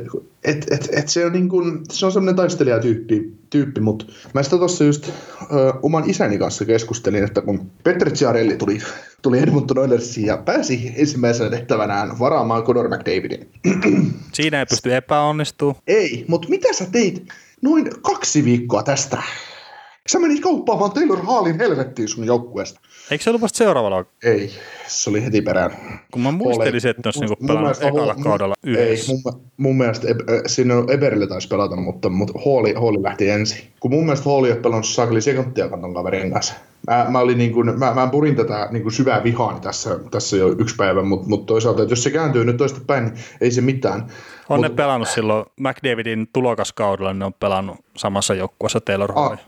Se on niin kuin, se on semmoinen taistelijatyyppi, mutta mä sitä tuossa just oman isäni kanssa keskustelin, että kun Peter Chiarelli tuli Edmonton Oilersiin ja pääsi ensimmäisenä tehtävänään varaamaan Conor McDavidin. Siinä ei pysty epäonnistumaan. Ei, mutta mitä sä teit noin 2 viikkoa tästä? Sä menit kauppaamaan Taylor Hallin helvettiin sun joukkueesta. Eikö se ollut vasta seuraavalla? Ei, se oli heti perään. Kun mä muistelisin, että olisi niinku pelannut ekalla kaudella yhdessä. Ei, mun mielestä siinä Eberle taisi pelata, mutta Hall lähti ensin. Kun mun mielestä Hall ei ole pelannut saakeli sekanttia kanton kaverin kanssa. Mä purin tätä niin kuin syvää vihaani tässä jo 1 päivä, mutta toisaalta, että jos se kääntyy nyt toista päin, niin ei se mitään. On ne pelannut silloin McDavidin tulokaskaudella, ne on pelannut samassa joukkueessa Taylor Hall.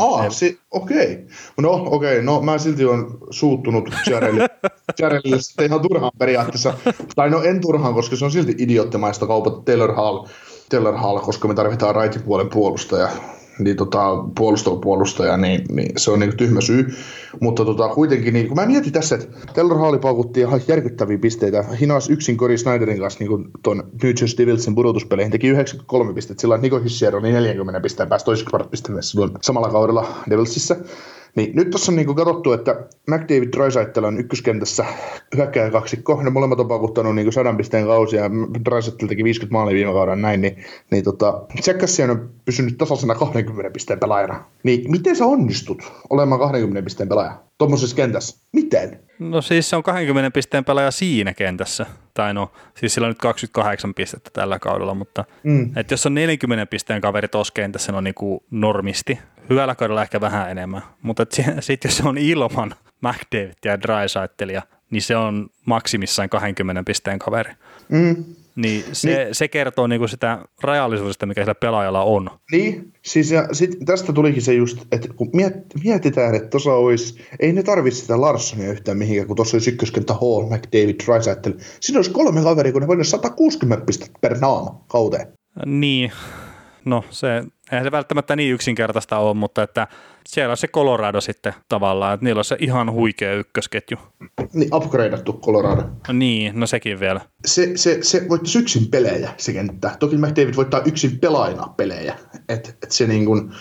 Okei. No mä silti on suuttunut Chiarellille sitten ihan turhaan periaatteessa. Tai no en turhaan, koska se on silti idioottimaista kaupata Taylor Hall, koska me tarvitaan raitin puolen puolustaja. Niin puolustaja, niin se on niin tyhmä syy. Mutta kuitenkin, niin kun mä mietin tässä, että Taylor Hall paukutti ihan järkyttäviä pisteitä. Hinas yksin Corey Snyderin kanssa niin tuon New Jersey Devilsin pudotuspeleihin. Teki 93 pistettä, sillä Nico Hischier oli 40 pisteen päästä toiseksi pisteessä samalla kaudella Devilsissä. Niin nyt tuossa on niinku katsottu, että McDavid Draisaitl on ykköskentässä hyökkääjän kaksikko. Ne molemmat on paukuttanut niinku 100 pisteen kausia ja Draisaitl teki 50 maalia viime kaudella näin. Niin Jack Cassian on pysynyt tasaisena 20 pisteen pelaajana. Niin miten sä onnistut olemaan 20 pisteen pelaaja tuommoisessa kentässä? Miten? No siis se on 20 pisteen pelaaja siinä kentässä. Tai no, siis sillä on nyt 28 pistettä tällä kaudella, mutta että jos on 40 pisteen kaveri tuossa kentässä, se on niinku normisti. Hyvällä kaudella ehkä vähän enemmän, mutta sitten jos se on ilman McDavid ja Draisaitlia, niin se on maksimissaan 20 pisteen kaveri. Niin se kertoo niinku sitä rajallisuudesta, mikä sillä pelaajalla on. Niin, siis ja tästä tulikin se just, että kun mietitään, että tuossa olisi, ei ne tarvitse sitä Larssonia yhtään mihinkään, kun tuossa olisi ykköskenttä Hall, McDavid, Draisaitl. Siinä olisi 3 kaveria, kun ne voidaan 160 pistettä per naama kauteen. Niin, no eihän se välttämättä niin yksinkertaista ole, mutta että siellä on se Colorado sitten tavallaan, että niillä on se ihan huikea ykkösketju. Niin, upgradeattu Colorado. Niin, no sekin vielä. Se voittaisi yksin pelejä, se kenttä. Toki McDavid voittaa yksin pelaajana pelejä. Et se niin kuin,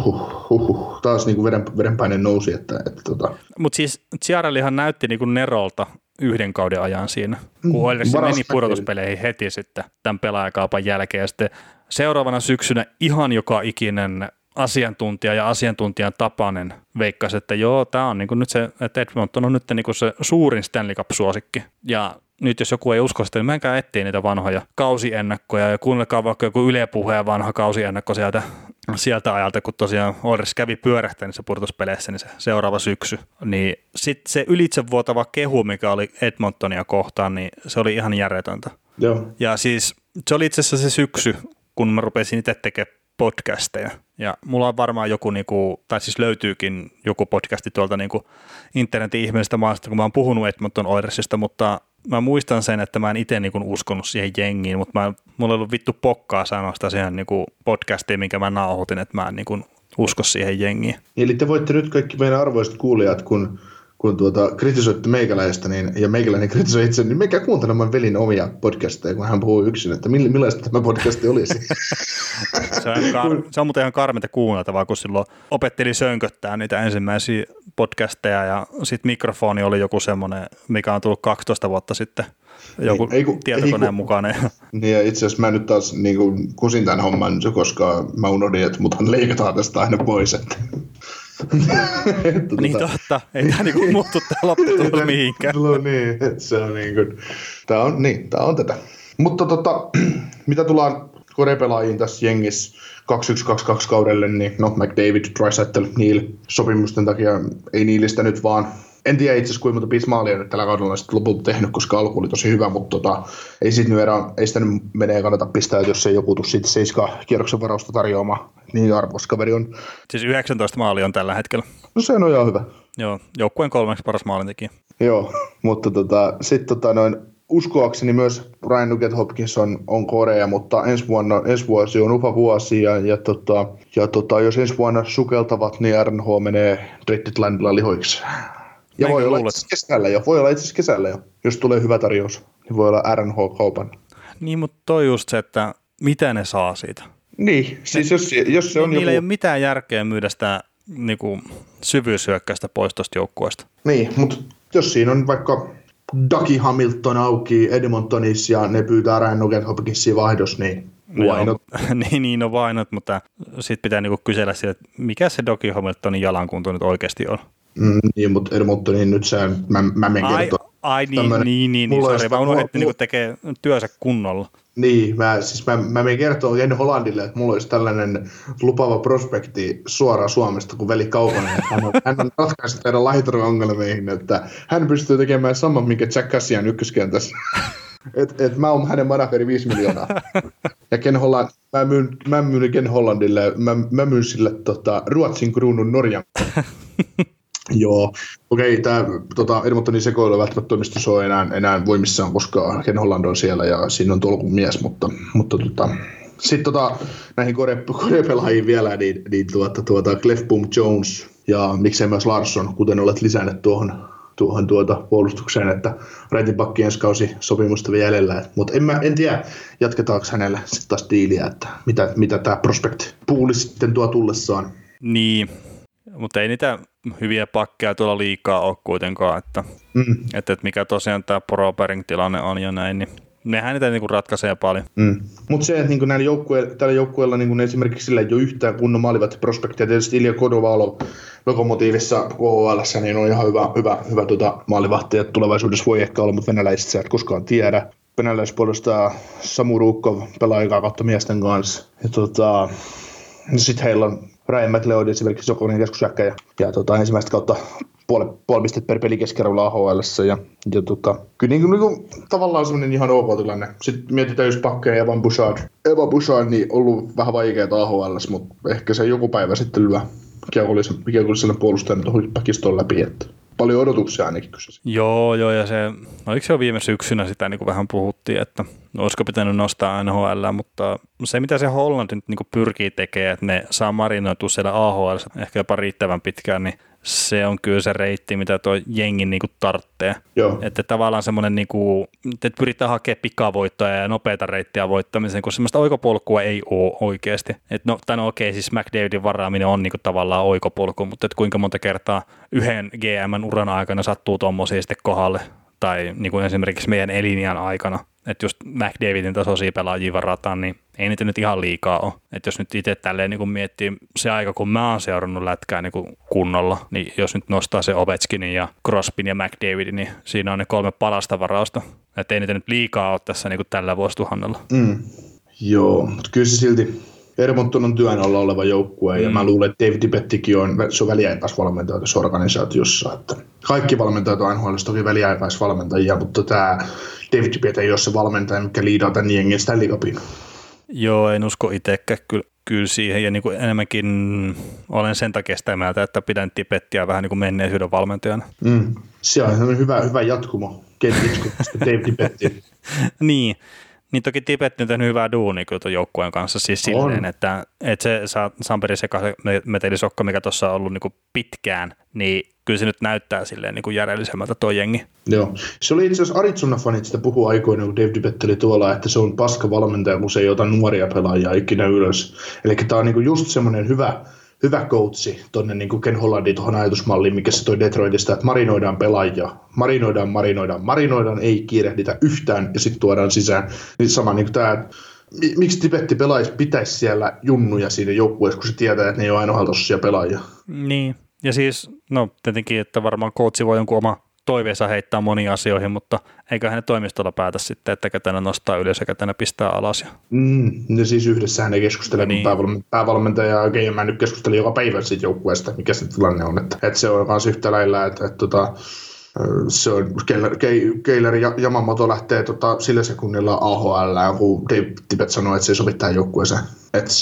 taas niin kuin verenpaine nousi. Mutta siis Chiarellihan näytti niin kuin Nerolta 1 kauden ajan siinä, kun Oilers meni pudotuspeleihin heti sitten tämän pelaajakaupan jälkeen. Ja sitten seuraavana syksynä ihan joka ikinen asiantuntija ja asiantuntijan tapainen veikkasi, että joo, tämä on niinku nyt se, että Edmonton on nyt niinku se suurin Stanley Cup-suosikki. Ja nyt jos joku ei usko sitä, niin menkää etsiä niitä vanhoja kausiennakkoja ja kuunnelkaa vaikka joku Yle Puheen vanha kausiennakko sieltä ajalta, kun tosiaan Oilers kävi pyörähtänissä pudotuspeleissä, niin se seuraava syksy. Niin sitten se ylitsevuotava kehu, mikä oli Edmontonia kohtaan, niin se oli ihan järjetöntä. Joo. Ja siis se oli itse asiassa se syksy, kun mä rupesin itse tekemään podcasteja. Ja mulla on varmaan joku, tai siis löytyykin joku podcasti tuolta internetin ihmeellisestä maasta, kun mä oon puhunut Edmonton Oilersista, mutta mä muistan sen, että mä en itse uskonut siihen jengiin, mutta mulla ei ollut vittu pokkaa sanoa sitä siihen podcastiin, minkä mä nauhoitin, että mä en usko siihen jengiin. Eli te voitte nyt kaikki meidän arvoiset kuulijat, kun kritisoitte meikäläistä, ja meikäläinen kritisoi itse, niin meikää kuuntelemaan velin omia podcasteja, kun hän puhuu yksin, että millaista tämä podcasti olisi. Se on muuten ihan karmeita kuunneltavaa, kun silloin opetteli sönköttää niitä ensimmäisiä podcasteja, ja sitten mikrofoni oli joku semmoinen, mikä on tullut 12 vuotta sitten, joku tietokoneen mukainen. Niin, ja itse asiassa mä nyt taas kusin tämän homman, koska mä unohdin, että muthan leikataan tästä aina pois, että niin totta, ei tämä muuttu tämä lopputulos mihinkään. No niin, se on tämä on tätä. Mutta mitä tullaan korepelaajiin tässä jengissä 21-22 kaudelle, niin McDavid, Draisaitl, Neil sopimusten takia ei Neilistä nyt vaan. En tiedä itse asiassa, kuinka monta pismaalia nyt tällä kaudella on sitten lopulta tehnyt, koska alku oli tosi hyvä, mutta ei sitä nyt menee kannata pistää, jos ei joku tule siitä 7 kierroksen varausta tarjoamaan. Niin arvokas kaveri on. Siis 19 maalia on tällä hetkellä. No se on ihan hyvä. Joo, joukkueen 3. paras maalintekijä. Joo, mutta sitten uskoakseni myös Ryan Nugent-Hopkins on korea, mutta ensi vuosi on upa vuosi ja jos ensi vuonna sukeltavat, niin RNH menee Deadlinella lihoiksi. Ja voi olla itse asiassa kesällä jo, jos tulee hyvä tarjous, niin voi olla RNH-kaupan. Niin, mutta toi just se, että mitä ne saa siitä. Niin, siis jos se on niillä ei ole mitään järkeä myydä sitä syvyyshyökkäystä pois tuosta joukkueesta. Niin, mutta jos siinä on vaikka Dougie Hamilton auki Edmontonissa ja ne pyytää Ryan Nugent-Hopkinsin vaihdos, niin why not? Niin on why not, mutta sitten pitää kysellä siitä, että mikä se Dougie Hamiltonin jalankunto nyt oikeasti on. Niin, mutta Edmontonin nyt mä menen kertoa. Ai niin, sori, mä unohdin, että tekee työnsä kunnolla. Niin, mä menen kertoa Jen Hollandille, että mulla olisi tällainen lupaava prospekti suoraan Suomesta kuin veli Kaukonen. Hän on ratkaissut teidän lahjoitusongelmiin, että hän pystyy tekemään saman, minkä Jack Cassian ykköskentässä. Et mä oon hänen manageri 5 miljoonaa. Ja Ken Holland, mä myyn Ken Hollandille, mä myyn sille Ruotsin kruunun Norjan. Joo, okei, tämä Edmontonin sekoilu välttämättä toimistossa on enää voimissaan, koska Ken Holland on siellä ja siinä on tolkun mies, mutta sitten näihin korepelaajiin vielä, niin Clefbaum Jones ja miksei myös Larsson, kuten olet lisännyt tuohon puolustukseen, että Raitin pakki ensi kausi sopimusta vielä jäljellä, mutta en tiedä, jatketaanko hänelle sitten taas diiliä, että mitä tämä prospect pooli sitten tuo tullessaan. Niin. Mutta ei niitä hyviä pakkeja tuolla liikaa ole kuitenkaan, että mikä tosiaan tämä Prospering-tilanne on ja näin, niin nehän niitä ratkaisee paljon. Mutta se, että tällä joukkueella esimerkiksi sillä ei ole yhtään kunnon maalivahtiprospektia, tietysti Ilja Kodovalov Lokomotiivissa KHL:ssä niin on ihan hyvä maalivahti, että tulevaisuudessa voi ehkä olla, mutta venäläiset sä et koskaan tiedä. Venäläispuolustaa Samu Ruukkov pelaa aikaa kautta miesten kanssa. Ja sitten heillä on Ryan McLeod esimerkiksi jokoinen keskusjäkkä ja ensimmäistä kautta puoli pistettä per peli keskiarvolla AHL:ssä ja kyllä tavallaan semmoinen ihan ok tilanne. Sitten mietitään just pakkeja Evan Bouchard niin ollut vähän vaikeaa AHL:ssä, mutta ehkä se joku päivä sitten lyö kiekollisena puolustajana tuohon pakistoon läpi, että paljon odotuksia ainakin kyseessä. Joo, ja oliko se jo viime syksynä sitä vähän puhuttiin, että olisiko pitänyt nostaa NHL, mutta se mitä se Hollanti nyt pyrkii tekemään, että ne saa marinoitua siellä AHL ehkä jopa riittävän pitkään, niin se on kyllä se reitti, mitä tuo jengi tarvitsee. Että tavallaan semmoinen, että pyritään hakemaan pikavoittoja ja nopeita reittiä voittamiseen, kun semmoista oikopolkua ei ole oikeasti. Okei, siis McDavidin varaaminen on tavallaan oikopolku, mutta kuinka monta kertaa yhden GM-uran aikana sattuu tommosia sitten kohdalle, tai esimerkiksi meidän eliniän aikana. Että just McDavidin tasoisia pelaajia varataan, niin ei niitä nyt ihan liikaa ole. Että jos nyt itse tälleen miettii se aika, kun mä oon seurannut lätkää kunnolla, niin jos nyt nostaa se Ovechkinin ja Crosbyn ja McDavidin, niin siinä on ne 3 parasta varausta. Että ei niitä nyt liikaa ole tässä tällä vuosituhannella. Joo, mutta kyllä se silti Edmonton on työn alla oleva joukkue, ja mä luulen, että Dave Tippettikin se on väliaikaisvalmentaja tässä organisaatiossa. Että kaikki valmentajat on NHL:ssä toki väliaikaisvalmentajia, mutta tämä Dave Tippett ei ole se valmentaja, mikä liidaa tämän jengin Stanley Cupin. Joo, en usko itsekään kyllä siihen, ja niin kuin enemmänkin olen sen takia sitä mieltä, että pidän Tippettiä vähän niin kuin menneisyyden valmentajana. Se on hyvä jatkumo Dave Tippettiin. Niin toki Tippett on tehnyt hyvää duunia kyllä tuon joukkueen kanssa, siis silleen, että se Samperin sekametelisokka, mikä tuossa on ollut niin kuin pitkään, niin kyllä se nyt näyttää silleen niin kuin järjellisemmältä tuo jengi. Joo. Se oli itse asiassa Arizona-fanit sitä puhuu aikoina, kun Dave Tippett oli tuolla, että se on paska valmentaja, kun se ei ota nuoria pelaajia ikinä ylös. Eli tämä on niin kuin just semmoinen hyvä coachi tuonne niin kuin Ken Hollandin tuohon ajatusmalliin, mikä se toi Detroitista, että marinoidaan pelaajia, marinoidaan, ei kiirehditä yhtään ja sitten tuodaan sisään. Niin sama niin kuin tämä, miksi Tipetti pitäisi siellä junnuja siinä joukkueessa, kun se tietää, että ne ei ole aina haltoisia pelaajia. Niin, ja siis no tietenkin, että varmaan coachi voi jonkun oma toiveensa heittää moniin asioihin, mutta eiköhän ne toimistolla päätä sitten, että ketä ne nostaa ylös ja ketä ne pistää alas. Ja siis yhdessähän ne keskustelee, niin. Kun päävalmentaja ja GM nyt keskusteli joka päivä siitä joukkueesta, mikä se tilanne on. Että se on myös yhtä lailla, että se on Keiler ja Yamamoto lähtee sillä sekunnilla AHL, kun Dave Tippett sanoo, että se ei sovi tähän joukkueeseen. Että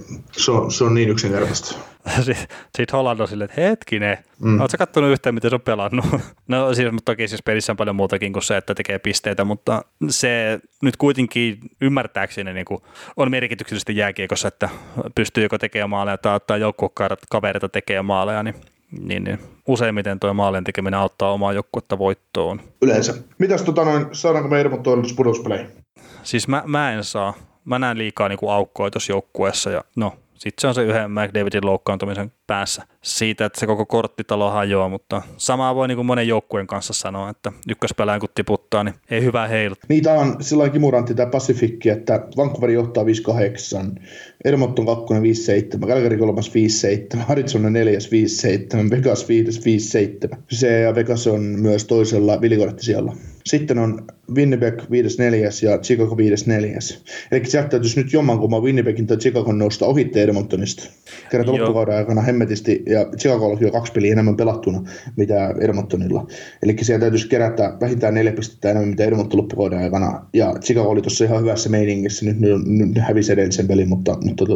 se on niin yksinkertaista. Sitten Holland on silleen, että hetkinen, ootko sä kattonut yhtään, miten se on pelannut? No siis, mutta toki siis pelissä on paljon muutakin kuin se, että tekee pisteitä, mutta se nyt kuitenkin ymmärtääkseni niin kuin on merkityksellisesti jääkiekossa, että pystyy joko tekemään maaleja tai ottaa joukkuekavereita tekemään maaleja, niin useimmiten tuo maalien tekeminen auttaa omaa joukkuetta voittoon. Yleensä. Mitäs saadaanko me Edmonton pudotuspeleihin? Siis mä en saa. Mä näen liikaa niinku aukkoja tuossa joukkueessa ja no sitten se on se yhden McDavidin loukkaantumisen päässä siitä, että se koko korttitalo hajoaa, mutta samaa voi niinku monen joukkueen kanssa sanoa, että ykköspelään kun tiputtaa, niin ei hyvää heilut. Niitä on sillä kimurantti tämä Pacifikki, että Vancouver johtaa 5-8, Edmonton 2-5-7, Calgary 3-5-7, Arizona 4-5-7, Vegas 5-5-7. Se ja Vegas on myös toisella vilikorttisijalla. Sitten on Winnipeg 5-4 ja Chicago 5-4. Eli sieltä täytyisi nyt jommankumman Winnipegin tai Chicagon nousta ohitte Edmontonista. Kerran loppukauden aikana hemmetisti ja Chicagollakin on 2 peliä enemmän pelattuna mitä Edmontonilla. Eli sieltä täytyisi kerätä vähintään 4 pistettä enemmän mitä Edmonton loppukauden aikana. Ja Chicago oli tuossa ihan hyvässä meiningissä. Nyt ne hävisi edellisen pelin, mutta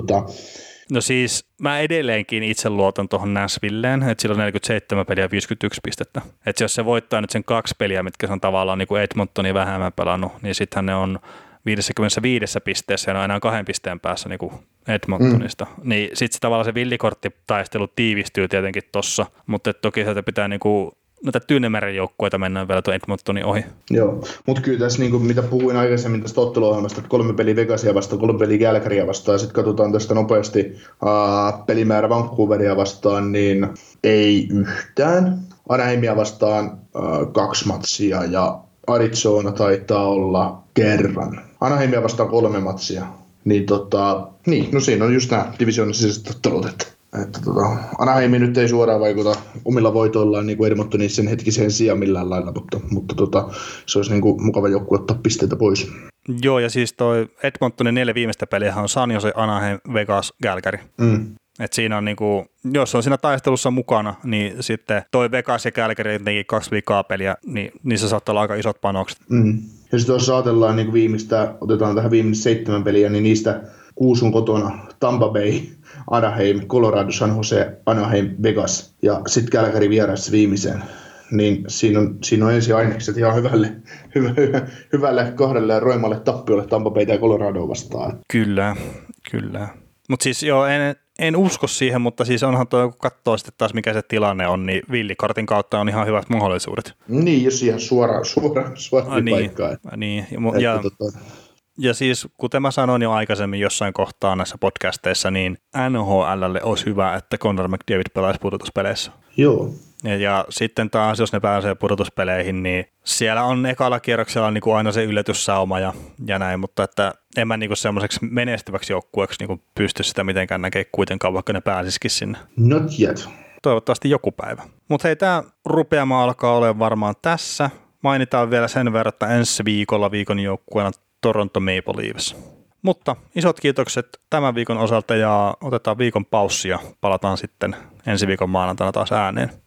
No siis mä edelleenkin itse luotan tuohon Nashvilleen, että sillä on 47 peliä ja 51 pistettä. Että jos se voittaa nyt sen 2 peliä, mitkä se on tavallaan niin kuin Edmontonin vähemmän pelannut, niin sittenhän ne on 55 pisteessä ja ne on enää 2 pisteen päässä niin kuin Edmontonista. Niin sitten tavallaan se villikorttitaistelu tiivistyy tietenkin tossa, mutta toki sieltä pitää niinku noita Tyynemeren joukkueita mennään vielä tuon Edmontonin ohi. Joo, mutta kyllä tässä, niin kuin, mitä puhuin aikaisemmin tästä otteluohjelmasta, että 3 peliä Vegasia vastaan, 3 peliä Calgarya vastaan, sitten katsotaan tästä nopeasti pelimäärä Vancouveria vastaan, niin ei yhtään. Anaheimia vastaan 2 matsia ja Arizona taitaa olla kerran. Anaheimia vastaan 3 matsia. Niin, no siinä on just nämä divisioonan sisäiset ottelut, että Anaheimin nyt ei suoraan vaikuta omilla voitoillaan niin kuin Edmontonin sen hetkiseen sijaan millään lailla, mutta se olisi niin kuin mukava joukkue ottaa pisteitä pois. Joo, ja siis toi Edmontonin 4 viimeistä peliä on San Jose, Anaheim, Vegas, Calgary. Et siinä on niinku, jos on siinä taistelussa mukana, niin sitten toi Vegas ja Calgary jotenkin 2 viikaa peliä, niin niissä saattaa olla aika isot panokset. Ja sitten jos ajatellaan niin viimeistä, otetaan tähän viimeiset 7 peliä, niin niistä 6 on kotona Tampa Bay, Anaheim, Colorado, San Jose, Anaheim, Vegas ja sitten Calgary vieraissa viimeiseen. Niin siinä on ensin ainekset ihan hyvälle 2 roimalle tappiolle Tampa Bayta ja Colorado vastaan. Kyllä. Mutta siis joo, en usko siihen, mutta siis onhan tuo, kun katsoo sitten taas mikä se tilanne on, niin villikortin kautta on ihan hyvät mahdollisuudet. Niin, jos ihan suoraan paikkaan. Niin, ja siis kuten mä sanoin jo aikaisemmin jossain kohtaa näissä podcasteissa, niin NHLlle olisi hyvä, että Connor McDavid pelaisi pudotuspeleissä. Joo. Ja sitten taas, jos ne pääsee pudotuspeleihin, niin siellä on ekalla kierroksella niin kuin aina se yllätyssauma ja näin, mutta että en mä niin semmoiseksi menestyväksi joukkueeksi niin pysty sitä mitenkään näkemään kuitenkaan, vaikka ne pääsisikin sinne. Not yet. Toivottavasti joku päivä. Mutta hei, tämä rupeama alkaa olemaan varmaan tässä. Mainitaan vielä sen verran, että ensi viikolla viikon joukkueena Toronto Maple Leafs. Mutta isot kiitokset tämän viikon osalta ja otetaan viikon paussi ja palataan sitten ensi viikon maanantaina taas ääneen.